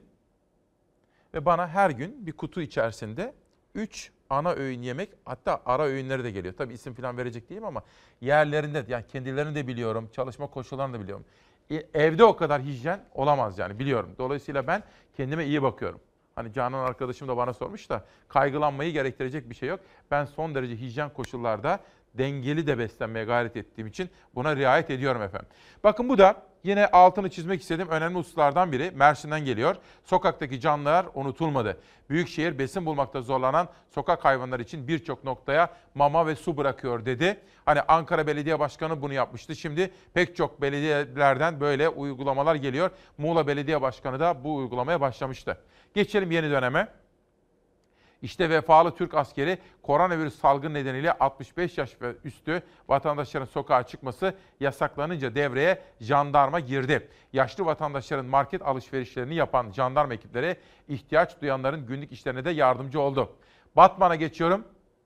Ve bana her gün bir kutu içerisinde üç ana öğün yemek hatta ara öğünleri de geliyor. Tabii isim falan verecek değilim ama yerlerinde yani kendilerini de biliyorum, çalışma koşullarını da biliyorum. Evde o kadar hijyen olamaz yani biliyorum. Dolayısıyla ben kendime iyi bakıyorum. Hani Canan arkadaşım da bana sormuş da kaygılanmayı gerektirecek bir şey yok. Ben son derece hijyen koşullarda dengeli de beslenmeye gayret ettiğim için buna riayet ediyorum efendim. Bakın bu da yine altını çizmek istediğim önemli hususlardan biri. Mersin'den geliyor. Sokaktaki canlılar unutulmadı. Büyükşehir besin bulmakta zorlanan sokak hayvanları için birçok noktaya mama ve su bırakıyor dedi. Hani Ankara Belediye Başkanı bunu yapmıştı. Şimdi pek çok belediyelerden böyle uygulamalar geliyor. Muğla Belediye Başkanı da bu uygulamaya başlamıştı. Geçelim yeni döneme. İşte vefalı Türk askeri koronavirüs salgını nedeniyle altmış beş yaş ve üstü vatandaşların sokağa çıkması yasaklanınca devreye jandarma girdi. Yaşlı vatandaşların market alışverişlerini yapan jandarma ekipleri ihtiyaç duyanların günlük işlerine de yardımcı oldu. Batman'a geçiyorum.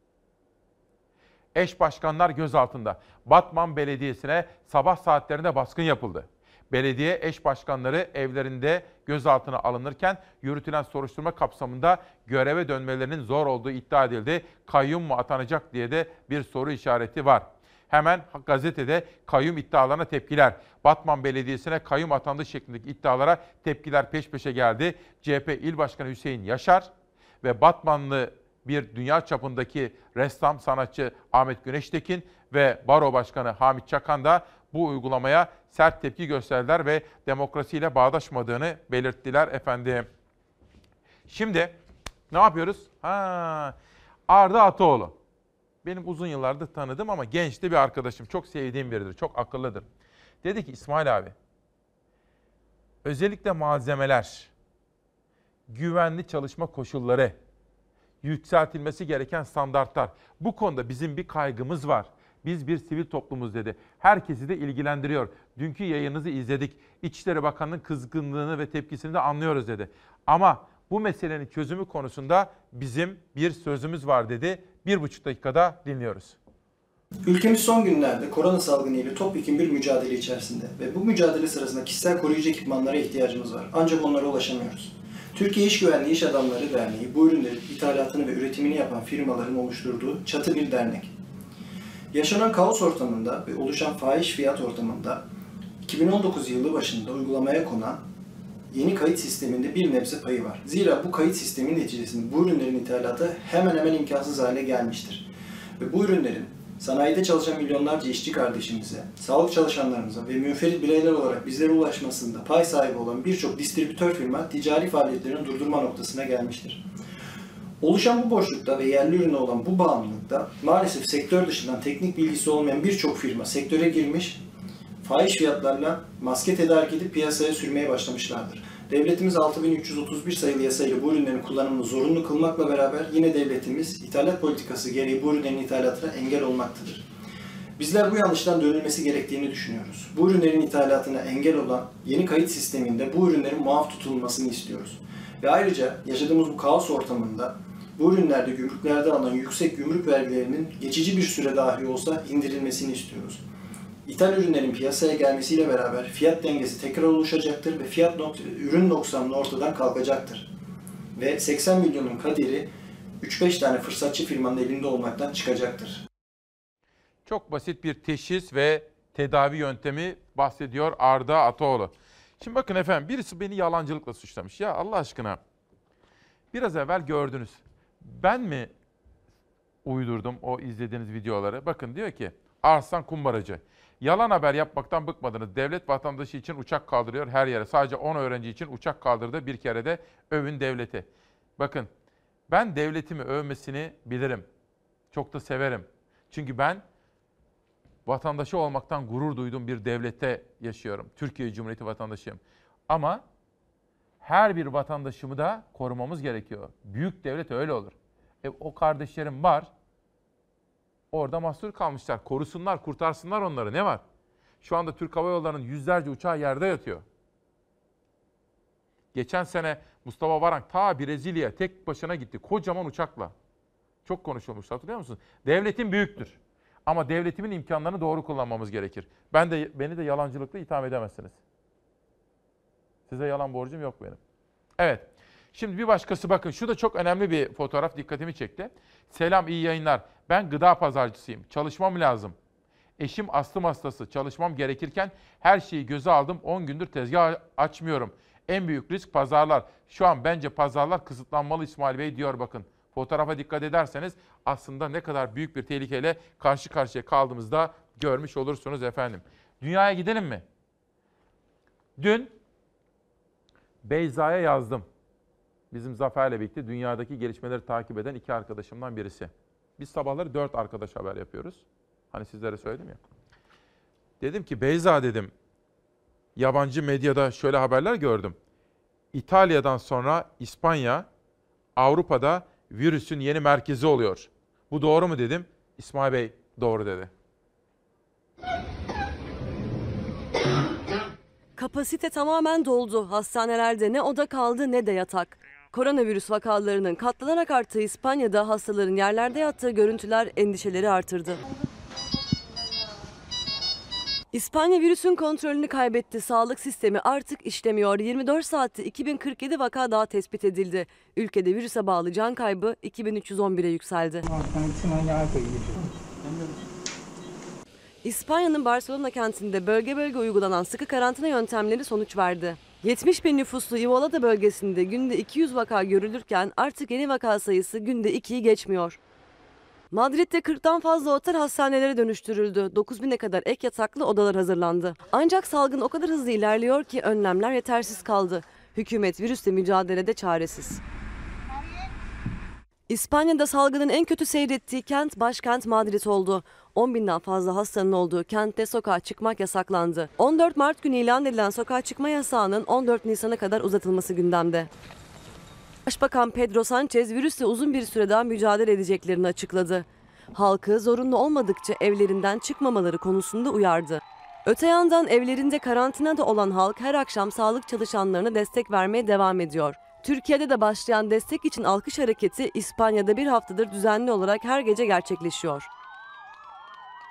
Eş başkanlar gözaltında. Batman Belediyesi'ne sabah saatlerinde baskın yapıldı. Belediye eş başkanları evlerinde gözaltına alınırken yürütülen soruşturma kapsamında göreve dönmelerinin zor olduğu iddia edildi. Kayyum mu atanacak diye de bir soru işareti var. Hemen gazetede kayyum iddialarına tepkiler. Batman Belediyesi'ne kayyum atandı şeklindeki iddialara tepkiler peş peşe geldi. C H P İl Başkanı Hüseyin Yaşar ve Batmanlı bir dünya çapındaki ressam sanatçı Ahmet Güneştekin ve Baro Başkanı Hamit Çakan da bu uygulamaya sert tepki gösterdiler ve demokrasiyle bağdaşmadığını belirttiler efendim. Şimdi ne yapıyoruz? Ha, Arda Ataoğlu. Benim uzun yıllardır tanıdığım ama genç de bir arkadaşım. Çok sevdiğim biridir. Çok akıllıdır. Dedi ki İsmail abi, özellikle malzemeler, güvenli çalışma koşulları, yükseltilmesi gereken standartlar. Bu konuda bizim bir kaygımız var. Biz bir sivil toplumuz dedi. Herkesi de ilgilendiriyor. Dünkü yayınınızı izledik. İçişleri Bakanı'nın kızgınlığını ve tepkisini de anlıyoruz dedi. Ama bu meselenin çözümü konusunda bizim bir sözümüz var dedi. Bir buçuk dakikada dinliyoruz. Ülkemiz son günlerde korona salgını ile topyekun bir mücadele içerisinde ve bu mücadele sırasında kişisel koruyucu ekipmanlara ihtiyacımız var. Ancak onlara ulaşamıyoruz. Türkiye İş Güvenliği İş Adamları Derneği bu ürünlerin ithalatını ve üretimini yapan firmaların oluşturduğu çatı bir dernek. Yaşanan kaos ortamında ve oluşan fahiş fiyat ortamında iki bin on dokuz yılı başında uygulamaya konan yeni kayıt sisteminde bir nebze payı var. Zira bu kayıt sistemi neticesinde bu ürünlerin ithalatı hemen hemen imkansız hale gelmiştir. Ve bu ürünlerin sanayide çalışan milyonlarca işçi kardeşimize, sağlık çalışanlarımıza ve münferit bireyler olarak bizlere ulaşmasında pay sahibi olan birçok distribütör firma ticari faaliyetlerini durdurma noktasına gelmiştir. Oluşan bu boşlukta ve yerli ürüne olan bu bağımlılıkta maalesef sektör dışından teknik bilgisi olmayan birçok firma sektöre girmiş, fahiş fiyatlarla maske tedarik edip piyasaya sürmeye başlamışlardır. Devletimiz altı bin üç yüz otuz bir sayılı yasayla bu ürünlerin kullanımını zorunlu kılmakla beraber yine devletimiz ithalat politikası gereği bu ürünlerin ithalatına engel olmaktadır. Bizler bu yanlıştan dönülmesi gerektiğini düşünüyoruz. Bu ürünlerin ithalatına engel olan yeni kayıt sisteminde bu ürünlerin muaf tutulmasını istiyoruz. Ve ayrıca yaşadığımız bu kaos ortamında bu ürünlerde gümrüklerde alınan yüksek gümrük vergilerinin geçici bir süre dahi olsa indirilmesini istiyoruz. İthal ürünlerin piyasaya gelmesiyle beraber fiyat dengesi tekrar oluşacaktır ve fiyat nok- ürün noksanlığı ortadan kalkacaktır. Ve seksen milyonun kaderi üç beş tane fırsatçı firmanın elinde olmaktan çıkacaktır. Çok basit bir teşhis ve tedavi yöntemi bahsediyor Arda Ataoğlu. Şimdi bakın efendim, birisi beni yalancılıkla suçlamış. Ya Allah aşkına, biraz evvel gördünüz. Ben mi uydurdum o izlediğiniz videoları? Bakın diyor ki Arslan Kumbaracı. Yalan haber yapmaktan bıkmadınız. Devlet vatandaşı için uçak kaldırıyor her yere. Sadece on öğrenci için uçak kaldırdı. Bir kere de övün devleti. Bakın, ben devletimi övmesini bilirim. Çok da severim. Çünkü ben vatandaşı olmaktan gurur duyduğum bir devlette yaşıyorum. Türkiye Cumhuriyeti vatandaşıyım. Ama her bir vatandaşımı da korumamız gerekiyor. Büyük devlet öyle olur. E, o kardeşlerim var. Orada mahsur kalmışlar. Korusunlar, kurtarsınlar onları. Ne var? Şu anda Türk Hava Yolları'nın yüzlerce uçağı yerde yatıyor. Geçen sene Mustafa Varank ta Brezilya'ya tek başına gitti. Kocaman uçakla. Çok konuşulmuş, hatırlıyor musunuz? Devletin büyüktür. Ama devletimin imkanlarını doğru kullanmamız gerekir. Ben de beni de yalancılıkla itham edemezsiniz. Size yalan borcum yok benim. Evet. Şimdi bir başkası, bakın şu da çok önemli bir fotoğraf, dikkatimi çekti. Selam, iyi yayınlar. Ben gıda pazarcısıyım. Çalışmam lazım. Eşim astım hastası. Çalışmam gerekirken her şeyi göze aldım. on gündür tezgah açmıyorum. En büyük risk pazarlar. Şu an bence pazarlar kısıtlanmalı İsmail Bey diyor bakın. Fotoğrafa dikkat ederseniz aslında ne kadar büyük bir tehlikeyle karşı karşıya kaldığımızda görmüş olursunuz efendim. Dünyaya gidelim mi? Dün Beyza'ya yazdım. Bizim Zafer'le birlikte dünyadaki gelişmeleri takip eden iki arkadaşımdan birisi. Biz sabahları dört arkadaş haber yapıyoruz. Hani sizlere söyledim ya. Dedim ki Beyza dedim, yabancı medyada şöyle haberler gördüm. İtalya'dan sonra İspanya, Avrupa'da virüsün yeni merkezi oluyor. Bu doğru mu dedim. İsmail Bey doğru dedi. Kapasite tamamen doldu. Hastanelerde ne oda kaldı ne de yatak. Koronavirüs vakalarının katlanarak arttığı İspanya'da hastaların yerlerde yattığı görüntüler endişeleri artırdı. İspanya virüsün kontrolünü kaybetti. Sağlık sistemi artık işlemiyor. yirmi dört saatte iki bin kırk yedi vaka daha tespit edildi. Ülkede virüse bağlı can kaybı iki bin üç yüz on bire yükseldi. İspanya'nın Barcelona kentinde bölge bölge uygulanan sıkı karantina yöntemleri sonuç verdi. yetmiş bin nüfuslu Igualada bölgesinde günde iki yüz vaka görülürken artık yeni vaka sayısı günde ikiyi geçmiyor. Madrid'de kırktan fazla otel hastanelere dönüştürüldü. dokuz bine kadar ek yataklı odalar hazırlandı. Ancak salgın o kadar hızlı ilerliyor ki önlemler yetersiz kaldı. Hükümet virüsle mücadelede çaresiz. İspanya'da salgının en kötü seyrettiği kent başkent Madrid oldu. on binden fazla hastanın olduğu kentte sokağa çıkmak yasaklandı. on dört Mart günü ilan edilen sokağa çıkma yasağının on dört Nisan'a kadar uzatılması gündemde. Başbakan Pedro Sánchez virüsle uzun bir süre daha mücadele edeceklerini açıkladı. Halkı zorunlu olmadıkça evlerinden çıkmamaları konusunda uyardı. Öte yandan evlerinde karantinada olan halk her akşam sağlık çalışanlarına destek vermeye devam ediyor. Türkiye'de de başlayan destek için alkış hareketi İspanya'da bir haftadır düzenli olarak her gece gerçekleşiyor.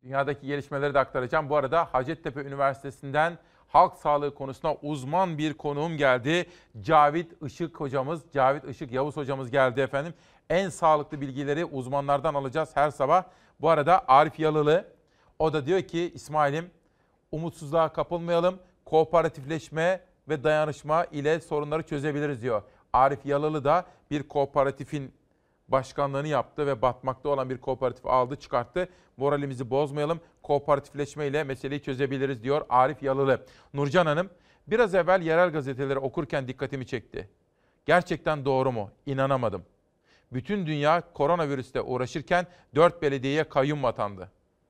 Dünyadaki gelişmeleri de aktaracağım. Bu arada Hacettepe Üniversitesi'nden halk sağlığı konusunda uzman bir konuğum geldi. Cavit Işık hocamız, Cavit Işık Yavuz hocamız geldi efendim. En sağlıklı bilgileri uzmanlardan alacağız her sabah. Bu arada Arif Yalılı, o da diyor ki İsmail'im umutsuzluğa kapılmayalım, kooperatifleşme ve dayanışma ile sorunları çözebiliriz diyor. Arif Yalılı da bir kooperatifin başkanlığını yaptı ve batmakta olan bir kooperatif aldı, çıkarttı. Moralimizi bozmayalım, kooperatifleşme ile meseleyi çözebiliriz diyor Arif Yalılı. Nurcan Hanım, biraz evvel yerel gazeteleri okurken dikkatimi çekti. Gerçekten doğru mu? İnanamadım. Bütün dünya koronavirüsle uğraşırken dört belediyeye kayyum atandı.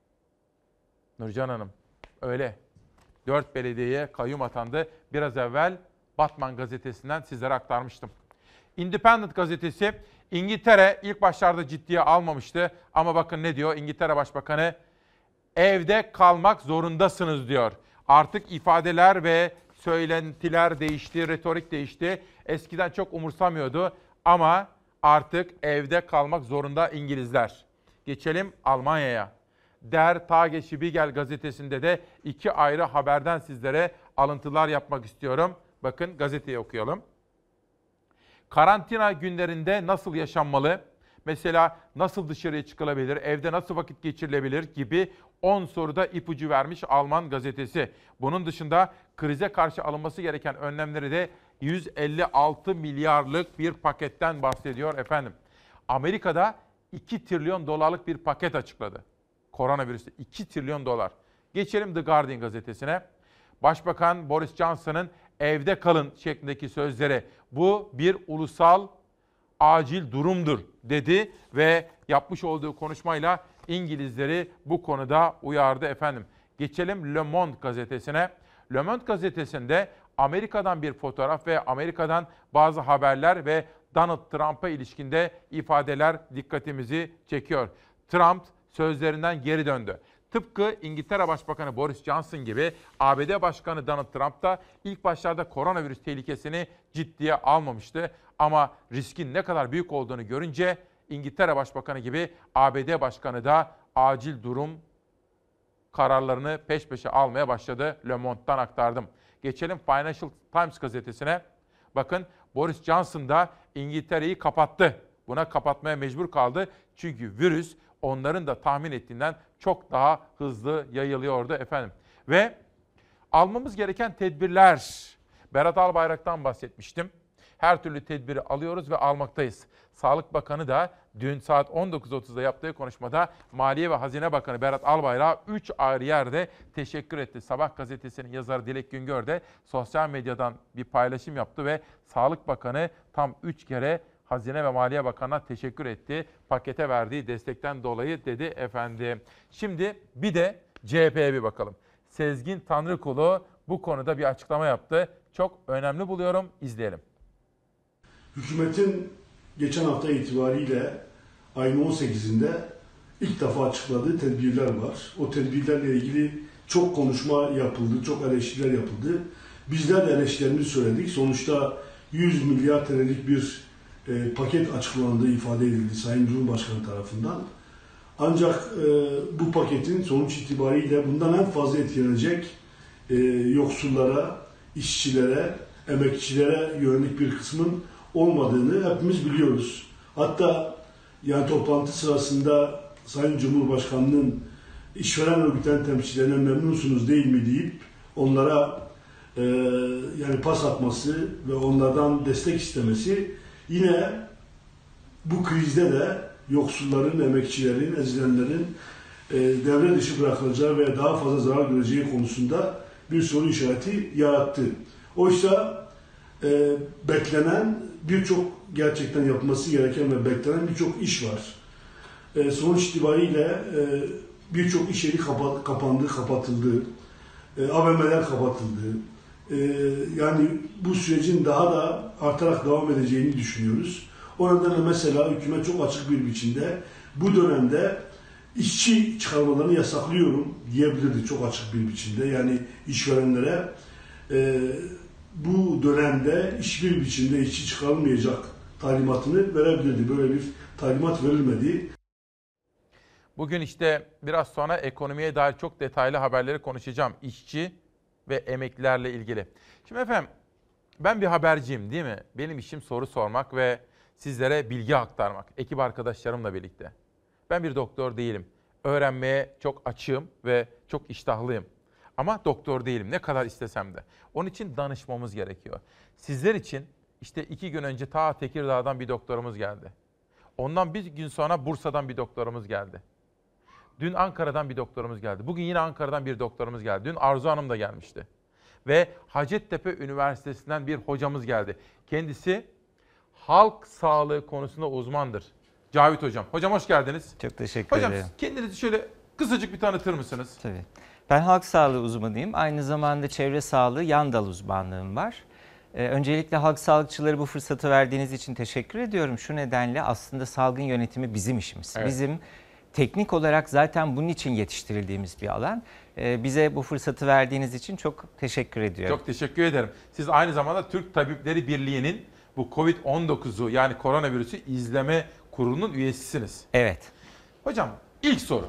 Nurcan Hanım, öyle. Dört belediyeye kayyum atandı. Biraz evvel Batman gazetesinden sizlere aktarmıştım. Independent gazetesi İngiltere ilk başlarda ciddiye almamıştı ama bakın ne diyor İngiltere Başbakanı? Evde kalmak zorundasınız diyor. Artık ifadeler ve söylentiler değişti, retorik değişti. Eskiden çok umursamıyordu ama artık evde kalmak zorunda İngilizler. Geçelim Almanya'ya. Der Tagesspiegel gazetesinde de iki ayrı haberden sizlere alıntılar yapmak istiyorum. Bakın gazeteyi okuyalım. Karantina günlerinde nasıl yaşanmalı? Mesela nasıl dışarıya çıkılabilir, evde nasıl vakit geçirilebilir gibi on soruda ipucu vermiş Alman gazetesi. Bunun dışında krize karşı alınması gereken önlemleri de yüz elli altı milyarlık bir paketten bahsediyor efendim. Amerika'da iki trilyon dolarlık bir paket açıkladı. Koronavirüste iki trilyon dolar. Geçelim The Guardian gazetesine. Başbakan Boris Johnson'ın evde kalın şeklindeki sözleri, bu bir ulusal acil durumdur dedi ve yapmış olduğu konuşmayla İngilizleri bu konuda uyardı efendim. Geçelim Le Monde gazetesine. Le Monde gazetesinde Amerika'dan bir fotoğraf ve Amerika'dan bazı haberler ve Donald Trump'a ilişkinde ifadeler dikkatimizi çekiyor. Trump sözlerinden geri döndü. Tıpkı İngiltere Başbakanı Boris Johnson gibi A B D Başkanı Donald Trump da ilk başlarda koronavirüs tehlikesini ciddiye almamıştı. Ama riskin ne kadar büyük olduğunu görünce İngiltere Başbakanı gibi A B D Başkanı da acil durum kararlarını peş peşe almaya başladı. Le Monde'dan aktardım. Geçelim Financial Times gazetesine. Bakın Boris Johnson da İngiltere'yi kapattı. Buna kapatmaya mecbur kaldı. Çünkü virüs onların da tahmin ettiğinden çok daha hızlı yayılıyordu efendim. Ve almamız gereken tedbirler. Berat Albayrak'tan bahsetmiştim. Her türlü tedbiri alıyoruz ve almaktayız. Sağlık Bakanı da dün saat on dokuz otuzda yaptığı konuşmada Maliye ve Hazine Bakanı Berat Albayrak'a üç ayrı yerde teşekkür etti. Sabah gazetesinin yazarı Dilek Güngör de sosyal medyadan bir paylaşım yaptı ve Sağlık Bakanı tam üç kere Hazine ve Maliye Bakanı'na teşekkür etti. Pakete verdiği destekten dolayı dedi efendim. Şimdi bir de C H P'ye bir bakalım. Sezgin Tanrıkulu bu konuda bir açıklama yaptı. Çok önemli buluyorum. İzleyelim. Hükümetin geçen hafta itibariyle ayın on sekizinde ilk defa açıkladığı tedbirler var. O tedbirlerle ilgili çok konuşma yapıldı, çok eleştiriler yapıldı. Bizler de eleştirilerimizi söyledik. Sonuçta yüz milyar T L'lik bir e, paket açıklandığı ifade edildi Sayın Cumhurbaşkanı tarafından. Ancak e, bu paketin sonuç itibariyle bundan en fazla etkilenecek e, yoksullara, işçilere, emekçilere yönelik bir kısmın olmadığını hepimiz biliyoruz. Hatta yani toplantı sırasında Sayın Cumhurbaşkanı'nın işveren örgütlerin temsilcilerine memnunsunuz değil mi deyip onlara e, yani pas atması ve onlardan destek istemesi yine bu krizde de yoksulların, emekçilerin, ezilenlerin e, devre dışı bırakılacağı ve daha fazla zarar göreceği konusunda bir soru işareti yarattı. Oysa e, beklenen birçok gerçekten yapılması gereken ve beklenen birçok iş var. E, sonuç itibariyle e, birçok iş yeri kapa, kapandı, kapatıldı. E, A V M'ler kapatıldı. E, yani bu sürecin daha da artarak devam edeceğini düşünüyoruz. O nedenle mesela hükümet çok açık bir biçimde bu dönemde işçi çıkarmalarını yasaklıyorum diyebilirdi çok açık bir biçimde. Yani işverenlere e, bu dönemde hiçbir biçimde işçi çıkarılmayacak talimatını verebilirdi. Böyle bir talimat verilmedi. Bugün işte biraz sonra ekonomiye dair çok detaylı haberleri konuşacağım. İşçi ve emeklilerle ilgili. Şimdi efendim ben bir haberciyim değil mi? Benim işim soru sormak ve sizlere bilgi aktarmak. Ekip arkadaşlarımla birlikte. Ben bir doktor değilim. Öğrenmeye çok açığım ve çok iştahlıyım. Ama doktor değilim ne kadar istesem de. Onun için danışmamız gerekiyor. Sizler için işte iki gün önce ta Tekirdağ'dan bir doktorumuz geldi. Ondan bir gün sonra Bursa'dan bir doktorumuz geldi. Dün Ankara'dan bir doktorumuz geldi. Bugün yine Ankara'dan bir doktorumuz geldi. Dün Arzu Hanım da gelmişti. Ve Hacettepe Üniversitesi'nden bir hocamız geldi. Kendisi halk sağlığı konusunda uzmandır. Cavit Hocam. Hocam hoş geldiniz. Çok teşekkür Hocam, ederim. Hocam kendinizi şöyle kısacık bir tanıtır mısınız? Tabii. Ben halk sağlığı uzmanıyım. Aynı zamanda çevre sağlığı yan dal uzmanlığım var. Ee, öncelikle halk sağlıkçıları bu fırsatı verdiğiniz için teşekkür ediyorum. Şu nedenle aslında salgın yönetimi bizim işimiz. Evet. Bizim teknik olarak zaten bunun için yetiştirildiğimiz bir alan. Ee, bize bu fırsatı verdiğiniz için çok teşekkür ediyorum. Çok teşekkür ederim. Siz aynı zamanda Türk Tabipleri Birliği'nin bu kovid on dokuzu yani koronavirüsü izleme kurulunun üyesisiniz. Evet. Hocam ilk soru.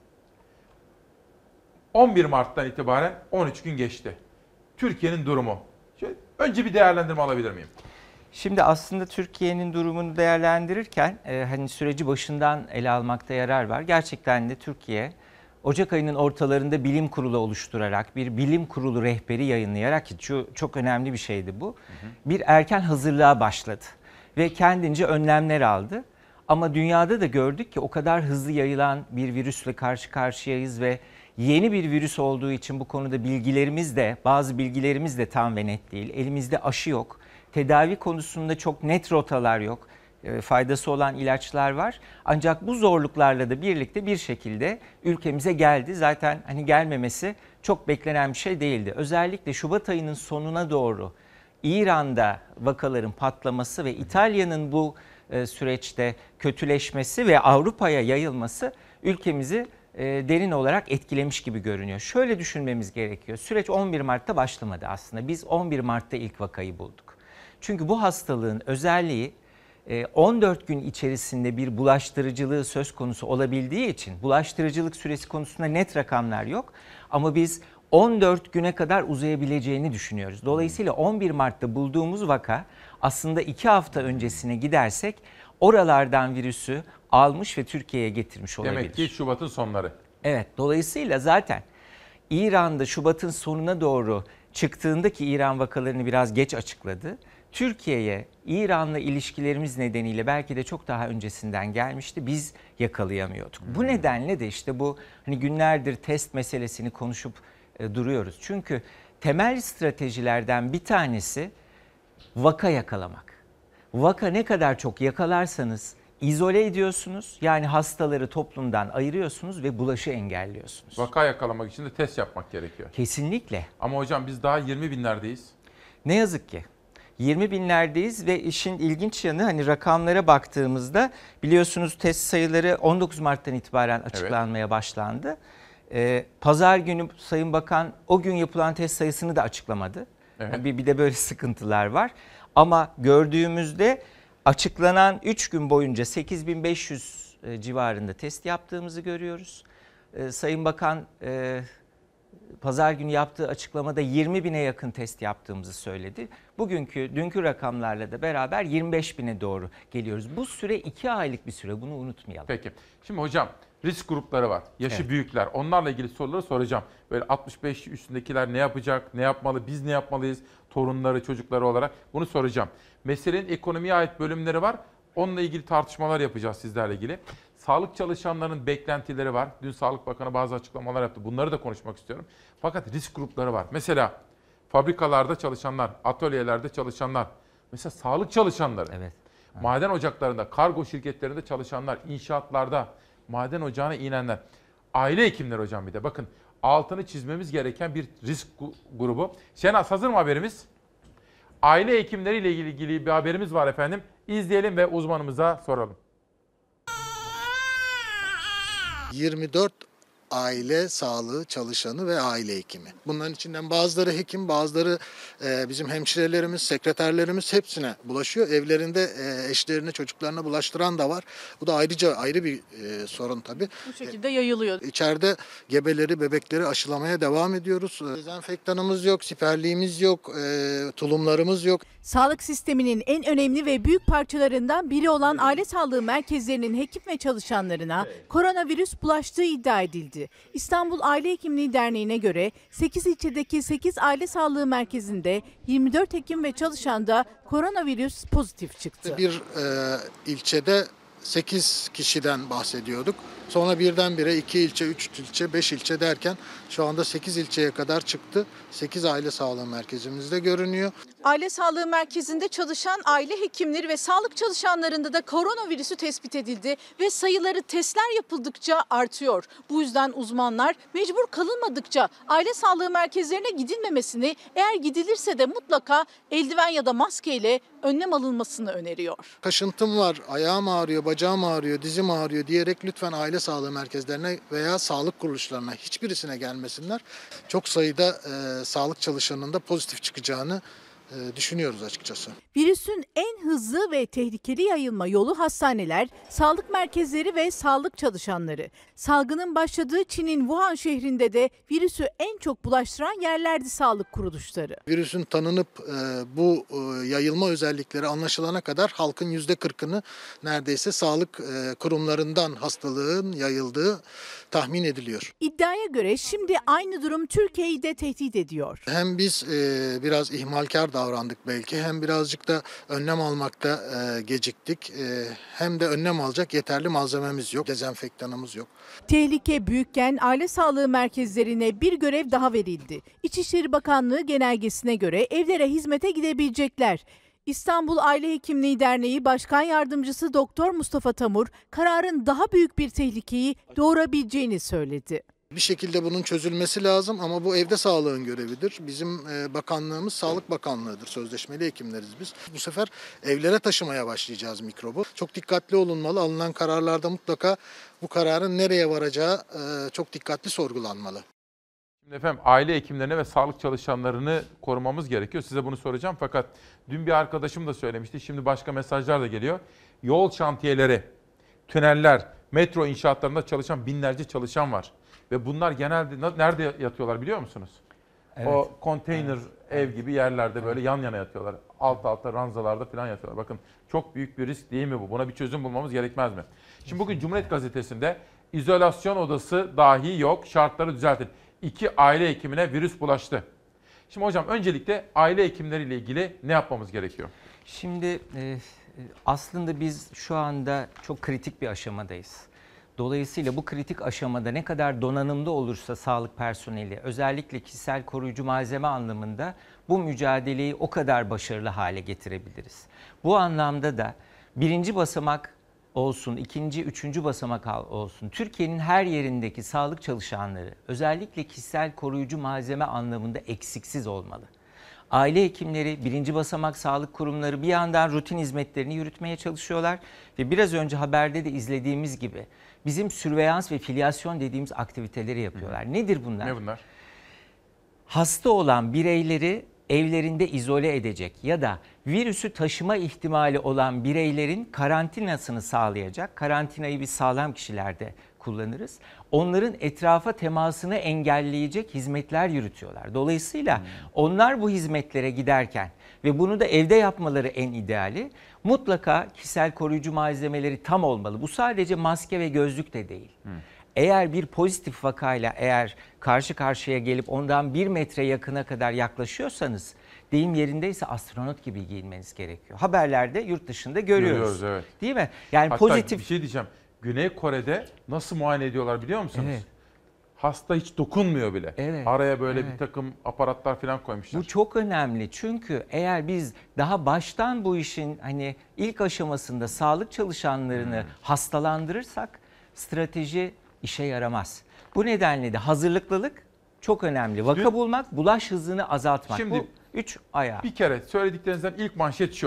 on bir Mart'tan itibaren on üç gün geçti. Türkiye'nin durumu. Şöyle, önce bir değerlendirme alabilir miyim? Şimdi aslında Türkiye'nin durumunu değerlendirirken e, hani süreci başından ele almakta yarar var. Gerçekten de Türkiye Ocak ayının ortalarında bilim kurulu oluşturarak, bir bilim kurulu rehberi yayınlayarak, ki çok önemli bir şeydi bu, hı hı. bir erken hazırlığa başladı ve kendince önlemler aldı. Ama dünyada da gördük ki o kadar hızlı yayılan bir virüsle karşı karşıyayız ve yeni bir virüs olduğu için bu konuda bilgilerimiz de, bazı bilgilerimiz de tam ve net değil. Elimizde aşı yok. Tedavi konusunda çok net rotalar yok. E, faydası olan ilaçlar var. Ancak bu zorluklarla da birlikte bir şekilde ülkemize geldi. Zaten hani gelmemesi çok beklenen bir şey değildi. Özellikle Şubat ayının sonuna doğru İran'da vakaların patlaması ve İtalya'nın bu e, süreçte kötüleşmesi ve Avrupa'ya yayılması ülkemizi e, derin olarak etkilemiş gibi görünüyor. Şöyle düşünmemiz gerekiyor. Süreç on bir Mart'ta başlamadı aslında. Biz on bir Mart'ta ilk vakayı bulduk. Çünkü bu hastalığın özelliği on dört gün içerisinde bir bulaştırıcılığı söz konusu olabildiği için bulaştırıcılık süresi konusunda net rakamlar yok. Ama biz on dört güne kadar uzayabileceğini düşünüyoruz. Dolayısıyla on bir Mart'ta bulduğumuz vaka aslında iki hafta öncesine gidersek oralardan virüsü almış ve Türkiye'ye getirmiş olabilir. Demek ki Şubat'ın sonları. Evet, dolayısıyla zaten İran'da Şubat'ın sonuna doğru çıktığında ki İran vakalarını biraz geç açıkladı. Türkiye'ye İran'la ilişkilerimiz nedeniyle belki de çok daha öncesinden gelmişti. Biz yakalayamıyorduk. Hmm. Bu nedenle de işte bu hani günlerdir test meselesini konuşup e, duruyoruz. Çünkü temel stratejilerden bir tanesi vaka yakalamak. Vaka ne kadar çok yakalarsanız izole ediyorsunuz. Yani hastaları toplumdan ayırıyorsunuz ve bulaşı engelliyorsunuz. Vaka yakalamak için de test yapmak gerekiyor. Kesinlikle. Ama hocam biz daha yirmi binlerdeyiz. Ne yazık ki. yirmi binlerdeyiz ve işin ilginç yanı hani rakamlara baktığımızda biliyorsunuz test sayıları on dokuz Mart'tan itibaren açıklanmaya evet. başlandı. Ee, Pazar günü Sayın Bakan o gün yapılan test sayısını da açıklamadı. Evet. Yani bir, bir de böyle sıkıntılar var. Ama gördüğümüzde açıklanan üç gün boyunca sekiz bin beş yüz civarında test yaptığımızı görüyoruz. Ee, Sayın Bakan e, Pazar günü yaptığı açıklamada yirmi bine yakın test yaptığımızı söyledi. Bugünkü, dünkü rakamlarla da beraber yirmi beş bine doğru geliyoruz. Bu süre iki aylık bir süre, bunu unutmayalım. Peki. Şimdi hocam risk grupları var, yaşı evet. büyükler. Onlarla ilgili soruları soracağım. Böyle altmış beş üstündekiler ne yapacak, ne yapmalı, biz ne yapmalıyız, torunları, çocukları olarak bunu soracağım. Meselenin ekonomiye ait bölümleri var. Onunla ilgili tartışmalar yapacağız sizlerle ilgili. Sağlık çalışanlarının beklentileri var. Dün Sağlık Bakanı bazı açıklamalar yaptı. Bunları da konuşmak istiyorum. Fakat risk grupları var. Mesela fabrikalarda çalışanlar, atölyelerde çalışanlar, mesela sağlık çalışanları, evet. maden ocaklarında, kargo şirketlerinde çalışanlar, inşaatlarda, maden ocağına inenler, aile hekimleri hocam bir de. Bakın altını çizmemiz gereken bir risk grubu. Şenaz hazır mı haberimiz? Aile hekimleriyle ilgili bir haberimiz var efendim. İzleyelim ve uzmanımıza soralım. yirmi dört aile sağlığı çalışanı ve aile hekimi. Bunların içinden bazıları hekim, bazıları e, bizim hemşirelerimiz, sekreterlerimiz hepsine bulaşıyor. Evlerinde e, eşlerine, çocuklarına bulaştıran da var. Bu da ayrıca ayrı bir e, sorun tabii. Bu şekilde yayılıyor. İçeride gebeleri, bebekleri aşılamaya devam ediyoruz. Dezenfektanımız yok, siperliğimiz yok, e, tulumlarımız yok. Sağlık sisteminin en önemli ve büyük parçalarından biri olan aile sağlığı merkezlerinin hekim ve çalışanlarına koronavirüs bulaştığı iddia edildi. İstanbul Aile Hekimliği Derneği'ne göre sekiz ilçedeki sekiz aile sağlığı merkezinde yirmi dört hekim ve çalışanda koronavirüs pozitif çıktı. Bir e, ilçede sekiz kişiden bahsediyorduk. Sonra birdenbire iki ilçe, üç ilçe, beş ilçe derken şu anda sekiz ilçeye kadar çıktı. sekiz aile sağlığı merkezimizde görünüyor. Aile sağlığı merkezinde çalışan aile hekimleri ve sağlık çalışanlarında da koronavirüsü tespit edildi ve sayıları testler yapıldıkça artıyor. Bu yüzden uzmanlar mecbur kalınmadıkça aile sağlığı merkezlerine gidilmemesini, eğer gidilirse de mutlaka eldiven ya da maskeyle önlem alınmasını öneriyor. Kaşıntım var, ayağım ağrıyor, bacağım ağrıyor, dizim ağrıyor diyerek lütfen aile sağlığı merkezlerine veya sağlık kuruluşlarına hiçbirisine gelmesinler. Çok sayıda e, sağlık çalışanının da pozitif çıkacağını e, düşünüyoruz açıkçası. Virüsün en hızlı ve tehlikeli yayılma yolu hastaneler, sağlık merkezleri ve sağlık çalışanları. Salgının başladığı Çin'in Wuhan şehrinde de virüsü en çok bulaştıran yerlerdi sağlık kuruluşları. Virüsün tanınıp e, bu e, yayılma özellikleri anlaşılana kadar halkın yüzde kırkını neredeyse sağlık e, kurumlarından hastalığın yayıldığı tahmin ediliyor. İddiaya göre şimdi aynı durum Türkiye'yi de tehdit ediyor. Hem biz e, biraz ihmalkar davrandık belki, hem birazcık da önlem almakta e, geciktik. E, hem de önlem alacak yeterli malzememiz yok, dezenfektanımız yok. Tehlike büyükken aile sağlığı merkezlerine bir görev daha verildi. İçişleri Bakanlığı genelgesine göre evlere hizmete gidebilecekler. İstanbul Aile Hekimliği Derneği Başkan Yardımcısı Doktor Mustafa Tamur, kararın daha büyük bir tehlikeyi doğurabileceğini söyledi. Bir şekilde bunun çözülmesi lazım ama bu evde sağlığın görevidir. Bizim bakanlığımız Sağlık Bakanlığı'dır. Sözleşmeli hekimleriz biz. Bu sefer evlere taşımaya başlayacağız mikrobu. Çok dikkatli olunmalı. Alınan kararlarda mutlaka bu kararın nereye varacağı çok dikkatli sorgulanmalı. Şimdi efendim aile hekimlerini ve sağlık çalışanlarını korumamız gerekiyor. Size bunu soracağım fakat dün bir arkadaşım da söylemişti. Şimdi başka mesajlar da geliyor. Yol şantiyeleri, tüneller, metro inşaatlarında çalışan binlerce çalışan var. Ve bunlar genelde nerede yatıyorlar biliyor musunuz? Evet. O konteyner evet. ev gibi yerlerde böyle yan yana yatıyorlar. Alt alta ranzalarda falan yatıyorlar. Bakın çok büyük bir risk değil mi bu? Buna bir çözüm bulmamız gerekmez mi? Şimdi bugün Cumhuriyet Gazetesi'nde izolasyon odası dahi yok, şartları düzeltin. İki aile hekimine virüs bulaştı. Şimdi hocam öncelikle aile hekimleriyle ilgili ne yapmamız gerekiyor? Şimdi e, aslında biz şu anda çok kritik bir aşamadayız. Dolayısıyla bu kritik aşamada ne kadar donanımlı olursa sağlık personeli, özellikle kişisel koruyucu malzeme anlamında bu mücadeleyi o kadar başarılı hale getirebiliriz. Bu anlamda da birinci basamak olsun, ikinci, üçüncü basamak olsun, Türkiye'nin her yerindeki sağlık çalışanları özellikle kişisel koruyucu malzeme anlamında eksiksiz olmalı. Aile hekimleri, birinci basamak sağlık kurumları bir yandan rutin hizmetlerini yürütmeye çalışıyorlar ve biraz önce haberde de izlediğimiz gibi bizim sürveyans ve filyasyon dediğimiz aktiviteleri yapıyorlar. Nedir bunlar? Ne bunlar? Hasta olan bireyleri evlerinde izole edecek ya da virüsü taşıma ihtimali olan bireylerin karantinasını sağlayacak. Karantinayı biz sağlam kişilerde kullanırız. Onların etrafa temasını engelleyecek hizmetler yürütüyorlar. Dolayısıyla hmm. onlar bu hizmetlere giderken ve bunu da evde yapmaları en ideali, mutlaka kişisel koruyucu malzemeleri tam olmalı. Bu sadece maske ve gözlük de değil. Hmm. Eğer bir pozitif vakayla eğer karşı karşıya gelip ondan bir metre yakına kadar yaklaşıyorsanız, deyim yerindeyse astronot gibi giyinmeniz gerekiyor. Haberlerde yurt dışında görüyoruz. Görüyoruz, evet. Değil mi? Yani hatta pozitif. Bir şey diyeceğim. Güney Kore'de nasıl muayene ediyorlar biliyor musunuz? Evet. Hasta hiç dokunmuyor bile. Evet. Araya böyle evet. bir takım aparatlar falan koymuşlar. Bu çok önemli çünkü eğer biz daha baştan bu işin hani ilk aşamasında sağlık çalışanlarını hmm. hastalandırırsak strateji işe yaramaz. Bu nedenle de hazırlıklılık çok önemli. Vaka bulmak, bulaş hızını azaltmak. Şimdi, bu üç ayağı. Bir kere söylediklerinizden ilk manşet şu.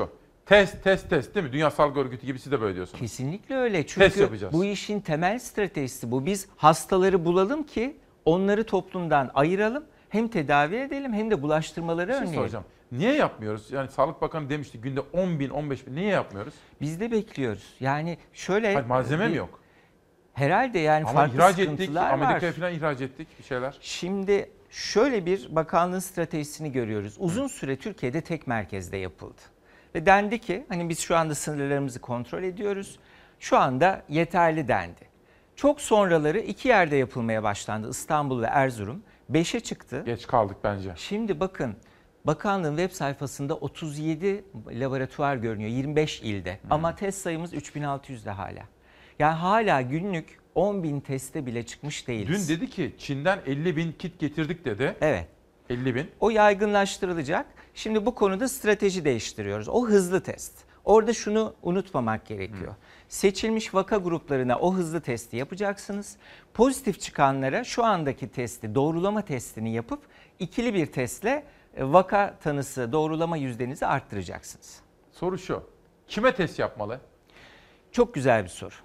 Test, test, test değil mi? Dünya Sağlık Örgütü gibisi de böyle diyorsunuz. Kesinlikle öyle. Çünkü bu işin temel stratejisi bu. Biz hastaları bulalım ki onları toplumdan ayıralım. Hem tedavi edelim hem de bulaştırmaları şey önleyelim. Hocam, niye yapmıyoruz? Yani Sağlık Bakanı demişti günde on bin, on beş bin. Niye yapmıyoruz? Biz de bekliyoruz. Yani şöyle... Hayır, malzeme bir, mi yok? Herhalde yani Ama farklı ihraç sıkıntılar ettik, var. Amerika'ya falan ihraç ettik bir şeyler. Şimdi şöyle bir bakanlığın stratejisini görüyoruz. Uzun süre Türkiye'de tek merkezde yapıldı. Ve dendi ki hani biz şu anda sınırlarımızı kontrol ediyoruz. Şu anda yeterli dendi. Çok sonraları iki yerde yapılmaya başlandı. İstanbul ve Erzurum. beşe çıktı. Geç kaldık bence. Şimdi bakın bakanlığın web sayfasında otuz yedi laboratuvar görünüyor yirmi beş ilde. Hmm. Ama test sayımız üç bin altı yüzde hala. Yani hala günlük on bin teste bile çıkmış değiliz. Dün dedi ki Çin'den elli bin kit getirdik dedi. Evet. elli bin. O yaygınlaştırılacak. Şimdi bu konuda strateji değiştiriyoruz. O hızlı test. Orada şunu unutmamak gerekiyor. Hmm. Seçilmiş vaka gruplarına o hızlı testi yapacaksınız. Pozitif çıkanlara şu andaki testi, doğrulama testini yapıp ikili bir testle vaka tanısı, doğrulama yüzdenizi arttıracaksınız. Soru şu. Kime test yapmalı? Çok güzel bir soru.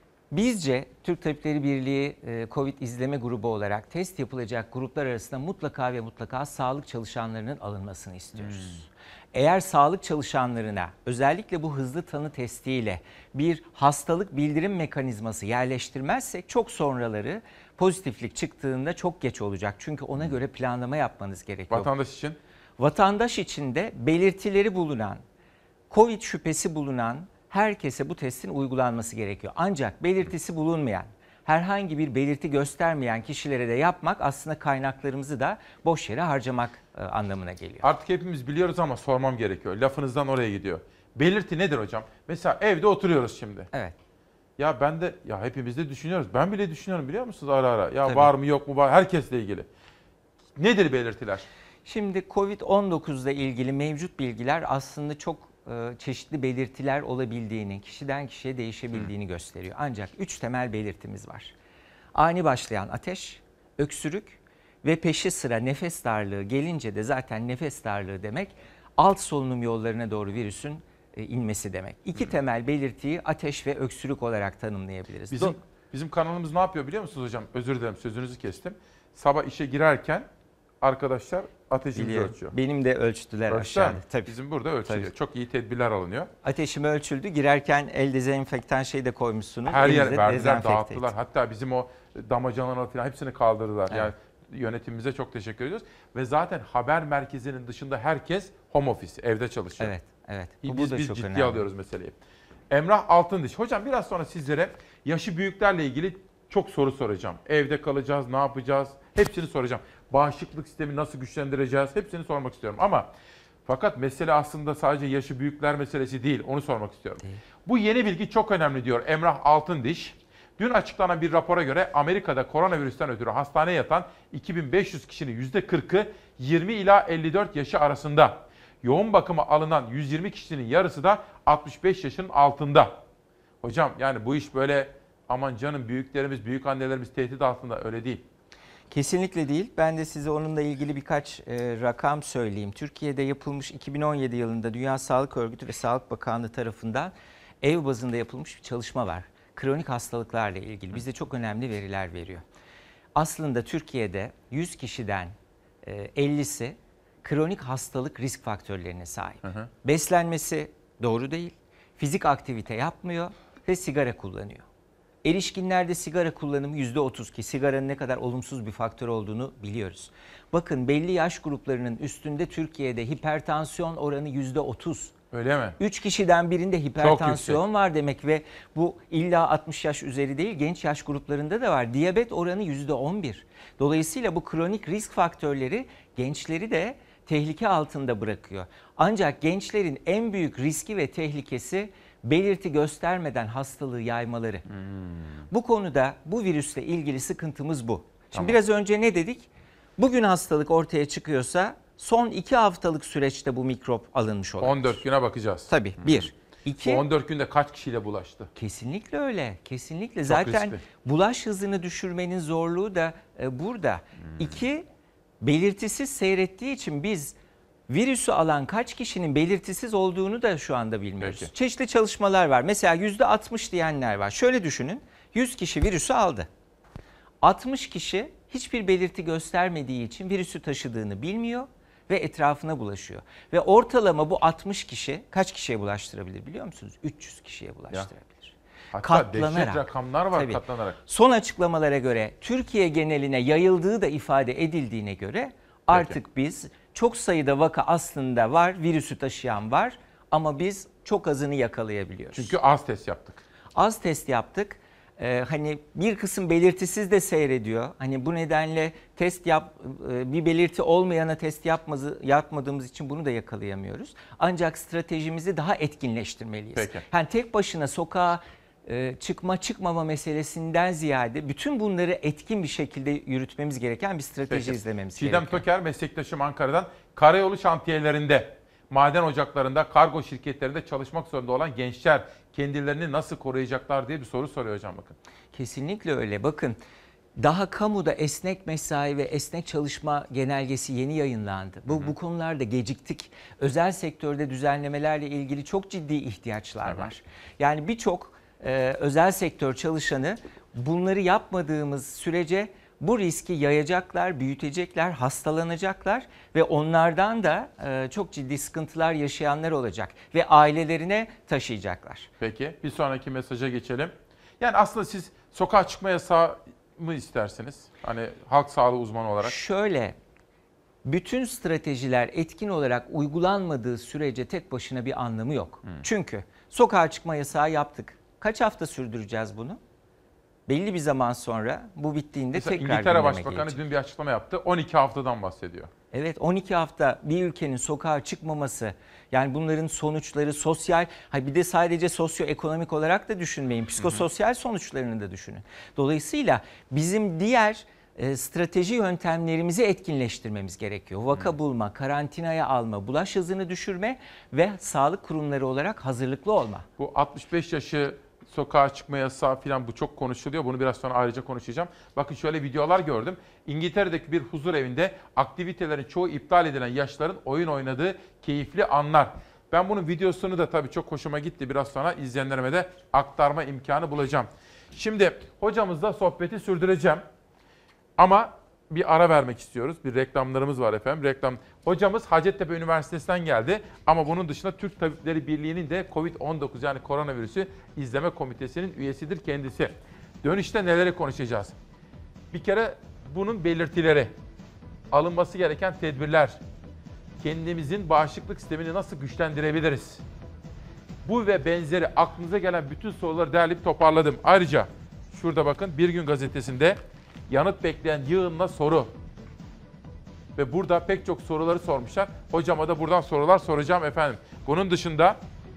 Bizce Türk Tabipleri Birliği Covid izleme grubu olarak test yapılacak gruplar arasında mutlaka ve mutlaka sağlık çalışanlarının alınmasını istiyoruz. Hmm. Eğer sağlık çalışanlarına özellikle bu hızlı tanı testiyle bir hastalık bildirim mekanizması yerleştirmezsek çok sonraları pozitiflik çıktığında çok geç olacak. Çünkü ona göre planlama yapmanız gerekiyor. Vatandaş için? Vatandaş için de belirtileri bulunan, Covid şüphesi bulunan herkese bu testin uygulanması gerekiyor. Ancak belirtisi bulunmayan, herhangi bir belirti göstermeyen kişilere de yapmak aslında kaynaklarımızı da boş yere harcamak anlamına geliyor. Artık hepimiz biliyoruz ama sormam gerekiyor. Lafınızdan oraya gidiyor. Belirti nedir hocam? Mesela evde oturuyoruz şimdi. Evet. Ya ben de, ya hepimiz de düşünüyoruz. Ben bile düşünüyorum biliyor musunuz ara ara. Ya Tabii. Var mı yok mu var herkesle ilgili. Nedir belirtiler? Şimdi Covid on dokuz ile ilgili mevcut bilgiler aslında çok çeşitli belirtiler olabildiğini, kişiden kişiye değişebildiğini hmm. gösteriyor. Ancak üç temel belirtimiz var. Ani başlayan ateş, öksürük ve peşi sıra nefes darlığı gelince de zaten nefes darlığı demek alt solunum yollarına doğru virüsün inmesi demek. İki hmm. temel belirtiyi ateş ve öksürük olarak tanımlayabiliriz. Bizim, Do- bizim kanalımız ne yapıyor biliyor musunuz hocam? Özür dilerim sözünüzü kestim. Sabah işe girerken arkadaşlar ateşimizi Biliyorum. ölçüyor. Benim de ölçtüler Ölçtüler aşağıda. Tabii. Bizim burada ölçülüyor. Tabii. Çok iyi tedbirler alınıyor. Ateşim ölçüldü. Girerken el dezenfektan şey de koymuşsunuz. Her yer Elinizde verdiler, dağıttılar. et. Hatta bizim o damacanaları falan hepsini kaldırdılar. Evet. Yani yönetimimize çok teşekkür ediyoruz. Ve zaten haber merkezinin dışında herkes home office, evde çalışıyor. Evet, evet. Biz, Bu, bu da biz çok ciddiye önemli. alıyoruz meseleyi. Emrah Altındiş. Hocam biraz sonra sizlere yaşı büyüklerle ilgili çok soru soracağım. Evde kalacağız, ne yapacağız? Hepsini soracağım. Bağışıklık sistemi nasıl güçlendireceğiz? Hepsini sormak istiyorum. Ama fakat mesele aslında sadece yaşı büyükler meselesi değil. Onu sormak istiyorum. Değil. Bu yeni bilgi çok önemli diyor Emrah Altındiş. Dün açıklanan bir rapora göre Amerika'da koronavirüsten ötürü hastaneye yatan iki bin beş yüz kişinin yüzde kırkı yirmi ila elli dört yaşı arasında. Yoğun bakıma alınan yüz yirmi kişinin yarısı da altmış beş yaşının altında. Hocam yani bu iş böyle aman canım büyüklerimiz, büyük annelerimiz tehdit altında, öyle değil. Kesinlikle değil. Ben de size onunla ilgili birkaç e, rakam söyleyeyim. Türkiye'de yapılmış iki bin on yedi yılında Dünya Sağlık Örgütü ve Sağlık Bakanlığı tarafından ev bazında yapılmış bir çalışma var. Kronik hastalıklarla ilgili bize çok önemli veriler veriyor. Aslında Türkiye'de yüz kişiden e, ellisi kronik hastalık risk faktörlerine sahip. Hı hı. Beslenmesi doğru değil, fizik aktivite yapmıyor ve sigara kullanıyor. Erişkinlerde sigara kullanımı yüzde otuz ki sigaranın ne kadar olumsuz bir faktör olduğunu biliyoruz. Bakın belli yaş gruplarının üstünde Türkiye'de hipertansiyon oranı yüzde otuz. Öyle mi? üç kişiden birinde hipertansiyon var demek ve bu illa altmış yaş üzeri değil, genç yaş gruplarında da var. Diyabet oranı yüzde on bir. Dolayısıyla bu kronik risk faktörleri gençleri de tehlike altında bırakıyor. Ancak gençlerin en büyük riski ve tehlikesi belirti göstermeden hastalığı yaymaları. Hmm. Bu konuda bu virüsle ilgili sıkıntımız bu. Şimdi tamam. Biraz önce ne dedik? Bugün hastalık ortaya çıkıyorsa son iki haftalık süreçte bu mikrop alınmış olabilir. on dört güne bakacağız. Tabii hmm. bir. İki, bu on dört günde kaç kişiyle bulaştı? Kesinlikle öyle. Kesinlikle. Çok Zaten riskli. Bulaş hızını düşürmenin zorluğu da e, burada. Hmm. İki, belirtisiz seyrettiği için biz Virüsü alan kaç kişinin belirtisiz olduğunu da şu anda bilmiyoruz. Peki. Çeşitli çalışmalar var. Mesela yüzde altmış diyenler var. Şöyle düşünün, yüz kişi virüsü aldı. altmış kişi hiçbir belirti göstermediği için virüsü taşıdığını bilmiyor ve etrafına bulaşıyor. Ve ortalama bu altmış kişi kaç kişiye bulaştırabilir biliyor musunuz? üç yüz kişiye bulaştırabilir. Hatta dehşet rakamlar var. Tabii. Katlanarak. Son açıklamalara göre Türkiye geneline yayıldığı da ifade edildiğine göre artık Peki. biz çok sayıda vaka aslında var, virüsü taşıyan var ama biz çok azını yakalayabiliyoruz. Çünkü az test yaptık. Az test yaptık. Ee, hani bir kısım belirtisiz de seyrediyor. Hani bu nedenle test yap bir belirti olmayana test yapmazı, yapmadığımız için bunu da yakalayamıyoruz. Ancak stratejimizi daha etkinleştirmeliyiz. Peki. Yani tek başına sokağa e, çıkma çıkmama meselesinden ziyade bütün bunları etkin bir şekilde yürütmemiz gereken bir strateji Peki. izlememiz Çiğdem gerekiyor. Toker, meslektaşım Ankara'dan. Karayolu şantiyelerinde, maden ocaklarında, kargo şirketlerinde çalışmak zorunda olan gençler kendilerini nasıl koruyacaklar diye bir soru soruyor hocam bakın. Kesinlikle öyle. Bakın daha kamuda esnek mesai ve esnek çalışma genelgesi yeni yayınlandı. Bu, hı hı. bu konularda geciktik. Özel sektörde düzenlemelerle ilgili çok ciddi ihtiyaçlar evet. var. Yani birçok e, özel sektör çalışanı bunları yapmadığımız sürece bu riski yayacaklar, büyütecekler, hastalanacaklar ve onlardan da e, çok ciddi sıkıntılar yaşayanlar olacak ve ailelerine taşıyacaklar. Peki bir sonraki mesaja geçelim. Yani aslında siz sokağa çıkma yasağı mı istersiniz? Hani halk sağlığı uzmanı olarak. Şöyle, bütün stratejiler etkin olarak uygulanmadığı sürece tek başına bir anlamı yok. Hmm. Çünkü sokağa çıkma yasağı yaptık. Kaç hafta sürdüreceğiz bunu? Belli bir zaman sonra bu bittiğinde Mesela tekrar İngiltere Başbakanı gelecek. dün bir açıklama yaptı. on iki haftadan bahsediyor. Evet, on iki hafta bir ülkenin sokağa çıkmaması, yani bunların sonuçları sosyal, bir de sadece sosyoekonomik olarak da düşünmeyin, psikososyal hı hı. sonuçlarını da düşünün. Dolayısıyla bizim diğer e, strateji yöntemlerimizi etkinleştirmemiz gerekiyor. Vaka hı. bulma, karantinaya alma, bulaş hızını düşürme ve sağlık kurumları olarak hazırlıklı olma. Bu altmış beş yaşı sokağa çıkma yasağı falan bu çok konuşuluyor. Bunu biraz sonra ayrıca konuşacağım. Bakın şöyle videolar gördüm. İngiltere'deki bir huzur evinde aktivitelerin çoğu iptal edilen yaşlıların oyun oynadığı keyifli anlar. Ben bunun videosunu da tabii çok hoşuma gitti. Biraz sonra izleyenlerime de aktarma imkanı bulacağım. Şimdi hocamızla sohbeti sürdüreceğim. Ama bir ara vermek istiyoruz. Bir reklamlarımız var efendim. Reklam. Hocamız Hacettepe Üniversitesi'nden geldi. Ama bunun dışında Türk Tabipleri Birliği'nin de kovid on dokuz yani koronavirüsü izleme komitesinin üyesidir kendisi. Dönüşte neleri konuşacağız? Bir kere bunun belirtileri, alınması gereken tedbirler, kendimizin bağışıklık sistemini nasıl güçlendirebiliriz? Bu ve benzeri aklınıza gelen bütün soruları derleyip toparladım. Ayrıca şurada bakın Bir Gün Gazetesi'nde yanıt bekleyen yığınla soru. Ve burada pek çok soruları sormuşlar. Hocama da buradan sorular soracağım efendim. Bunun dışında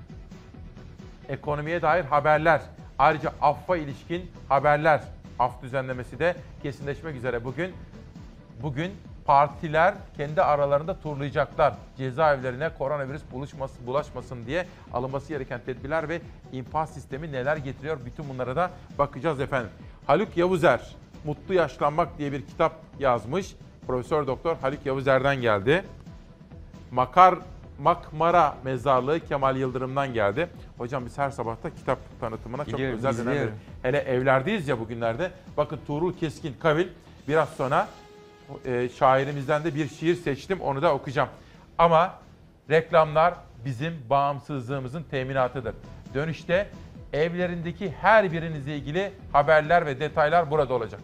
ekonomiye dair haberler. Ayrıca affa ilişkin haberler. Af düzenlemesi de kesinleşmek üzere bugün. Bugün partiler kendi aralarında turlayacaklar. Cezaevlerine koronavirüs bulaşmasın, bulaşmasın diye alınması gereken tedbirler ve infaz sistemi neler getiriyor? Bütün bunlara da bakacağız efendim. Haluk Yavuzer, Mutlu Yaşlanmak diye bir kitap yazmış. Profesör Doktor Haluk Yavuzer'den geldi. Makar Makmara Mezarlığı Kemal Yıldırım'dan geldi. Hocam biz her sabahta kitap tanıtımına çok biliyorum, özel dönem. Hele evlerdeyiz ya bugünlerde. Bakın Tuğrul Keskin Kavil biraz sonra e, şairimizden de bir şiir seçtim. Onu da okuyacağım. Ama reklamlar bizim bağımsızlığımızın teminatıdır. Dönüşte evlerindeki her birinizle ilgili haberler ve detaylar burada olacak.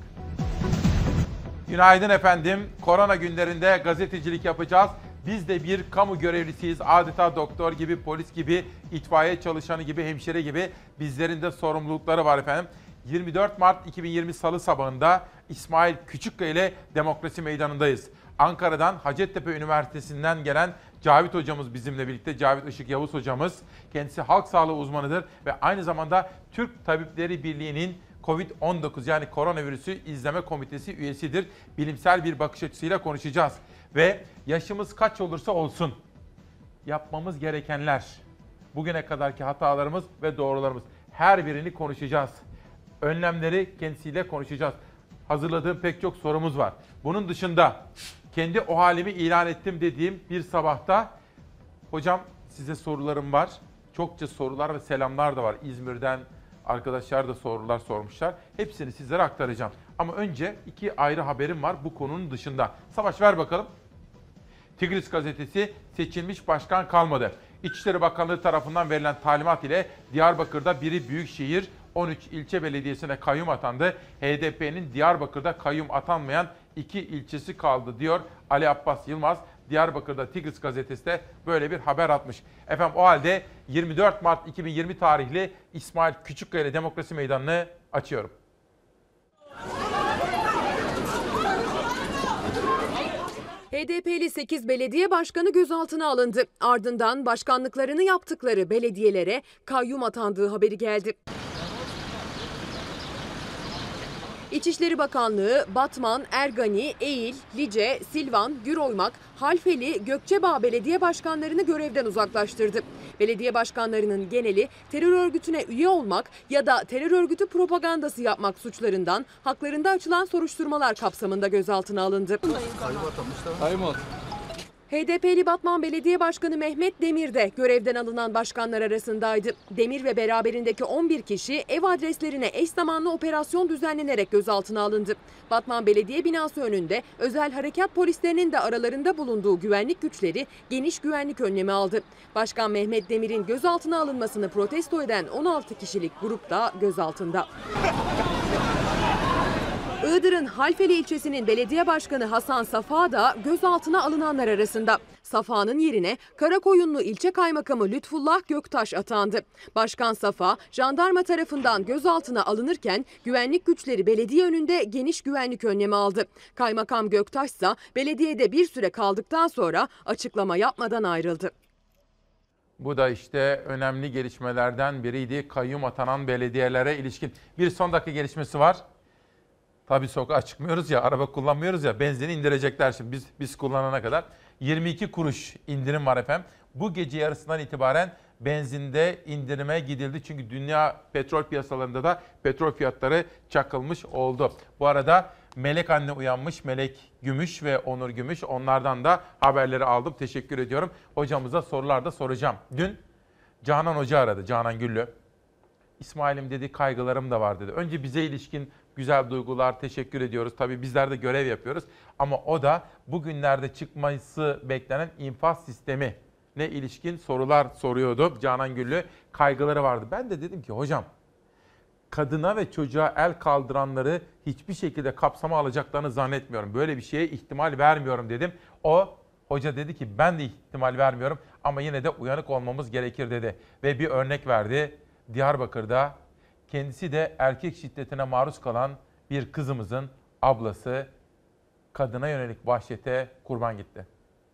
Günaydın efendim. Korona günlerinde gazetecilik yapacağız. Biz de bir kamu görevlisiyiz. Adeta doktor gibi, polis gibi, itfaiye çalışanı gibi, hemşire gibi bizlerin de sorumlulukları var efendim. yirmi dört Mart iki bin yirmi Salı sabahında İsmail Küçükkaya ile Demokrasi Meydanı'ndayız. Ankara'dan Hacettepe Üniversitesi'nden gelen Cavit hocamız bizimle birlikte. Cavit Işık Yavuz hocamız. Kendisi halk sağlığı uzmanıdır ve aynı zamanda Türk Tabipleri Birliği'nin kovid on dokuz yani koronavirüsü izleme komitesi üyesidir. Bilimsel bir bakış açısıyla konuşacağız. Ve yaşımız kaç olursa olsun yapmamız gerekenler, bugüne kadarki hatalarımız ve doğrularımız, her birini konuşacağız. Önlemleri kendisiyle konuşacağız. Hazırladığım pek çok sorumuz var. Bunun dışında Kendi o halimi ilan ettim dediğim bir sabahta. Hocam size sorularım var. Çokça sorular ve selamlar da var. İzmir'den arkadaşlar da sorular sormuşlar. Hepsini sizlere aktaracağım. Ama önce iki ayrı haberim var bu konunun dışında. Savaş ver bakalım. Tigris gazetesi seçilmiş başkan kalmadı. İçişleri Bakanlığı tarafından verilen talimat ile Diyarbakır'da biri büyükşehir, on üç ilçe belediyesine kayyum atandı. H D P'nin Diyarbakır'da kayyum atanmayan iki ilçesi kaldı diyor Ali Abbas Yılmaz. Diyarbakır'da Tigris gazetesi de böyle bir haber atmış. Efendim o halde yirmi dört Mart iki bin yirmi tarihli İsmail Küçükkaya ile Demokrasi Meydanı'nı açıyorum. H D P'li sekiz belediye başkanı gözaltına alındı. Ardından başkanlıklarını yaptıkları belediyelere kayyum atandığı haberi geldi. İçişleri Bakanlığı, Batman, Ergani, Eğil, Lice, Silvan, Güroymak, Halfeli, Gökçebağ belediye başkanlarını görevden uzaklaştırdı. Belediye başkanlarının geneli terör örgütüne üye olmak ya da terör örgütü propagandası yapmak suçlarından haklarında açılan soruşturmalar kapsamında gözaltına alındı. H D P'li Batman Belediye Başkanı Mehmet Demir de görevden alınan başkanlar arasındaydı. Demir ve beraberindeki on bir kişi ev adreslerine eş zamanlı operasyon düzenlenerek gözaltına alındı. Batman Belediye binası önünde özel harekat polislerinin de aralarında bulunduğu güvenlik güçleri geniş güvenlik önlemi aldı. Başkan Mehmet Demir'in gözaltına alınmasını protesto eden on altı kişilik grup da gözaltında. Iğdır'ın Halfeli ilçesinin belediye başkanı Hasan Safa da gözaltına alınanlar arasında. Safa'nın yerine Karakoyunlu ilçe kaymakamı Lütfullah Göktaş atandı. Başkan Safa, jandarma tarafından gözaltına alınırken güvenlik güçleri belediye önünde geniş güvenlik önlemi aldı. Kaymakam Göktaş ise belediyede bir süre kaldıktan sonra açıklama yapmadan ayrıldı. Bu da işte önemli gelişmelerden biriydi. Kayyum atanan belediyelere ilişkin bir son dakika gelişmesi var. Tabii sokağa çıkmıyoruz ya, araba kullanmıyoruz ya, benzini indirecekler şimdi biz biz kullanana kadar. yirmi iki kuruş indirim var efendim. Bu gece yarısından itibaren benzinde indirime gidildi. Çünkü dünya petrol piyasalarında da petrol fiyatları çakılmış oldu. Bu arada Melek anne uyanmış, Melek Gümüş ve Onur Gümüş, onlardan da haberleri aldım. Teşekkür ediyorum. Hocamıza sorular da soracağım. Dün Canan Hoca aradı, Canan Güllü. İsmail'im dedi, kaygılarım da var dedi. Önce bize ilişkin güzel duygular, teşekkür ediyoruz. Tabii bizler de görev yapıyoruz. Ama o da bugünlerde çıkması beklenen infaz sistemi ne ilişkin sorular soruyordu Canan Güllü. Kaygıları vardı. Ben de dedim ki hocam, kadına ve çocuğa el kaldıranları hiçbir şekilde kapsama alacaklarını zannetmiyorum. Böyle bir şeye ihtimal vermiyorum dedim. O hoca dedi ki ben de ihtimal vermiyorum ama yine de uyanık olmamız gerekir dedi. Ve bir örnek verdi. Diyarbakır'da kendisi de erkek şiddetine maruz kalan bir kızımızın ablası kadına yönelik vahşete kurban gitti.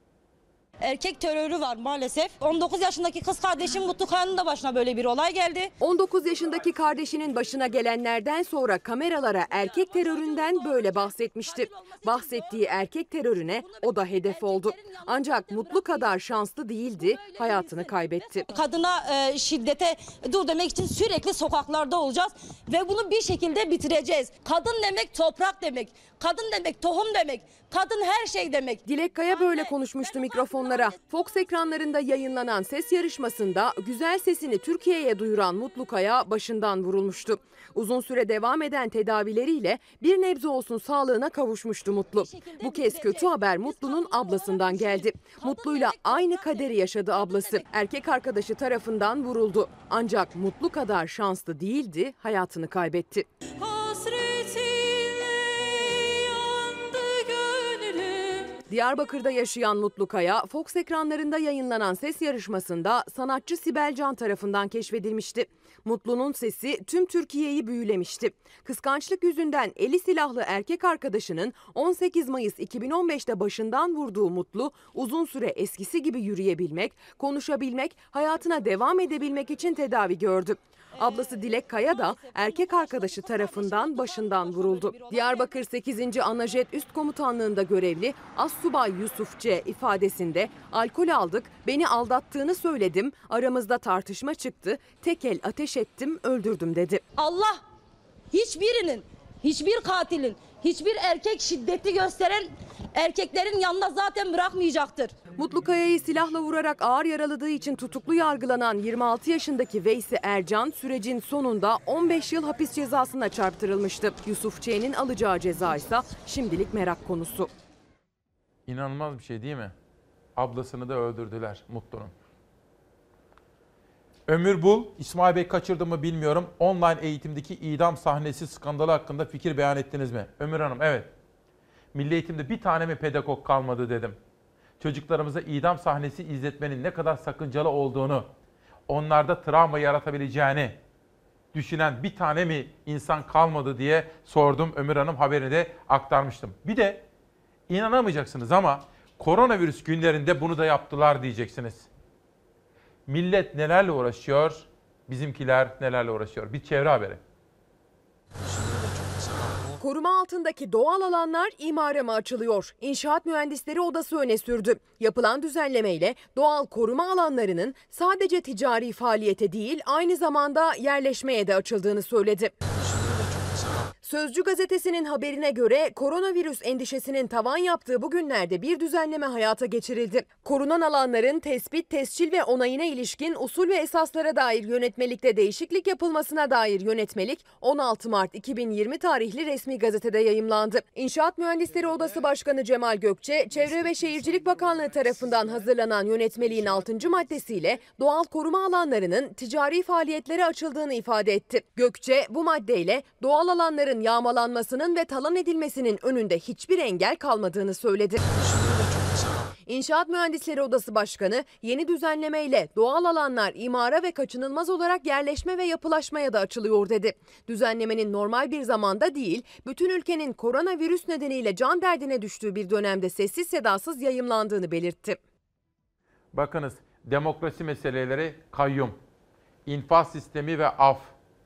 Erkek terörü var maalesef. on dokuz yaşındaki kız kardeşim Mutlu Kaya'nın da başına böyle bir olay geldi. on dokuz yaşındaki kardeşinin başına gelenlerden sonra kameralara erkek teröründen böyle bahsetmişti. Bahsettiği erkek terörüne o da hedef oldu. Ancak Mutlu kadar şanslı değildi, hayatını kaybetti. Kadına e, şiddete dur demek için sürekli sokaklarda olacağız ve bunu bir şekilde bitireceğiz. Kadın demek toprak demek, kadın demek tohum demek, kadın her şey demek. Dilek Kaya böyle konuşmuştu mikrofonlara. Fox ekranlarında yayınlanan ses yarışmasında güzel sesini Türkiye'ye duyuran Mutlu Kaya başından vurulmuştu. Uzun süre devam eden tedavileriyle bir nebze olsun sağlığına kavuşmuştu Mutlu. Bu kez kötü haber Mutlu'nun ablasından geldi. Mutlu'yla aynı kaderi yaşadı ablası. Erkek arkadaşı tarafından vuruldu. Ancak Mutlu kadar şanslı değildi, hayatını kaybetti. Diyarbakır'da yaşayan Mutlu Kaya, Fox ekranlarında yayınlanan ses yarışmasında sanatçı Sibel Can tarafından keşfedilmişti. Mutlu'nun sesi tüm Türkiye'yi büyülemişti. Kıskançlık yüzünden eli silahlı erkek arkadaşının on sekiz Mayıs iki bin on beşte başından vurduğu Mutlu, uzun süre eskisi gibi yürüyebilmek, konuşabilmek, hayatına devam edebilmek için tedavi gördü. Ablası Dilek Kaya da erkek arkadaşı tarafından başından vuruldu. Diyarbakır sekizinci Anajet Üst Komutanlığı'nda görevli Assubay Yusuf C. ifadesinde alkol aldık, beni aldattığını söyledim, aramızda tartışma çıktı, tek el ateş ettim, öldürdüm dedi. Allah hiçbirinin, hiçbir katilin, hiçbir erkek şiddeti gösteren Erkeklerin yanına zaten bırakmayacaktır. Mutlukaya'yı silahla vurarak ağır yaraladığı için tutuklu yargılanan yirmi altı yaşındaki Veysi Ercan sürecin sonunda on beş yıl hapis cezasına çarptırılmıştı. Yusuf Ç'nin alacağı ceza ise şimdilik merak konusu. İnanılmaz bir şey değil mi? Ablasını da öldürdüler Mutlu'nun. Ömür Bul, İsmail Bey kaçırdı mı bilmiyorum. Online eğitimdeki idam sahnesi skandalı hakkında fikir beyan ettiniz mi? Ömür Hanım, evet. Milli eğitimde bir tane mi pedagog kalmadı dedim. Çocuklarımıza idam sahnesi izletmenin ne kadar sakıncalı olduğunu, onlarda travma yaratabileceğini düşünen bir tane mi insan kalmadı diye sordum. Ömür Hanım haberini de aktarmıştım. Bir de inanamayacaksınız ama koronavirüs günlerinde bunu da yaptılar diyeceksiniz. Millet nelerle uğraşıyor, bizimkiler nelerle uğraşıyor. Bir çevre haberi. Koruma altındaki doğal alanlar imara mı açılıyor? İnşaat Mühendisleri Odası öne sürdü. Yapılan düzenlemeyle doğal koruma alanlarının sadece ticari faaliyete değil aynı zamanda yerleşmeye de açıldığını söyledi. Sözcü gazetesinin haberine göre koronavirüs endişesinin tavan yaptığı bu günlerde bir düzenleme hayata geçirildi. Korunan alanların tespit, tescil ve onayına ilişkin usul ve esaslara dair yönetmelikte değişiklik yapılmasına dair yönetmelik on altı Mart iki bin yirmi tarihli resmi gazetede yayımlandı. İnşaat Mühendisleri Odası Başkanı Cemal Gökçe, Çevre ve Şehircilik Bakanlığı tarafından hazırlanan yönetmeliğin altıncı maddesiyle doğal koruma alanlarının ticari faaliyetlere açıldığını ifade etti. Gökçe, bu maddeyle doğal alanların yağmalanmasının ve talan edilmesinin önünde hiçbir engel kalmadığını söyledi. İnşaat Mühendisleri Odası Başkanı yeni düzenlemeyle doğal alanlar imara ve kaçınılmaz olarak yerleşme ve yapılaşmaya da açılıyor dedi. Düzenlemenin normal bir zamanda değil, bütün ülkenin koronavirüs nedeniyle can derdine düştüğü bir dönemde sessiz sedasız yayımlandığını belirtti. Bakınız, demokrasi meseleleri kayyum, infaz sistemi ve af.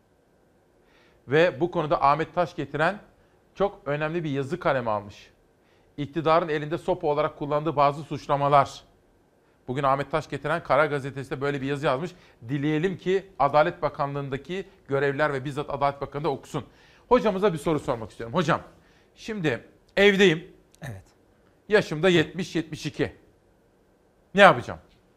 Ve bu konuda Ahmet Taş getiren çok önemli bir yazı kalemi almış. İktidarın elinde sopa olarak kullandığı bazı suçlamalar. Bugün Ahmet Taş getiren Karar Gazetesi'nde böyle bir yazı yazmış. Dileyelim ki Adalet Bakanlığı'ndaki görevliler ve bizzat Adalet Bakanı da okusun. Hocamıza bir soru sormak istiyorum. Hocam, şimdi evdeyim. Evet. Yaşım da yetmiş yetmiş iki. Ne yapacağım?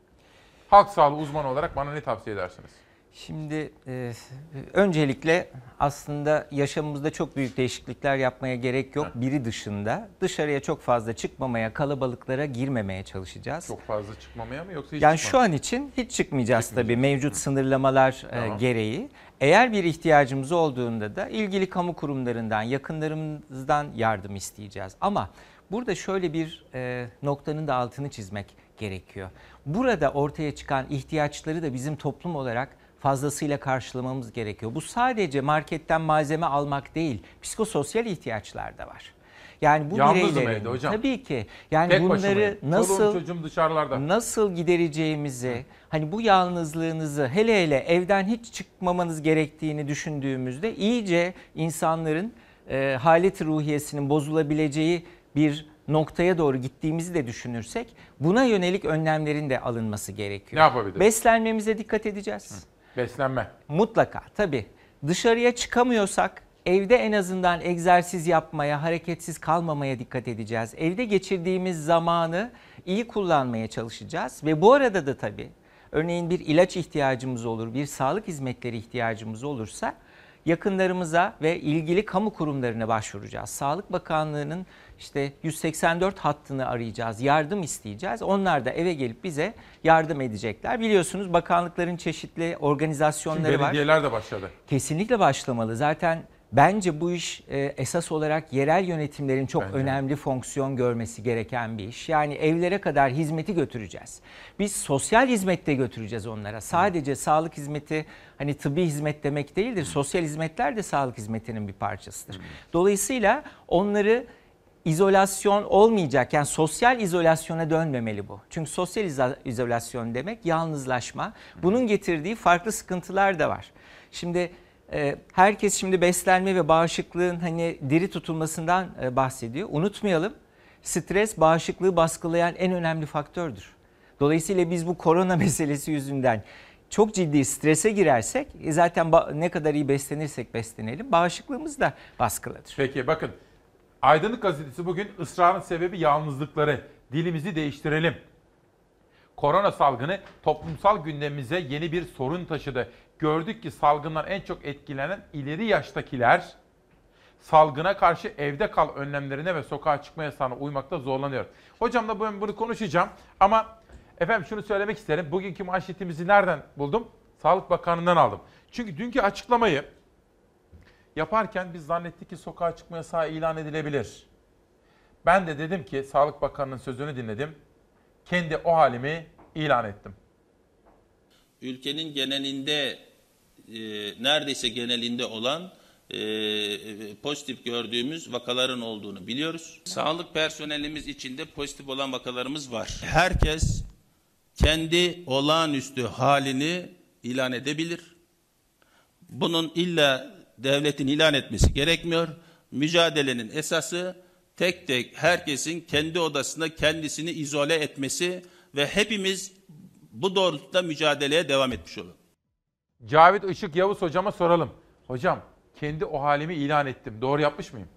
Halk sağlığı uzmanı olarak bana ne tavsiye edersiniz? Şimdi e, öncelikle aslında yaşamımızda çok büyük değişiklikler yapmaya gerek yok. Biri dışında dışarıya çok fazla çıkmamaya, kalabalıklara girmemeye çalışacağız. Çok fazla çıkmamaya mı yoksa hiç Yani çıkmam? şu an için hiç çıkmayacağız tabii mevcut sınırlamalar Tamam. e, gereği. Eğer bir ihtiyacımız olduğunda da ilgili kamu kurumlarından, yakınlarımızdan yardım isteyeceğiz. Ama burada şöyle bir e, noktanın da altını çizmek gerekiyor. Burada ortaya çıkan ihtiyaçları da bizim toplum olarak fazlasıyla karşılamamız gerekiyor. Bu sadece marketten malzeme almak değil, psikososyal ihtiyaçlar da var. Yani bu Yalnızım bireylerin evde hocam. tabii ki yani Tek bunları başımayım. nasıl Çoluğum çocuğum dışarılarda. nasıl gidereceğimizi, hani bu yalnızlığınızı hele hele evden hiç çıkmamanız gerektiğini düşündüğümüzde iyice insanların e, haleti ruhiyesinin bozulabileceği bir noktaya doğru gittiğimizi de düşünürsek buna yönelik önlemlerin de alınması gerekiyor. Ne yapabiliriz? Beslenmemize dikkat edeceğiz. Hı. Beslenme. Mutlaka tabii. Dışarıya çıkamıyorsak evde en azından egzersiz yapmaya, hareketsiz kalmamaya dikkat edeceğiz. Evde geçirdiğimiz zamanı iyi kullanmaya çalışacağız ve bu arada da tabii örneğin bir ilaç ihtiyacımız olur, bir sağlık hizmetleri ihtiyacımız olursa yakınlarımıza ve ilgili kamu kurumlarına başvuracağız. Sağlık Bakanlığı'nın işte yüz seksen dört hattını arayacağız, yardım isteyeceğiz. Onlar da eve gelip bize yardım edecekler. Biliyorsunuz bakanlıkların çeşitli organizasyonları Şimdi var. belediyeler de başladı. Kesinlikle başlamalı. Zaten bence bu iş e, esas olarak yerel yönetimlerin çok Bence. önemli fonksiyon görmesi gereken bir iş. Yani evlere kadar hizmeti götüreceğiz. Biz sosyal hizmette götüreceğiz onlara. Sadece Hı. sağlık hizmeti hani tıbbi hizmet demek değildir. Hı. Sosyal hizmetler de sağlık hizmetinin bir parçasıdır. Hı. Dolayısıyla onları İzolasyon olmayacak, yani sosyal izolasyona dönmemeli bu. Çünkü sosyal izo- izolasyon demek yalnızlaşma. Bunun getirdiği farklı sıkıntılar da var. Şimdi e, herkes şimdi beslenme ve bağışıklığın hani diri tutulmasından e, bahsediyor. Unutmayalım, stres bağışıklığı baskılayan en önemli faktördür. Dolayısıyla biz bu korona meselesi yüzünden çok ciddi strese girersek e, zaten ba- ne kadar iyi beslenirsek beslenelim bağışıklığımız da baskılıdır. Peki bakın. Aydınlık Gazetesi bugün ısrarın sebebi yalnızlıkları. Dilimizi değiştirelim. Korona salgını toplumsal gündemimize yeni bir sorun taşıdı. Gördük ki salgından en çok etkilenen ileri yaştakiler salgına karşı evde kal önlemlerine ve sokağa çıkma yasağına uymakta zorlanıyor. Hocamla ben bunu konuşacağım ama efendim şunu söylemek isterim. Bugünkü manşetimizi nereden buldum? Sağlık Bakanı'ndan aldım. Çünkü dünkü açıklamayı yaparken biz zannettik ki sokağa çıkma yasağı ilan edilebilir. Ben de dedim ki Sağlık Bakanı'nın sözünü dinledim. Kendi o halimi ilan ettim. Ülkenin genelinde e, neredeyse genelinde olan e, pozitif gördüğümüz vakaların olduğunu biliyoruz. Sağlık personelimiz içinde pozitif olan vakalarımız var. Herkes kendi olağanüstü halini ilan edebilir. Bunun illa devletin ilan etmesi gerekmiyor. Mücadelenin esası tek tek herkesin kendi odasında kendisini izole etmesi ve hepimiz bu doğrultuda mücadeleye devam etmiş olalım. Cavit Işık Yavuz hocama soralım. Hocam kendi o halimi ilan ettim. Doğru yapmış mıyım?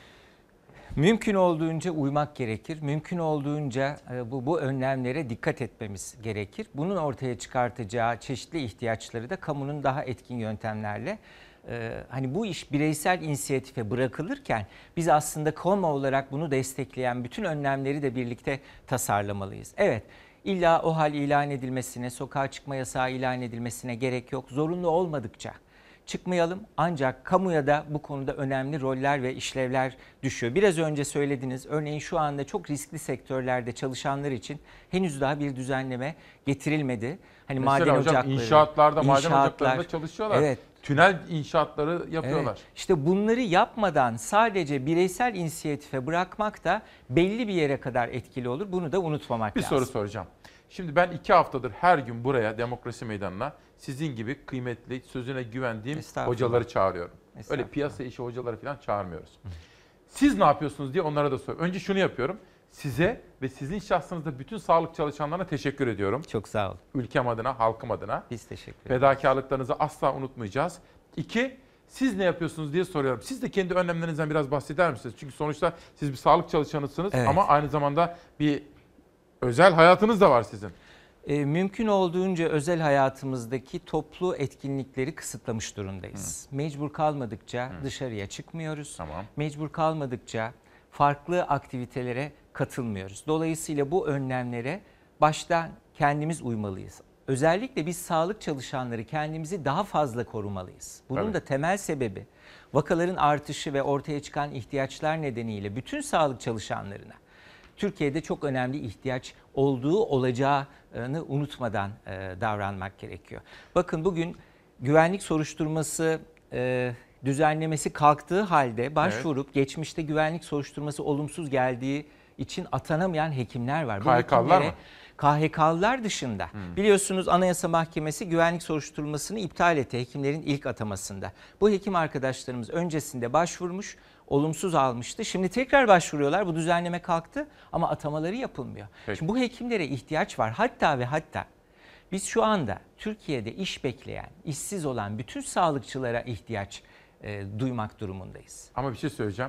Mümkün olduğunca uymak gerekir. Mümkün olduğunca bu, bu önlemlere dikkat etmemiz gerekir. Bunun ortaya çıkartacağı çeşitli ihtiyaçları da kamunun daha etkin yöntemlerle Ee, hani bu iş bireysel inisiyatife bırakılırken biz aslında kamu olarak bunu destekleyen bütün önlemleri de birlikte tasarlamalıyız. Evet, illa o hal ilan edilmesine, sokağa çıkma yasağı ilan edilmesine gerek yok. Zorunlu olmadıkça çıkmayalım, ancak kamuya da bu konuda önemli roller ve işlevler düşüyor. Biraz önce söylediniz, örneğin şu anda çok riskli sektörlerde çalışanlar için henüz daha bir düzenleme getirilmedi. Hani mesela maden hocam ocakları, inşaatlarda, maden inşaatlar, ocaklarında çalışıyorlar. Evet. Tünel inşaatları yapıyorlar. Evet. İşte bunları yapmadan sadece bireysel inisiyatife bırakmak da belli bir yere kadar etkili olur. Bunu da unutmamak Bir lazım. soru soracağım. Şimdi ben iki haftadır her gün buraya Demokrasi Meydanı'na sizin gibi kıymetli, sözüne güvendiğim hocaları çağırıyorum. Öyle piyasa işi hocaları falan çağırmıyoruz. Siz ne yapıyorsunuz diye onlara da soruyorum. Önce şunu yapıyorum. Size ve sizin şahsınızda bütün sağlık çalışanlarına teşekkür ediyorum. Çok sağ olun. Ülkem adına, halkım adına. Biz teşekkür ederiz. Fedakarlıklarınızı asla unutmayacağız. İki, siz ne yapıyorsunuz diye soruyorum. Siz de kendi önlemlerinizden biraz bahseder misiniz? Çünkü sonuçta siz bir sağlık çalışanısınız, evet, ama aynı zamanda bir özel hayatınız da var sizin. E, mümkün olduğunca özel hayatımızdaki toplu etkinlikleri kısıtlamış durumdayız. Hı. Mecbur kalmadıkça Hı. dışarıya çıkmıyoruz. Tamam. Mecbur kalmadıkça farklı aktivitelere katılmıyoruz. Dolayısıyla bu önlemlere baştan kendimiz uymalıyız. Özellikle biz sağlık çalışanları kendimizi daha fazla korumalıyız. Bunun evet. da temel sebebi vakaların artışı ve ortaya çıkan ihtiyaçlar nedeniyle bütün sağlık çalışanlarına Türkiye'de çok önemli ihtiyaç olduğu olacağını unutmadan e, davranmak gerekiyor. Bakın bugün güvenlik soruşturması e, düzenlemesi kalktığı halde başvurup evet. geçmişte güvenlik soruşturması olumsuz geldiği için atanamayan hekimler var. K H K'lılar mı? K H K'lılar dışında. Hmm. Biliyorsunuz Anayasa Mahkemesi güvenlik soruşturmasını iptal etti hekimlerin ilk atamasında. Bu hekim arkadaşlarımız öncesinde başvurmuş, olumsuz almıştı. Şimdi tekrar başvuruyorlar. Bu düzenleme kalktı ama atamaları yapılmıyor. Peki. Şimdi bu hekimlere ihtiyaç var. Hatta ve hatta biz şu anda Türkiye'de iş bekleyen, işsiz olan bütün sağlıkçılara ihtiyaç e, duymak durumundayız. Ama bir şey söyleyeceğim.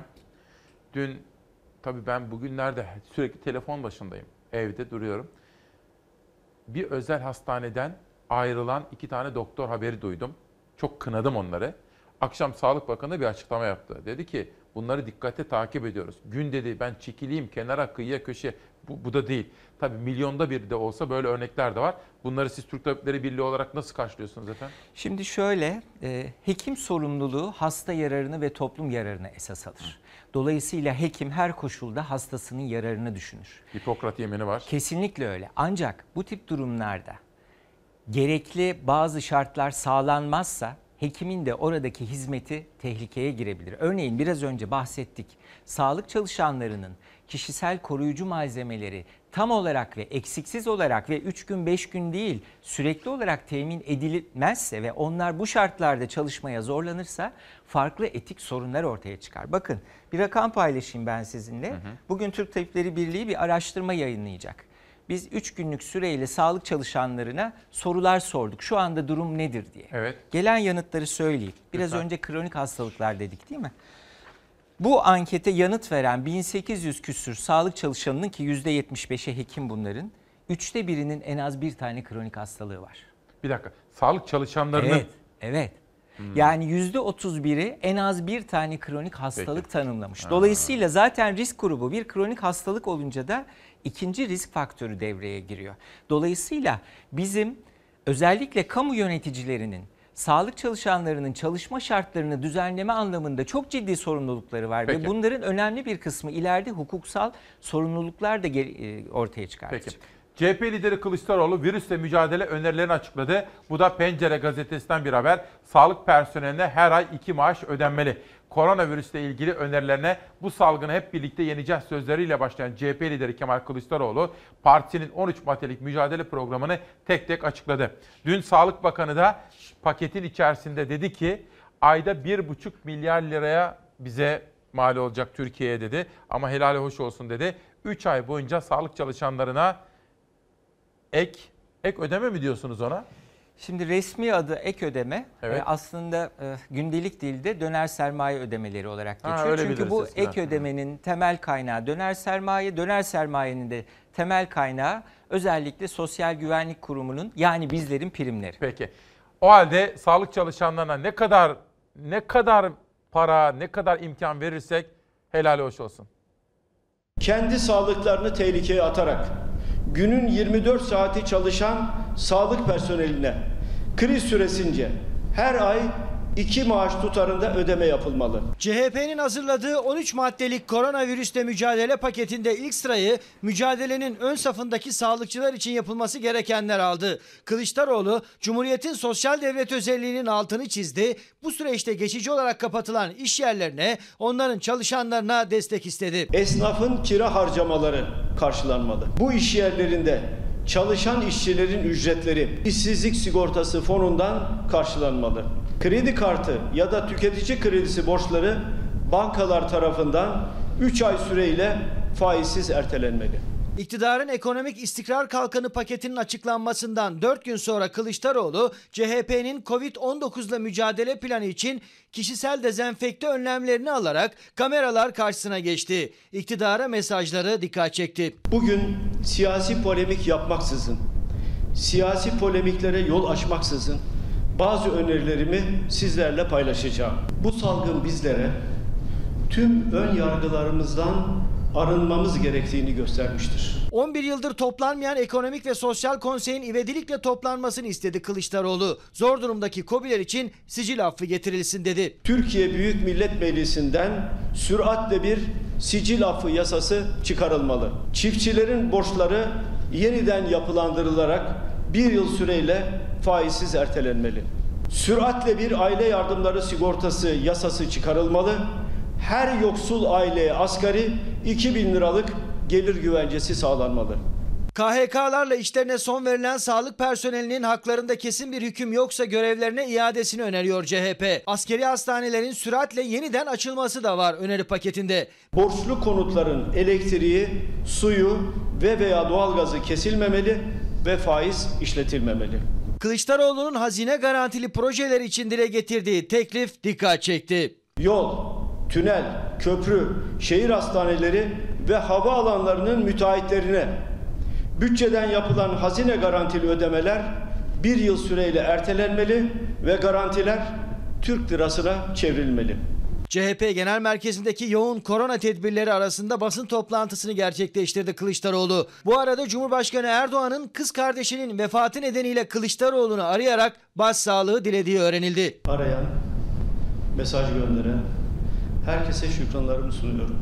Dün tabii ben bugünlerde sürekli telefon başındayım. Evde duruyorum. Bir özel hastaneden ayrılan iki tane doktor haberi duydum. Çok kınadım onları. Akşam Sağlık Bakanı bir açıklama yaptı. Dedi ki bunları dikkate takip ediyoruz. Gün dedi ben çekileyim kenara, kıyıya, köşeye. Bu, bu da değil. Tabii milyonda bir de olsa böyle örnekler de var. Bunları siz Türk Tabipleri Birliği olarak nasıl karşılıyorsunuz efendim? Şimdi şöyle, e, hekim sorumluluğu hasta yararını ve toplum yararını esas alır. Dolayısıyla hekim her koşulda hastasının yararını düşünür. Hipokrat yemini var. Kesinlikle öyle. Ancak bu tip durumlarda gerekli bazı şartlar sağlanmazsa hekimin de oradaki hizmeti tehlikeye girebilir. Örneğin biraz önce bahsettik. Sağlık çalışanlarının kişisel koruyucu malzemeleri tam olarak ve eksiksiz olarak ve üç gün beş gün değil sürekli olarak temin edilmezse ve onlar bu şartlarda çalışmaya zorlanırsa farklı etik sorunlar ortaya çıkar. Bakın bir rakam paylaşayım ben sizinle. Hı hı. Bugün Türk Tabipleri Birliği bir araştırma yayınlayacak. Biz üç günlük süreyle sağlık çalışanlarına sorular sorduk. Şu anda durum nedir diye. Evet. Gelen yanıtları söyleyeyim. Biraz Lütfen. önce kronik hastalıklar dedik değil mi? Bu ankete yanıt veren bin sekiz yüz küsür sağlık çalışanının, ki yüzde yetmiş beşi hekim bunların, üçte birinin en az bir tane kronik hastalığı var. Bir dakika, sağlık çalışanlarının... Evet, evet. Hmm. Yani yüzde otuz biri en az bir tane kronik hastalık Peki. tanımlamış. Dolayısıyla zaten risk grubu, bir kronik hastalık olunca da ikinci risk faktörü devreye giriyor. Dolayısıyla bizim özellikle kamu yöneticilerinin, sağlık çalışanlarının çalışma şartlarını düzenleme anlamında çok ciddi sorumlulukları var. Peki. Ve bunların önemli bir kısmı ileride hukuksal sorumluluklar da ortaya çıkartacak. Peki. C H P lideri Kılıçdaroğlu virüsle mücadele önerilerini açıkladı. Bu da Pencere gazetesinden bir haber. Sağlık personeline her ay iki maaş ödenmeli. Koronavirüsle ilgili önerilerine bu salgını hep birlikte yeneceğiz sözleriyle başlayan C H P lideri Kemal Kılıçdaroğlu, partisinin on üç maddelik mücadele programını tek tek açıkladı. Dün Sağlık Bakanı da paketin içerisinde dedi ki ayda bir buçuk milyar liraya bize mal olacak Türkiye'ye dedi. Ama helali hoş olsun dedi. üç ay boyunca sağlık çalışanlarına ek, ek ödeme mi diyorsunuz ona? Şimdi resmi adı ek ödeme, evet. e, aslında e, gündelik dilde döner sermaye ödemeleri olarak geçiyor. Ha, Çünkü bu eskiden. ek ödemenin temel kaynağı döner sermaye, döner sermayenin de temel kaynağı özellikle Sosyal Güvenlik Kurumu'nun, yani bizlerin primleri. Peki. O halde sağlık çalışanlarına ne kadar ne kadar para, ne kadar imkan verirsek helal hoş olsun. Kendi sağlıklarını tehlikeye atarak günün yirmi dört saati çalışan sağlık personeline kriz süresince her ay iki maaş tutarında ödeme yapılmalı. C H P'nin hazırladığı on üç maddelik koronavirüsle mücadele paketinde ilk sırayı mücadelenin ön safındaki sağlıkçılar için yapılması gerekenler aldı. Kılıçdaroğlu, Cumhuriyet'in sosyal devlet özelliğinin altını çizdi. Bu süreçte geçici olarak kapatılan iş yerlerine, onların çalışanlarına destek istedi. Esnafın kira harcamaları karşılanmalı. Bu iş yerlerinde çalışan işçilerin ücretleri işsizlik sigortası fonundan karşılanmalı. Kredi kartı ya da tüketici kredisi borçları bankalar tarafından üç ay süreyle faizsiz ertelenmeli. İktidarın ekonomik istikrar kalkanı paketinin açıklanmasından dört gün sonra Kılıçdaroğlu, C H P'nin Covid on dokuzla mücadele planı için kişisel dezenfekte önlemlerini alarak kameralar karşısına geçti. İktidara mesajları dikkat çekti. Bugün siyasi polemik yapmaksızın, siyasi polemiklere yol açmaksızın bazı önerilerimi sizlerle paylaşacağım. Bu salgın bizlere tüm ön yargılarımızdan arınmamız gerektiğini göstermiştir. on bir yıldır toplanmayan Ekonomik ve Sosyal Konsey'in ivedilikle toplanmasını istedi Kılıçdaroğlu. Zor durumdaki KOBİ'ler için sicil affı getirilsin dedi. Türkiye Büyük Millet Meclisi'nden süratle bir sicil affı yasası çıkarılmalı. Çiftçilerin borçları yeniden yapılandırılarak bir yıl süreyle faizsiz ertelenmeli. Süratle bir aile yardımları sigortası yasası çıkarılmalı. Her yoksul aileye asgari iki bin liralık gelir güvencesi sağlanmalı. K H K'larla işlerine son verilen sağlık personelinin haklarında kesin bir hüküm yoksa görevlerine iadesini öneriyor C H P. Askeri hastanelerin süratle yeniden açılması da var öneri paketinde. Borçlu konutların elektriği, suyu ve veya doğalgazı kesilmemeli ve faiz işletilmemeli. Kılıçdaroğlu'nun hazine garantili projeler için dile getirdiği teklif dikkat çekti. Yol, tünel, köprü, şehir hastaneleri ve havaalanlarının müteahhitlerine bütçeden yapılan hazine garantili ödemeler bir yıl süreyle ertelenmeli ve garantiler Türk lirasına çevrilmeli. C H P Genel Merkezi'ndeki yoğun korona tedbirleri arasında basın toplantısını gerçekleştirdi Kılıçdaroğlu. Bu arada Cumhurbaşkanı Erdoğan'ın kız kardeşinin vefatı nedeniyle Kılıçdaroğlu'nu arayarak başsağlığı dilediği öğrenildi. Arayan, mesaj gönderen herkese şükranlarımı sunuyorum.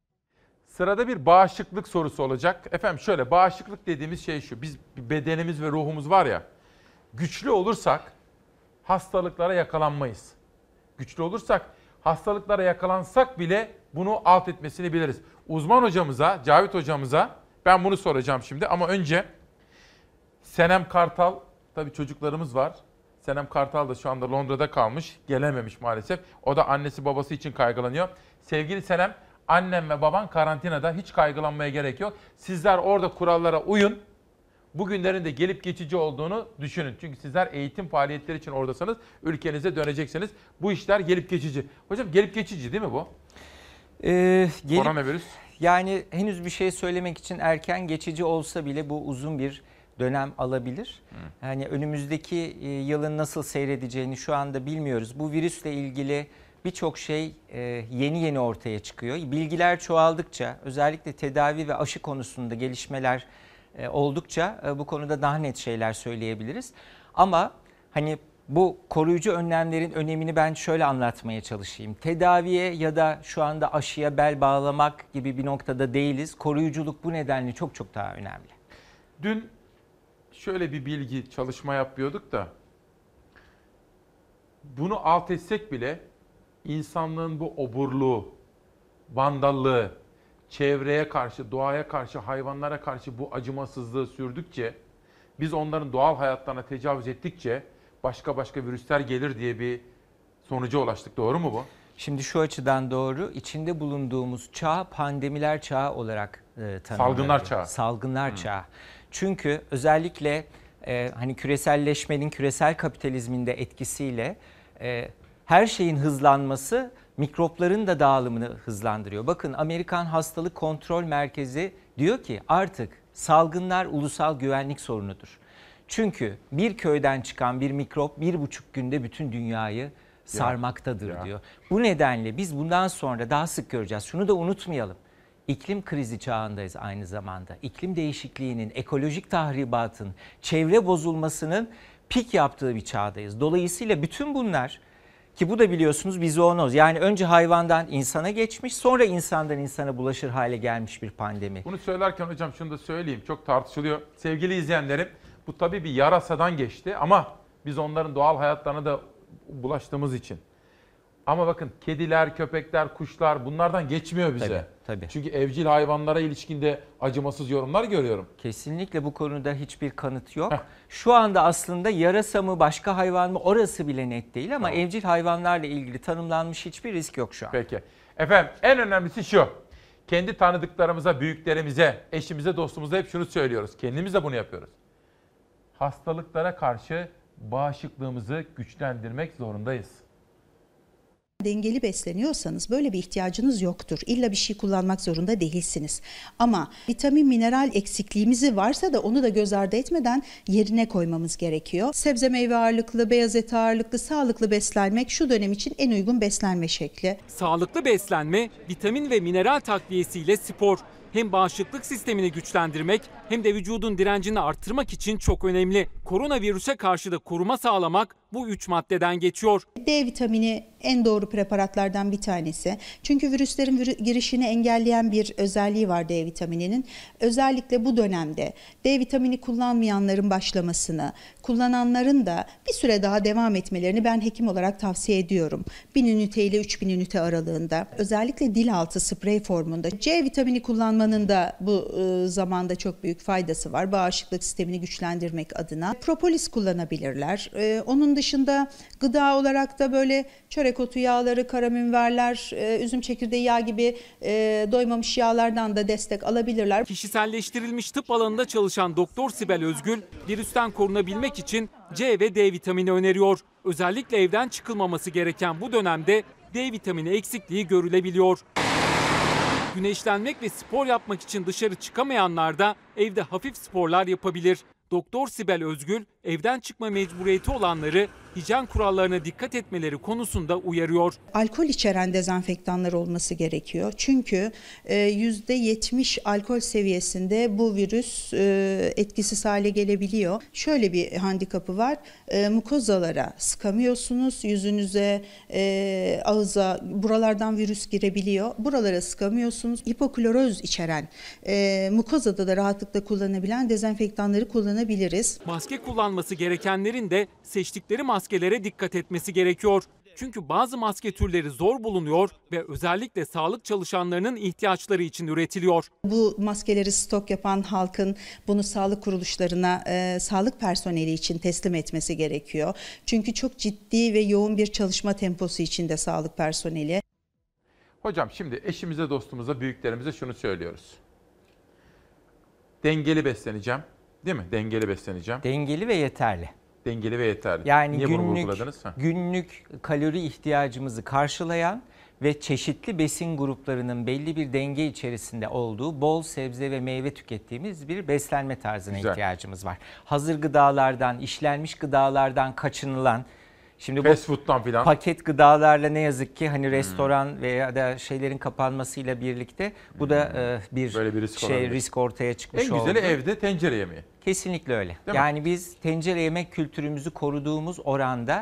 Sırada bir bağışıklık sorusu olacak. Efendim şöyle, bağışıklık dediğimiz şey şu. Biz bedenimiz ve ruhumuz var ya, güçlü olursak hastalıklara yakalanmayız. Güçlü olursak hastalıklara yakalansak bile bunu alt etmesini biliriz. Uzman hocamıza, Cavit hocamıza ben bunu soracağım şimdi. Ama önce Senem Kartal, tabii çocuklarımız var. Senem Kartal da şu anda Londra'da kalmış, gelememiş maalesef. O da annesi babası için kaygılanıyor. Sevgili Senem, annem ve baban karantinada, hiç kaygılanmaya gerek yok. Sizler orada kurallara uyun. Bugünlerin de gelip geçici olduğunu düşünün. Çünkü sizler eğitim faaliyetleri için oradasınız. Ülkenize döneceksiniz. Bu işler gelip geçici. Hocam gelip geçici değil mi bu? Ee, gelip, Koronavirüs. Yani henüz bir şey söylemek için erken, geçici olsa bile bu uzun bir dönem alabilir. Hı. Yani önümüzdeki yılın nasıl seyredeceğini şu anda bilmiyoruz. Bu virüsle ilgili birçok şey yeni yeni ortaya çıkıyor. Bilgiler çoğaldıkça, özellikle tedavi ve aşı konusunda gelişmeler oldukça bu konuda daha net şeyler söyleyebiliriz. Ama hani bu koruyucu önlemlerin önemini ben şöyle anlatmaya çalışayım. Tedaviye ya da şu anda aşıya bel bağlamak gibi bir noktada değiliz. Koruyuculuk bu nedenle çok çok daha önemli. Dün şöyle bir bilgi çalışma yapıyorduk da bunu alt etsek bile insanlığın bu oburluğu, vandallığı, çevreye karşı, doğaya karşı, hayvanlara karşı bu acımasızlığı sürdükçe, biz onların doğal hayatlarına tecavüz ettikçe başka başka virüsler gelir diye bir sonuca ulaştık. Doğru mu bu? Şimdi şu açıdan doğru. İçinde bulunduğumuz çağ pandemiler çağı olarak e, tanımlanıyor. Salgınlar çağı. Salgınlar hmm. çağı. Çünkü özellikle e, hani küreselleşmenin, küresel kapitalizmin de etkisiyle e, her şeyin hızlanması mikropların da dağılımını hızlandırıyor. Bakın Amerikan Hastalık Kontrol Merkezi diyor ki artık salgınlar ulusal güvenlik sorunudur. Çünkü bir köyden çıkan bir mikrop bir buçuk günde bütün dünyayı sarmaktadır ya. diyor. Bu nedenle biz bundan sonra daha sık göreceğiz. Şunu da unutmayalım. İklim krizi çağındayız aynı zamanda. İklim değişikliğinin, ekolojik tahribatın, çevre bozulmasının pik yaptığı bir çağdayız. Dolayısıyla bütün bunlar, ki bu da biliyorsunuz bir zoonoz. Yani önce hayvandan insana geçmiş, sonra insandan insana bulaşır hale gelmiş bir pandemi. Bunu söylerken hocam şunu da söyleyeyim, çok tartışılıyor. Sevgili izleyenlerim, bu tabii bir yarasadan geçti ama biz onların doğal hayatlarına da bulaştığımız için. Ama bakın kediler, köpekler, kuşlar bunlardan geçmiyor bize. Tabii, tabii. Çünkü evcil hayvanlara ilişkinde acımasız yorumlar görüyorum. Kesinlikle bu konuda hiçbir kanıt yok. Heh. Şu anda aslında yarasa mı başka hayvan mı orası bile net değil ama tamam. evcil hayvanlarla ilgili tanımlanmış hiçbir risk yok şu an. Peki. Efendim en önemlisi şu. Kendi tanıdıklarımıza, büyüklerimize, eşimize, dostumuza hep şunu söylüyoruz. Kendimiz de bunu yapıyoruz. Hastalıklara karşı bağışıklığımızı güçlendirmek zorundayız. Dengeli besleniyorsanız böyle bir ihtiyacınız yoktur. İlla bir şey kullanmak zorunda değilsiniz. Ama vitamin, mineral eksikliğimizi varsa da onu da göz ardı etmeden yerine koymamız gerekiyor. Sebze meyve ağırlıklı, beyaz et ağırlıklı, sağlıklı beslenmek şu dönem için en uygun beslenme şekli. Sağlıklı beslenme, vitamin ve mineral takviyesiyle spor. Hem bağışıklık sistemini güçlendirmek hem de vücudun direncini arttırmak için çok önemli. Koronavirüse karşı da koruma sağlamak bu üç maddeden geçiyor. D vitamini en doğru preparatlardan bir tanesi. Çünkü virüslerin vir- girişini engelleyen bir özelliği var D vitamininin. Özellikle bu dönemde D vitamini kullanmayanların başlamasını, kullananların da bir süre daha devam etmelerini ben hekim olarak tavsiye ediyorum. bin ünite ile üç bin ünite aralığında. Özellikle dil altı sprey formunda. C vitamini kullanmanın da bu e, zamanda çok büyük faydası var. Bağışıklık sistemini güçlendirmek adına. Propolis kullanabilirler. E, onun dışında gıda olarak da böyle çörek otu yağları, karamünverler, e, üzüm çekirdeği yağı gibi e, doymamış yağlardan da destek alabilirler. Kişiselleştirilmiş tıp alanında çalışan Doktor Sibel Özgül, virüsten korunabilmek için C ve D vitamini öneriyor. Özellikle evden çıkılmaması gereken bu dönemde D vitamini eksikliği görülebiliyor. Güneşlenmek ve spor yapmak için dışarı çıkamayanlar da evde hafif sporlar yapabilir. Doktor Sibel Özgül, evden çıkma mecburiyeti olanları hijyen kurallarına dikkat etmeleri konusunda uyarıyor. Alkol içeren dezenfektanlar olması gerekiyor. Çünkü yüzde yetmiş alkol seviyesinde bu virüs etkisiz hale gelebiliyor. Şöyle bir handikapı var. Mukozalara sıkamıyorsunuz. Yüzünüze, ağıza, buralardan virüs girebiliyor. Buralara sıkamıyorsunuz. Hipokloroz içeren, mukozada da rahatlıkla kullanabilen dezenfektanları kullanabiliriz. Maske kullanması gerekenlerin de seçtikleri maskelere dikkat etmesi gerekiyor. Çünkü bazı maske türleri zor bulunuyor ve özellikle sağlık çalışanlarının ihtiyaçları için üretiliyor. Bu maskeleri stok yapan halkın bunu sağlık kuruluşlarına, e, sağlık personeli için teslim etmesi gerekiyor. Çünkü çok ciddi ve yoğun bir çalışma temposu içinde sağlık personeli. Hocam şimdi eşimize, dostumuza, büyüklerimize şunu söylüyoruz. Dengeli besleneceğim. Değil mi? Dengeli besleneceğim. Dengeli ve yeterli. Dengeli ve yeterli. Yani Niye bunu günlük, vurguladınız? Ha. günlük kalori ihtiyacımızı karşılayan ve çeşitli besin gruplarının belli bir denge içerisinde olduğu bol sebze ve meyve tükettiğimiz bir beslenme tarzına Güzel. ihtiyacımız var. Hazır gıdalardan, işlenmiş gıdalardan kaçınılan, şimdi Fast bu food'dan filan. paket gıdalarla ne yazık ki hani restoran veya da şeylerin kapanmasıyla birlikte bu da e, bir, Böyle bir risk şey olabilir. risk ortaya çıkmış En oldu. güzeli evde tencere yemeği. Kesinlikle öyle. Değil mi? Yani biz tencere yemek kültürümüzü koruduğumuz oranda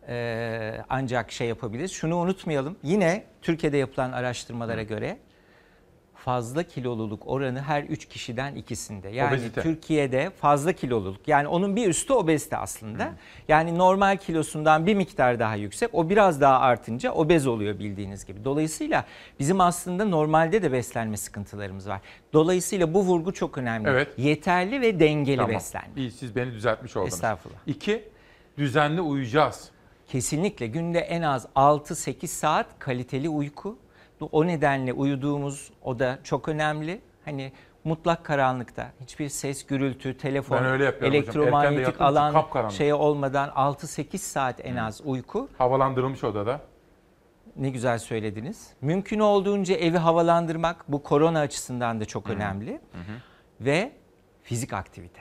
e, ancak şey yapabiliriz. Şunu unutmayalım. Yine Türkiye'de yapılan araştırmalara Hı. göre fazla kiloluluk oranı her üç kişiden ikisinde. Yani Obezite. Türkiye'de fazla kiloluluk, yani onun bir üstü obezite aslında. Hı. Yani normal kilosundan bir miktar daha yüksek, o biraz daha artınca obez oluyor bildiğiniz gibi. Dolayısıyla bizim aslında normalde de beslenme sıkıntılarımız var. Dolayısıyla bu vurgu çok önemli. Evet. Yeterli ve dengeli Tamam. beslenme. İyi, siz beni düzeltmiş oldunuz. Estağfurullah. İki, düzenli uyuyacağız. Kesinlikle günde en az altı sekiz saat kaliteli uyku. O nedenle uyuduğumuz oda çok önemli. Hani mutlak karanlıkta hiçbir ses, gürültü, telefon, Ben öyle yapıyorum hocam. Erken de elektromanyetik yattığım için alan kapkaranlık. şey olmadan altı sekiz saat en az uyku. Havalandırılmış odada. Ne güzel söylediniz. Mümkün olduğunca evi havalandırmak bu korona açısından da çok önemli. Hı hı. Ve fizik aktivite.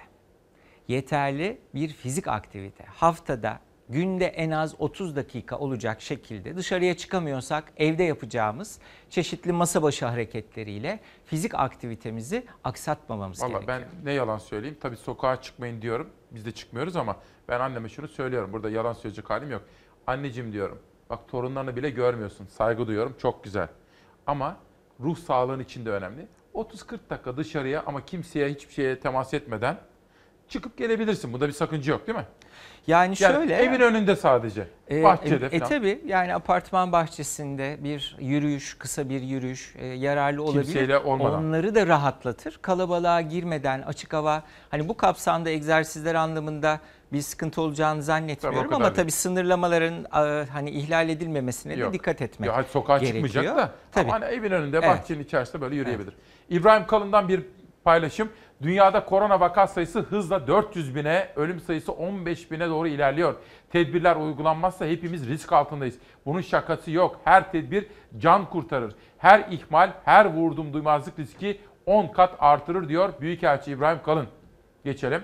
Yeterli bir fizik aktivite. Haftada günde en az otuz dakika olacak şekilde dışarıya çıkamıyorsak evde yapacağımız çeşitli masa başı hareketleriyle fizik aktivitemizi aksatmamamız Vallahi gerekiyor. ben ne yalan söyleyeyim. Tabii sokağa çıkmayın diyorum. Biz de çıkmıyoruz ama ben anneme şunu söylüyorum. Burada yalan söyleyecek halim yok. Anneciğim diyorum. Bak torunlarını bile görmüyorsun. Saygı duyuyorum. Çok güzel. Ama ruh sağlığın için de önemli. otuz kırk dakika dışarıya ama kimseye hiçbir şeye temas etmeden çıkıp gelebilirsin. Bunda bir sakınca yok değil mi? Yani şöyle. Yani evin önünde sadece. E, bahçede e, falan. E tabii yani apartman bahçesinde bir yürüyüş, kısa bir yürüyüş e, yararlı olabilir. Kimseyle olmadan. Onları da rahatlatır. Kalabalığa girmeden açık hava, hani bu kapsamda egzersizler anlamında bir sıkıntı olacağını zannetmiyorum Tabii, o ama kadar tabii sınırlamaların e, hani ihlal edilmemesine Yok. de dikkat etmek Ya, hadi sokağa gerekiyor. çıkmayacak da Tabii. ama hani evin önünde, Evet. bahçenin içerisinde böyle yürüyebilir. Evet. İbrahim Kalın'dan bir paylaşım. Dünyada korona vaka sayısı hızla dört yüz bine, ölüm sayısı on beş bine doğru ilerliyor. Tedbirler uygulanmazsa hepimiz risk altındayız. Bunun şakası yok. Her tedbir can kurtarır. Her ihmal, her vurdum duymazlık riski on kat artırır diyor Büyükelçi İbrahim Kalın. Geçelim.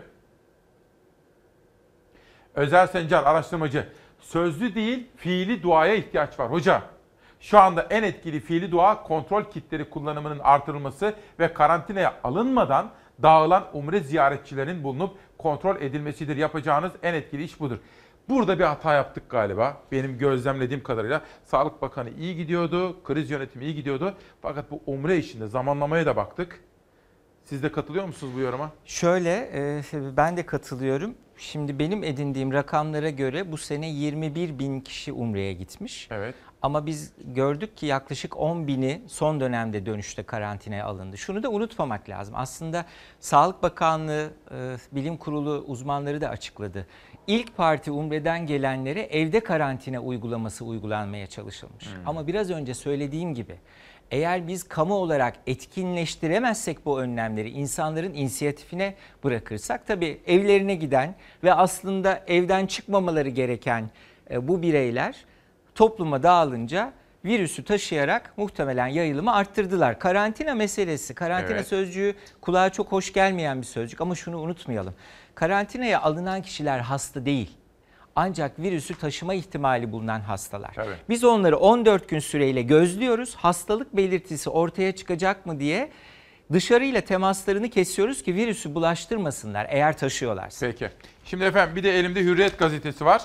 Özel Sencar, araştırmacı. Sözlü değil, fiili duaya ihtiyaç var. Hoca, şu anda en etkili fiili dua kontrol kitleri kullanımının artırılması ve karantinaya alınmadan dağılan umre ziyaretçilerinin bulunup kontrol edilmesidir. Yapacağınız en etkili iş budur. Burada bir hata yaptık galiba. Benim gözlemlediğim kadarıyla Sağlık Bakanı iyi gidiyordu, kriz yönetimi iyi gidiyordu. Fakat bu umre işinde zamanlamaya da baktık. Siz de katılıyor musunuz bu yoruma? Şöyle, e, ben de katılıyorum. Şimdi benim edindiğim rakamlara göre bu sene yirmi bir bin kişi umreye gitmiş. Evet. Ama biz gördük ki yaklaşık on bini son dönemde dönüşte karantinaya alındı. Şunu da unutmamak lazım. Aslında Sağlık Bakanlığı, e, Bilim Kurulu uzmanları da açıkladı. İlk parti umreden gelenlere evde karantina uygulaması uygulanmaya çalışılmış. Hmm. Ama biraz önce söylediğim gibi eğer biz kamu olarak etkinleştiremezsek bu önlemleri, insanların inisiyatifine bırakırsak tabii evlerine giden ve aslında evden çıkmamaları gereken e, bu bireyler topluma dağılınca virüsü taşıyarak muhtemelen yayılımı arttırdılar. Karantina meselesi, karantina evet. sözcüğü kulağa çok hoş gelmeyen bir sözcük ama şunu unutmayalım. Karantinaya alınan kişiler hasta değil. Ancak virüsü taşıma ihtimali bulunan hastalar. Tabii. Biz onları on dört gün süreyle gözlüyoruz. Hastalık belirtisi ortaya çıkacak mı diye dışarıyla temaslarını kesiyoruz ki virüsü bulaştırmasınlar eğer taşıyorlarsa. Peki. Şimdi efendim bir de elimde Hürriyet gazetesi var.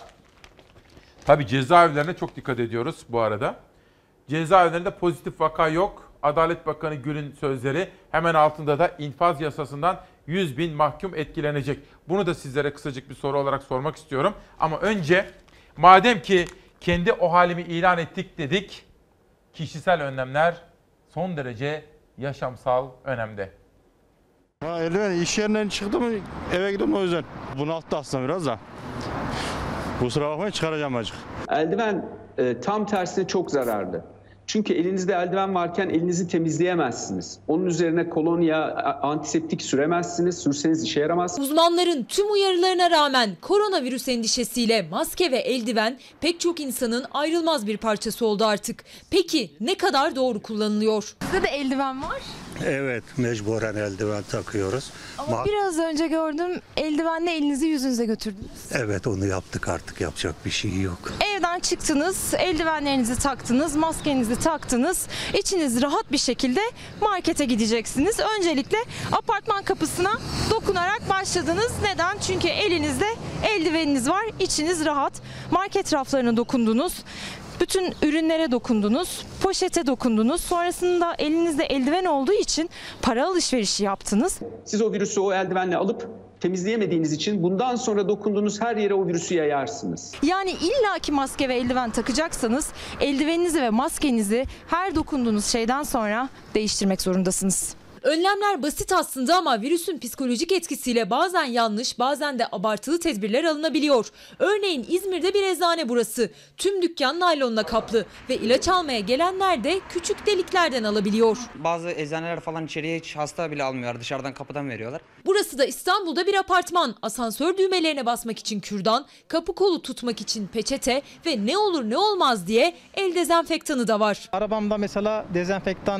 Tabii cezaevlerine çok dikkat ediyoruz bu arada. Cezaevlerinde pozitif vaka yok. Adalet Bakanı Gül'ün sözleri, hemen altında da infaz yasasından yüz bin mahkum etkilenecek. Bunu da sizlere kısacık bir soru olarak sormak istiyorum. Ama önce madem ki kendi o halimi ilan ettik dedik, kişisel önlemler son derece yaşamsal önemde. Ha, eldiven iş yerinden çıktı mı eve gidiyorum, o yüzden. Bunalttı aslında biraz da. Kusura bakmayın, çıkaracağım acık. Eldiven e, tam tersine çok zararlı. Çünkü elinizde eldiven varken elinizi temizleyemezsiniz. Onun üzerine kolonya, antiseptik süremezsiniz. Sürseniz işe yaramaz. Uzmanların tüm uyarılarına rağmen koronavirüs endişesiyle maske ve eldiven pek çok insanın ayrılmaz bir parçası oldu artık. Peki ne kadar doğru kullanılıyor? Sizde de eldiven var. Evet, mecburen eldiven takıyoruz. Ama Ma- biraz önce gördüm, eldivenle elinizi yüzünüze götürdünüz. Evet, onu yaptık, artık yapacak bir şey yok. Evden çıktınız, eldivenlerinizi taktınız, maskenizi taktınız. İçiniz rahat bir şekilde markete gideceksiniz. Öncelikle apartman kapısına dokunarak başladınız. Neden? Çünkü elinizde eldiveniniz var, içiniz rahat. Market raflarına dokundunuz. Bütün ürünlere dokundunuz, poşete dokundunuz. Sonrasında elinizde eldiven olduğu için para alışverişi yaptınız. Siz o virüsü o eldivenle alıp temizleyemediğiniz için bundan sonra dokunduğunuz her yere o virüsü yayarsınız. Yani illaki maske ve eldiven takacaksanız eldiveninizi ve maskenizi her dokunduğunuz şeyden sonra değiştirmek zorundasınız. Önlemler basit aslında ama virüsün psikolojik etkisiyle bazen yanlış, bazen de abartılı tedbirler alınabiliyor. Örneğin İzmir'de bir eczane burası. Tüm dükkan naylonla kaplı ve ilaç almaya gelenler de küçük deliklerden alabiliyor. Bazı eczaneler falan içeriye hiç hasta bile almıyorlar. Dışarıdan kapıdan veriyorlar. Burası da İstanbul'da bir apartman. Asansör düğmelerine basmak için kürdan, kapı kolu tutmak için peçete ve ne olur ne olmaz diye el dezenfektanı da var. Arabamda mesela dezenfektan,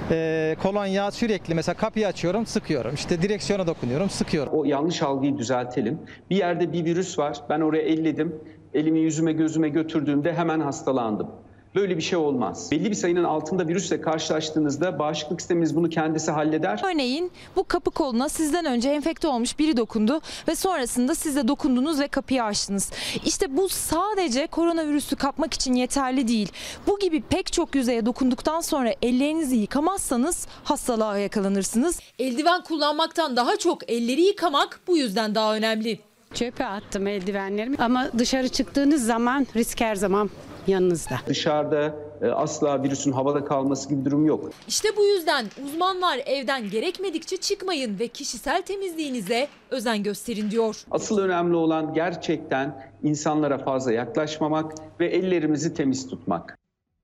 e, kolonya sürekli mesela kapıyı açıyorum, sıkıyorum. İşte direksiyona dokunuyorum, sıkıyorum. O yanlış algıyı düzeltelim. Bir yerde bir virüs var. Ben oraya elledim. Elimi yüzüme gözüme götürdüğümde hemen hastalandım. Böyle bir şey olmaz. Belli bir sayının altında virüsle karşılaştığınızda bağışıklık sistemimiz bunu kendisi halleder. Örneğin bu kapı koluna sizden önce enfekte olmuş biri dokundu ve sonrasında siz de dokundunuz ve kapıyı açtınız. İşte bu sadece koronavirüsü kapmak için yeterli değil. Bu gibi pek çok yüzeye dokunduktan sonra ellerinizi yıkamazsanız hastalığa yakalanırsınız. Eldiven kullanmaktan daha çok elleri yıkamak bu yüzden daha önemli. Çöpe attım eldivenlerimi ama dışarı çıktığınız zaman risk her zaman yanınızda. Dışarıda e, asla virüsün havada kalması gibi bir durum yok. İşte bu yüzden uzmanlar evden gerekmedikçe çıkmayın ve kişisel temizliğinize özen gösterin diyor. Asıl önemli olan gerçekten insanlara fazla yaklaşmamak ve ellerimizi temiz tutmak.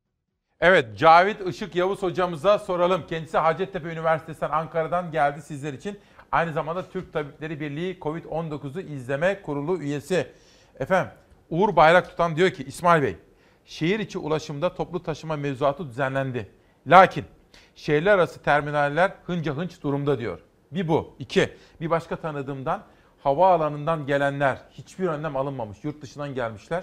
Evet, Cavit Işık Yavuz hocamıza soralım. Kendisi Hacettepe Üniversitesi'nden, Ankara'dan geldi sizler için. Aynı zamanda Türk Tabipleri Birliği Covid on dokuzu İzleme Kurulu üyesi. Efendim, Uğur Bayraktutan diyor ki, İsmail Bey, şehir içi ulaşımda toplu taşıma mevzuatı düzenlendi. Lakin şehirler arası terminaller hınca hınç durumda diyor. Bir bu. İki, bir başka tanıdığımdan havaalanından gelenler, hiçbir önlem alınmamış. Yurt dışından gelmişler.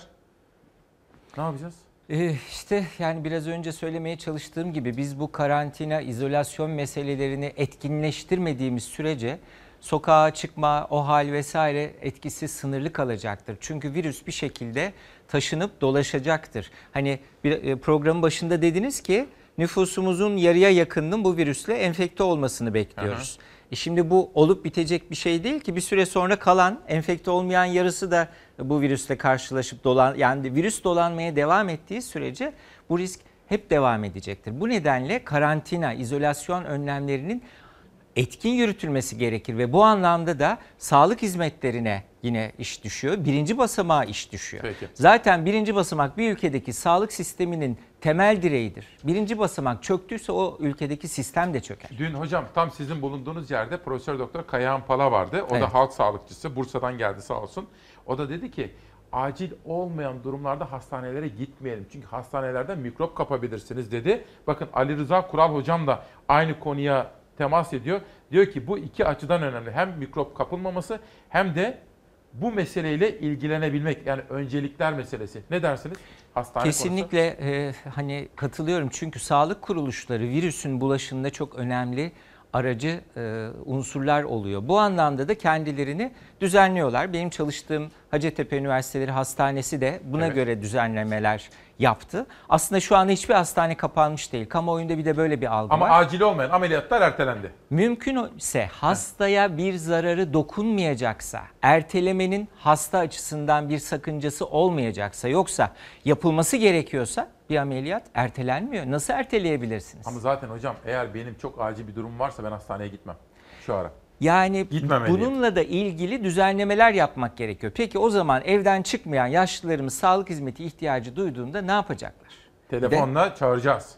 Ne yapacağız? Ee, işte yani biraz önce söylemeye çalıştığım gibi biz bu karantina, izolasyon meselelerini etkinleştirmediğimiz sürece sokağa çıkma, o hal vesaire etkisi sınırlı kalacaktır. Çünkü virüs bir şekilde taşınıp dolaşacaktır. Hani bir programın başında dediniz ki nüfusumuzun yarıya yakınının bu virüsle enfekte olmasını bekliyoruz. Aha. E şimdi bu olup bitecek bir şey değil ki, bir süre sonra kalan enfekte olmayan yarısı da bu virüsle karşılaşıp dolan, yani virüs dolanmaya devam ettiği sürece bu risk hep devam edecektir. Bu nedenle karantina, izolasyon önlemlerinin etkin yürütülmesi gerekir ve bu anlamda da sağlık hizmetlerine yine iş düşüyor. Birinci basamağa iş düşüyor. Peki. Zaten birinci basamak bir ülkedeki sağlık sisteminin temel direğidir. Birinci basamak çöktüyse o ülkedeki sistem de çöker. Dün hocam tam sizin bulunduğunuz yerde Profesör Doktor Kayahan Pala vardı. O evet. da halk sağlıkçısı. Bursa'dan geldi sağ olsun. O da dedi ki acil olmayan durumlarda hastanelere gitmeyelim. Çünkü hastanelerde mikrop kapabilirsiniz dedi. Bakın Ali Rıza Kural hocam da aynı konuya temas ediyor. Diyor ki bu iki açıdan önemli. Hem mikrop kapılmaması hem de bu meseleyle ilgilenebilmek. Yani öncelikler meselesi. Ne dersiniz? Hastane Kesinlikle e, hani katılıyorum. Çünkü sağlık kuruluşları virüsün bulaşımında çok önemli aracı e, unsurlar oluyor. Bu anlamda da kendilerini düzenliyorlar. Benim çalıştığım Hacettepe Üniversiteleri Hastanesi de buna evet. göre düzenlemeler yaptı. Aslında şu anda hiçbir hastane kapanmış değil. Kamuoyunda bir de böyle bir algı Ama var. Ama acil olmayan ameliyatlar ertelendi. Mümkünse hastaya bir zararı dokunmayacaksa, ertelemenin hasta açısından bir sakıncası olmayacaksa, yoksa yapılması gerekiyorsa bir ameliyat ertelenmiyor. Nasıl erteleyebilirsiniz? Ama zaten hocam eğer benim çok acil bir durum varsa ben hastaneye gitmem şu ara. Yani bununla da ilgili düzenlemeler yapmak gerekiyor. Peki o zaman evden çıkmayan yaşlılarımız sağlık hizmeti ihtiyacı duyduğunda ne yapacaklar? Telefonla De, çağıracağız.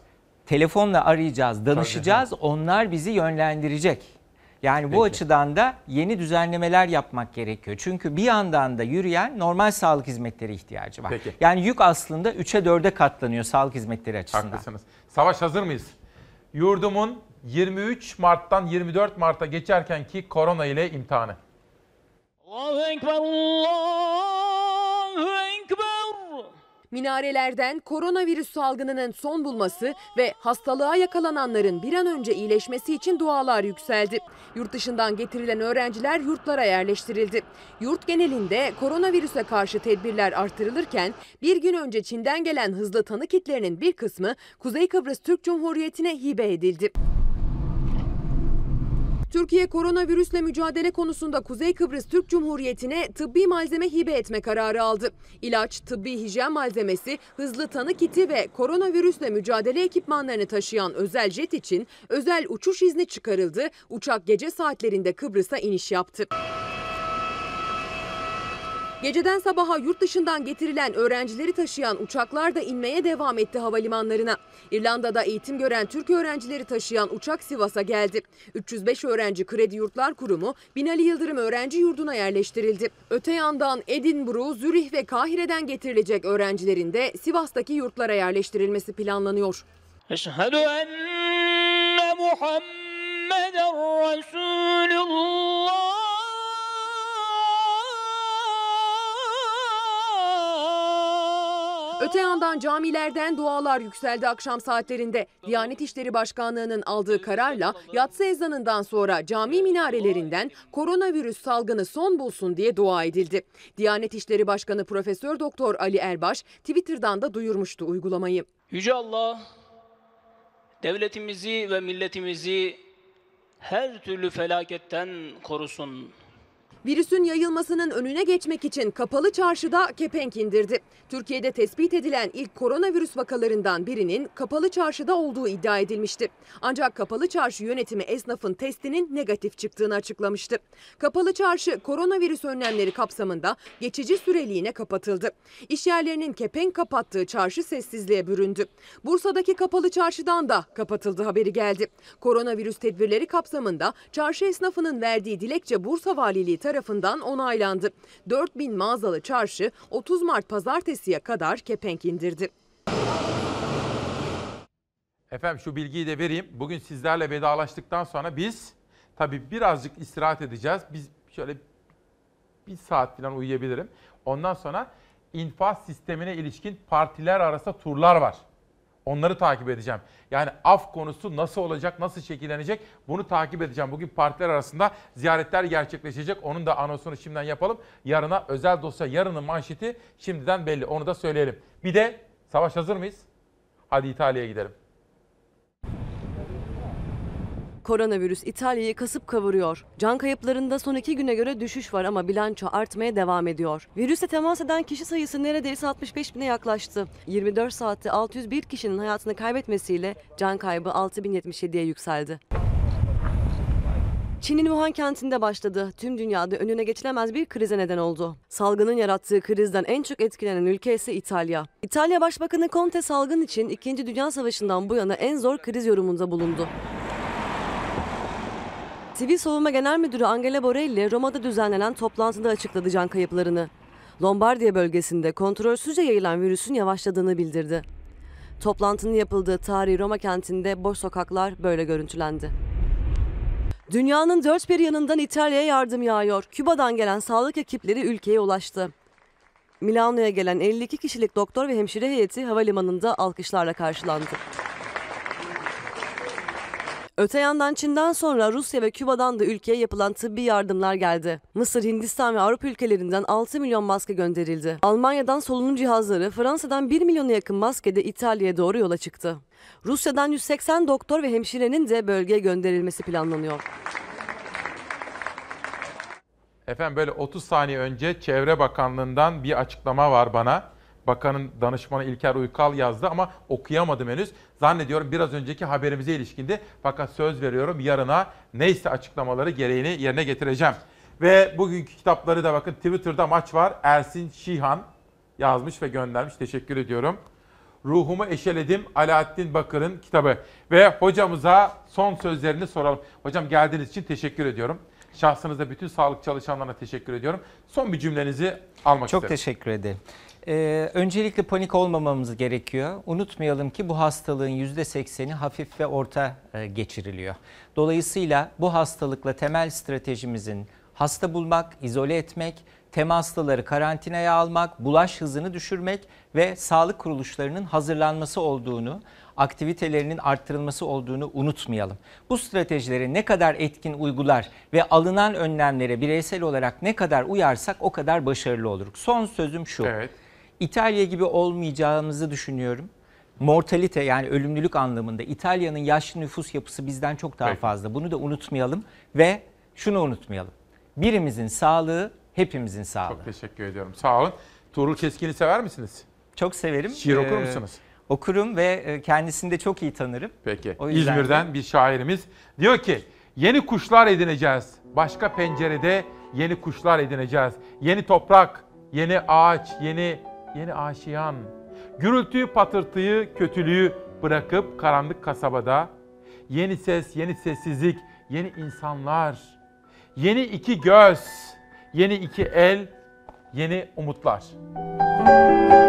telefonla arayacağız, danışacağız. Onlar bizi yönlendirecek. Yani bu Peki. açıdan da yeni düzenlemeler yapmak gerekiyor. Çünkü bir yandan da yürüyen normal sağlık hizmetleri ihtiyacı var. Peki. Yani yük aslında üçe dörde katlanıyor sağlık hizmetleri açısından. Haklısınız. Savaş, hazır mıyız? Yurdumun yirmi üç Mart'tan yirmi dört Mart'a geçerkenki korona ile imtihanı. Allahu Ekber, Allahu Ekber. Minarelerden koronavirüs salgınının son bulması ve hastalığa yakalananların bir an önce iyileşmesi için dualar yükseldi. Yurt dışından getirilen öğrenciler yurtlara yerleştirildi. Yurt genelinde koronavirüse karşı tedbirler artırılırken bir gün önce Çin'den gelen hızlı tanı kitlerinin bir kısmı Kuzey Kıbrıs Türk Cumhuriyeti'ne hibe edildi. Türkiye koronavirüsle mücadele konusunda Kuzey Kıbrıs Türk Cumhuriyeti'ne tıbbi malzeme hibe etme kararı aldı. İlaç, tıbbi hijyen malzemesi, hızlı tanı kiti ve koronavirüsle mücadele ekipmanlarını taşıyan özel jet için özel uçuş izni çıkarıldı. Uçak gece saatlerinde Kıbrıs'a iniş yaptı. Geceden sabaha yurt dışından getirilen öğrencileri taşıyan uçaklar da inmeye devam etti havalimanlarına. İrlanda'da eğitim gören Türk öğrencileri taşıyan uçak Sivas'a geldi. üç yüz beş öğrenci Kredi Yurtlar Kurumu Binali Yıldırım Öğrenci Yurdu'na yerleştirildi. Öte yandan Edinburgh, Zürih ve Kahire'den getirilecek öğrencilerin de Sivas'taki yurtlara yerleştirilmesi planlanıyor. Eşhedü enne Muhammeden Resulullah. Öte yandan camilerden dualar yükseldi akşam saatlerinde. Diyanet İşleri Başkanlığı'nın aldığı kararla yatsı ezanından sonra cami minarelerinden koronavirüs salgını son bulsun diye dua edildi. Diyanet İşleri Başkanı Profesör Doktor Ali Erbaş Twitter'dan da duyurmuştu uygulamayı. Yüce Allah devletimizi ve milletimizi her türlü felaketten korusun. Virüsün yayılmasının önüne geçmek için Kapalı Çarşı'da kepenk indirdi. Türkiye'de tespit edilen ilk koronavirüs vakalarından birinin Kapalı Çarşı'da olduğu iddia edilmişti. Ancak Kapalı Çarşı yönetimi esnafın testinin negatif çıktığını açıklamıştı. Kapalı Çarşı koronavirüs önlemleri kapsamında geçici süreliğine kapatıldı. İşyerlerinin kepenk kapattığı çarşı sessizliğe büründü. Bursa'daki Kapalı Çarşı'dan da kapatıldı haberi geldi. Koronavirüs tedbirleri kapsamında çarşı esnafının verdiği dilekçe Bursa Valiliği tarafından onaylandı. dört bin mağazalı çarşı otuz Mart pazartesiye kadar kepenk indirdi. Efendim şu bilgiyi de vereyim. Bugün sizlerle vedalaştıktan sonra biz tabii birazcık istirahat edeceğiz. Biz şöyle bir saat falan uyuyabilirim. Ondan sonra infaz sistemine ilişkin partiler arası turlar var. Onları takip edeceğim. Yani af konusu nasıl olacak, nasıl şekillenecek bunu takip edeceğim. Bugün partiler arasında ziyaretler gerçekleşecek. Onun da anonsunu şimdiden yapalım. Yarına özel dosya, yarının manşeti şimdiden belli. Onu da söyleyelim. Bir de Savaş, hazır mıyız? Hadi İtalya'ya gidelim. Koronavirüs İtalya'yı kasıp kavuruyor. Can kayıplarında son iki güne göre düşüş var ama bilanço artmaya devam ediyor. Virüse temas eden kişi sayısı neredeyse altmış beş bine yaklaştı. yirmi dört saatte altı yüz bir kişinin hayatını kaybetmesiyle can kaybı altı bin yetmiş yediye yükseldi. Çin'in Wuhan kentinde başladı. Tüm dünyada önüne geçilemez bir krize neden oldu. Salgının yarattığı krizden en çok etkilenen ülke ise İtalya. İtalya Başbakanı Conte salgın için İkinci Dünya Savaşı'ndan bu yana en zor kriz yorumunda bulundu. Sivil Savunma Genel Müdürü Angela Borelli Roma'da düzenlenen toplantıda açıkladı can kayıplarını. Lombardiya bölgesinde kontrolsüzce yayılan virüsün yavaşladığını bildirdi. Toplantının yapıldığı tarihi Roma kentinde boş sokaklar böyle görüntülendi. Dünyanın dört bir yanından İtalya'ya yardım yağıyor. Küba'dan gelen sağlık ekipleri ülkeye ulaştı. Milano'ya gelen elli iki kişilik doktor ve hemşire heyeti havalimanında alkışlarla karşılandı. Öte yandan Çin'den sonra Rusya ve Küba'dan da ülkeye yapılan tıbbi yardımlar geldi. Mısır, Hindistan ve Avrupa ülkelerinden altı milyon maske gönderildi. Almanya'dan solunum cihazları, Fransa'dan bir milyona yakın maske de İtalya'ya doğru yola çıktı. Rusya'dan yüz seksen doktor ve hemşirenin de bölgeye gönderilmesi planlanıyor. Efendim böyle otuz saniye önce Çevre Bakanlığı'ndan bir açıklama var bana. Bakanın danışmanı İlker Uykal yazdı ama okuyamadım henüz. Zannediyorum biraz önceki haberimize ilişkindi. Fakat söz veriyorum yarına neyse açıklamaları gereğini yerine getireceğim. Ve bugünkü kitapları da bakın Twitter'da maç var. Ersin Şihan yazmış ve göndermiş. Teşekkür ediyorum. Ruhumu Eşeledim Alaaddin Bakır'ın kitabı. Ve hocamıza son sözlerini soralım. Hocam geldiğiniz için teşekkür ediyorum. Şahsınızda bütün sağlık çalışanlarına teşekkür ediyorum. Son bir cümlenizi almak Çok isterim. teşekkür ederim. Ee, öncelikle panik olmamamız gerekiyor. Unutmayalım ki bu hastalığın yüzde sekseni hafif ve orta e, geçiriliyor. Dolayısıyla bu hastalıkla temel stratejimizin hasta bulmak, izole etmek, temaslıları karantinaya almak, bulaş hızını düşürmek ve sağlık kuruluşlarının hazırlanması olduğunu, aktivitelerinin arttırılması olduğunu unutmayalım. Bu stratejileri ne kadar etkin uygular ve alınan önlemlere bireysel olarak ne kadar uyarsak o kadar başarılı oluruz. Son sözüm şu. Evet. İtalya gibi olmayacağımızı düşünüyorum. Mortalite yani ölümlülük anlamında İtalya'nın yaşlı nüfus yapısı bizden çok daha Peki. fazla. Bunu da unutmayalım ve şunu unutmayalım. Birimizin sağlığı hepimizin sağlığı. Çok teşekkür ediyorum. Sağ olun. Tuğrul Keskin'i sever misiniz? Çok severim. Şiir okur Ee, musunuz? Okurum ve kendisini de çok iyi tanırım. Peki. O yüzden İzmir'den de... bir şairimiz diyor ki yeni kuşlar edineceğiz. Başka pencerede yeni kuşlar edineceğiz. Yeni toprak, yeni ağaç, yeni yeni aşiyan. Gürültüyü, patırtıyı, kötülüğü bırakıp karanlık kasabada yeni ses, yeni sessizlik, yeni insanlar, yeni iki göz, yeni iki el, yeni umutlar.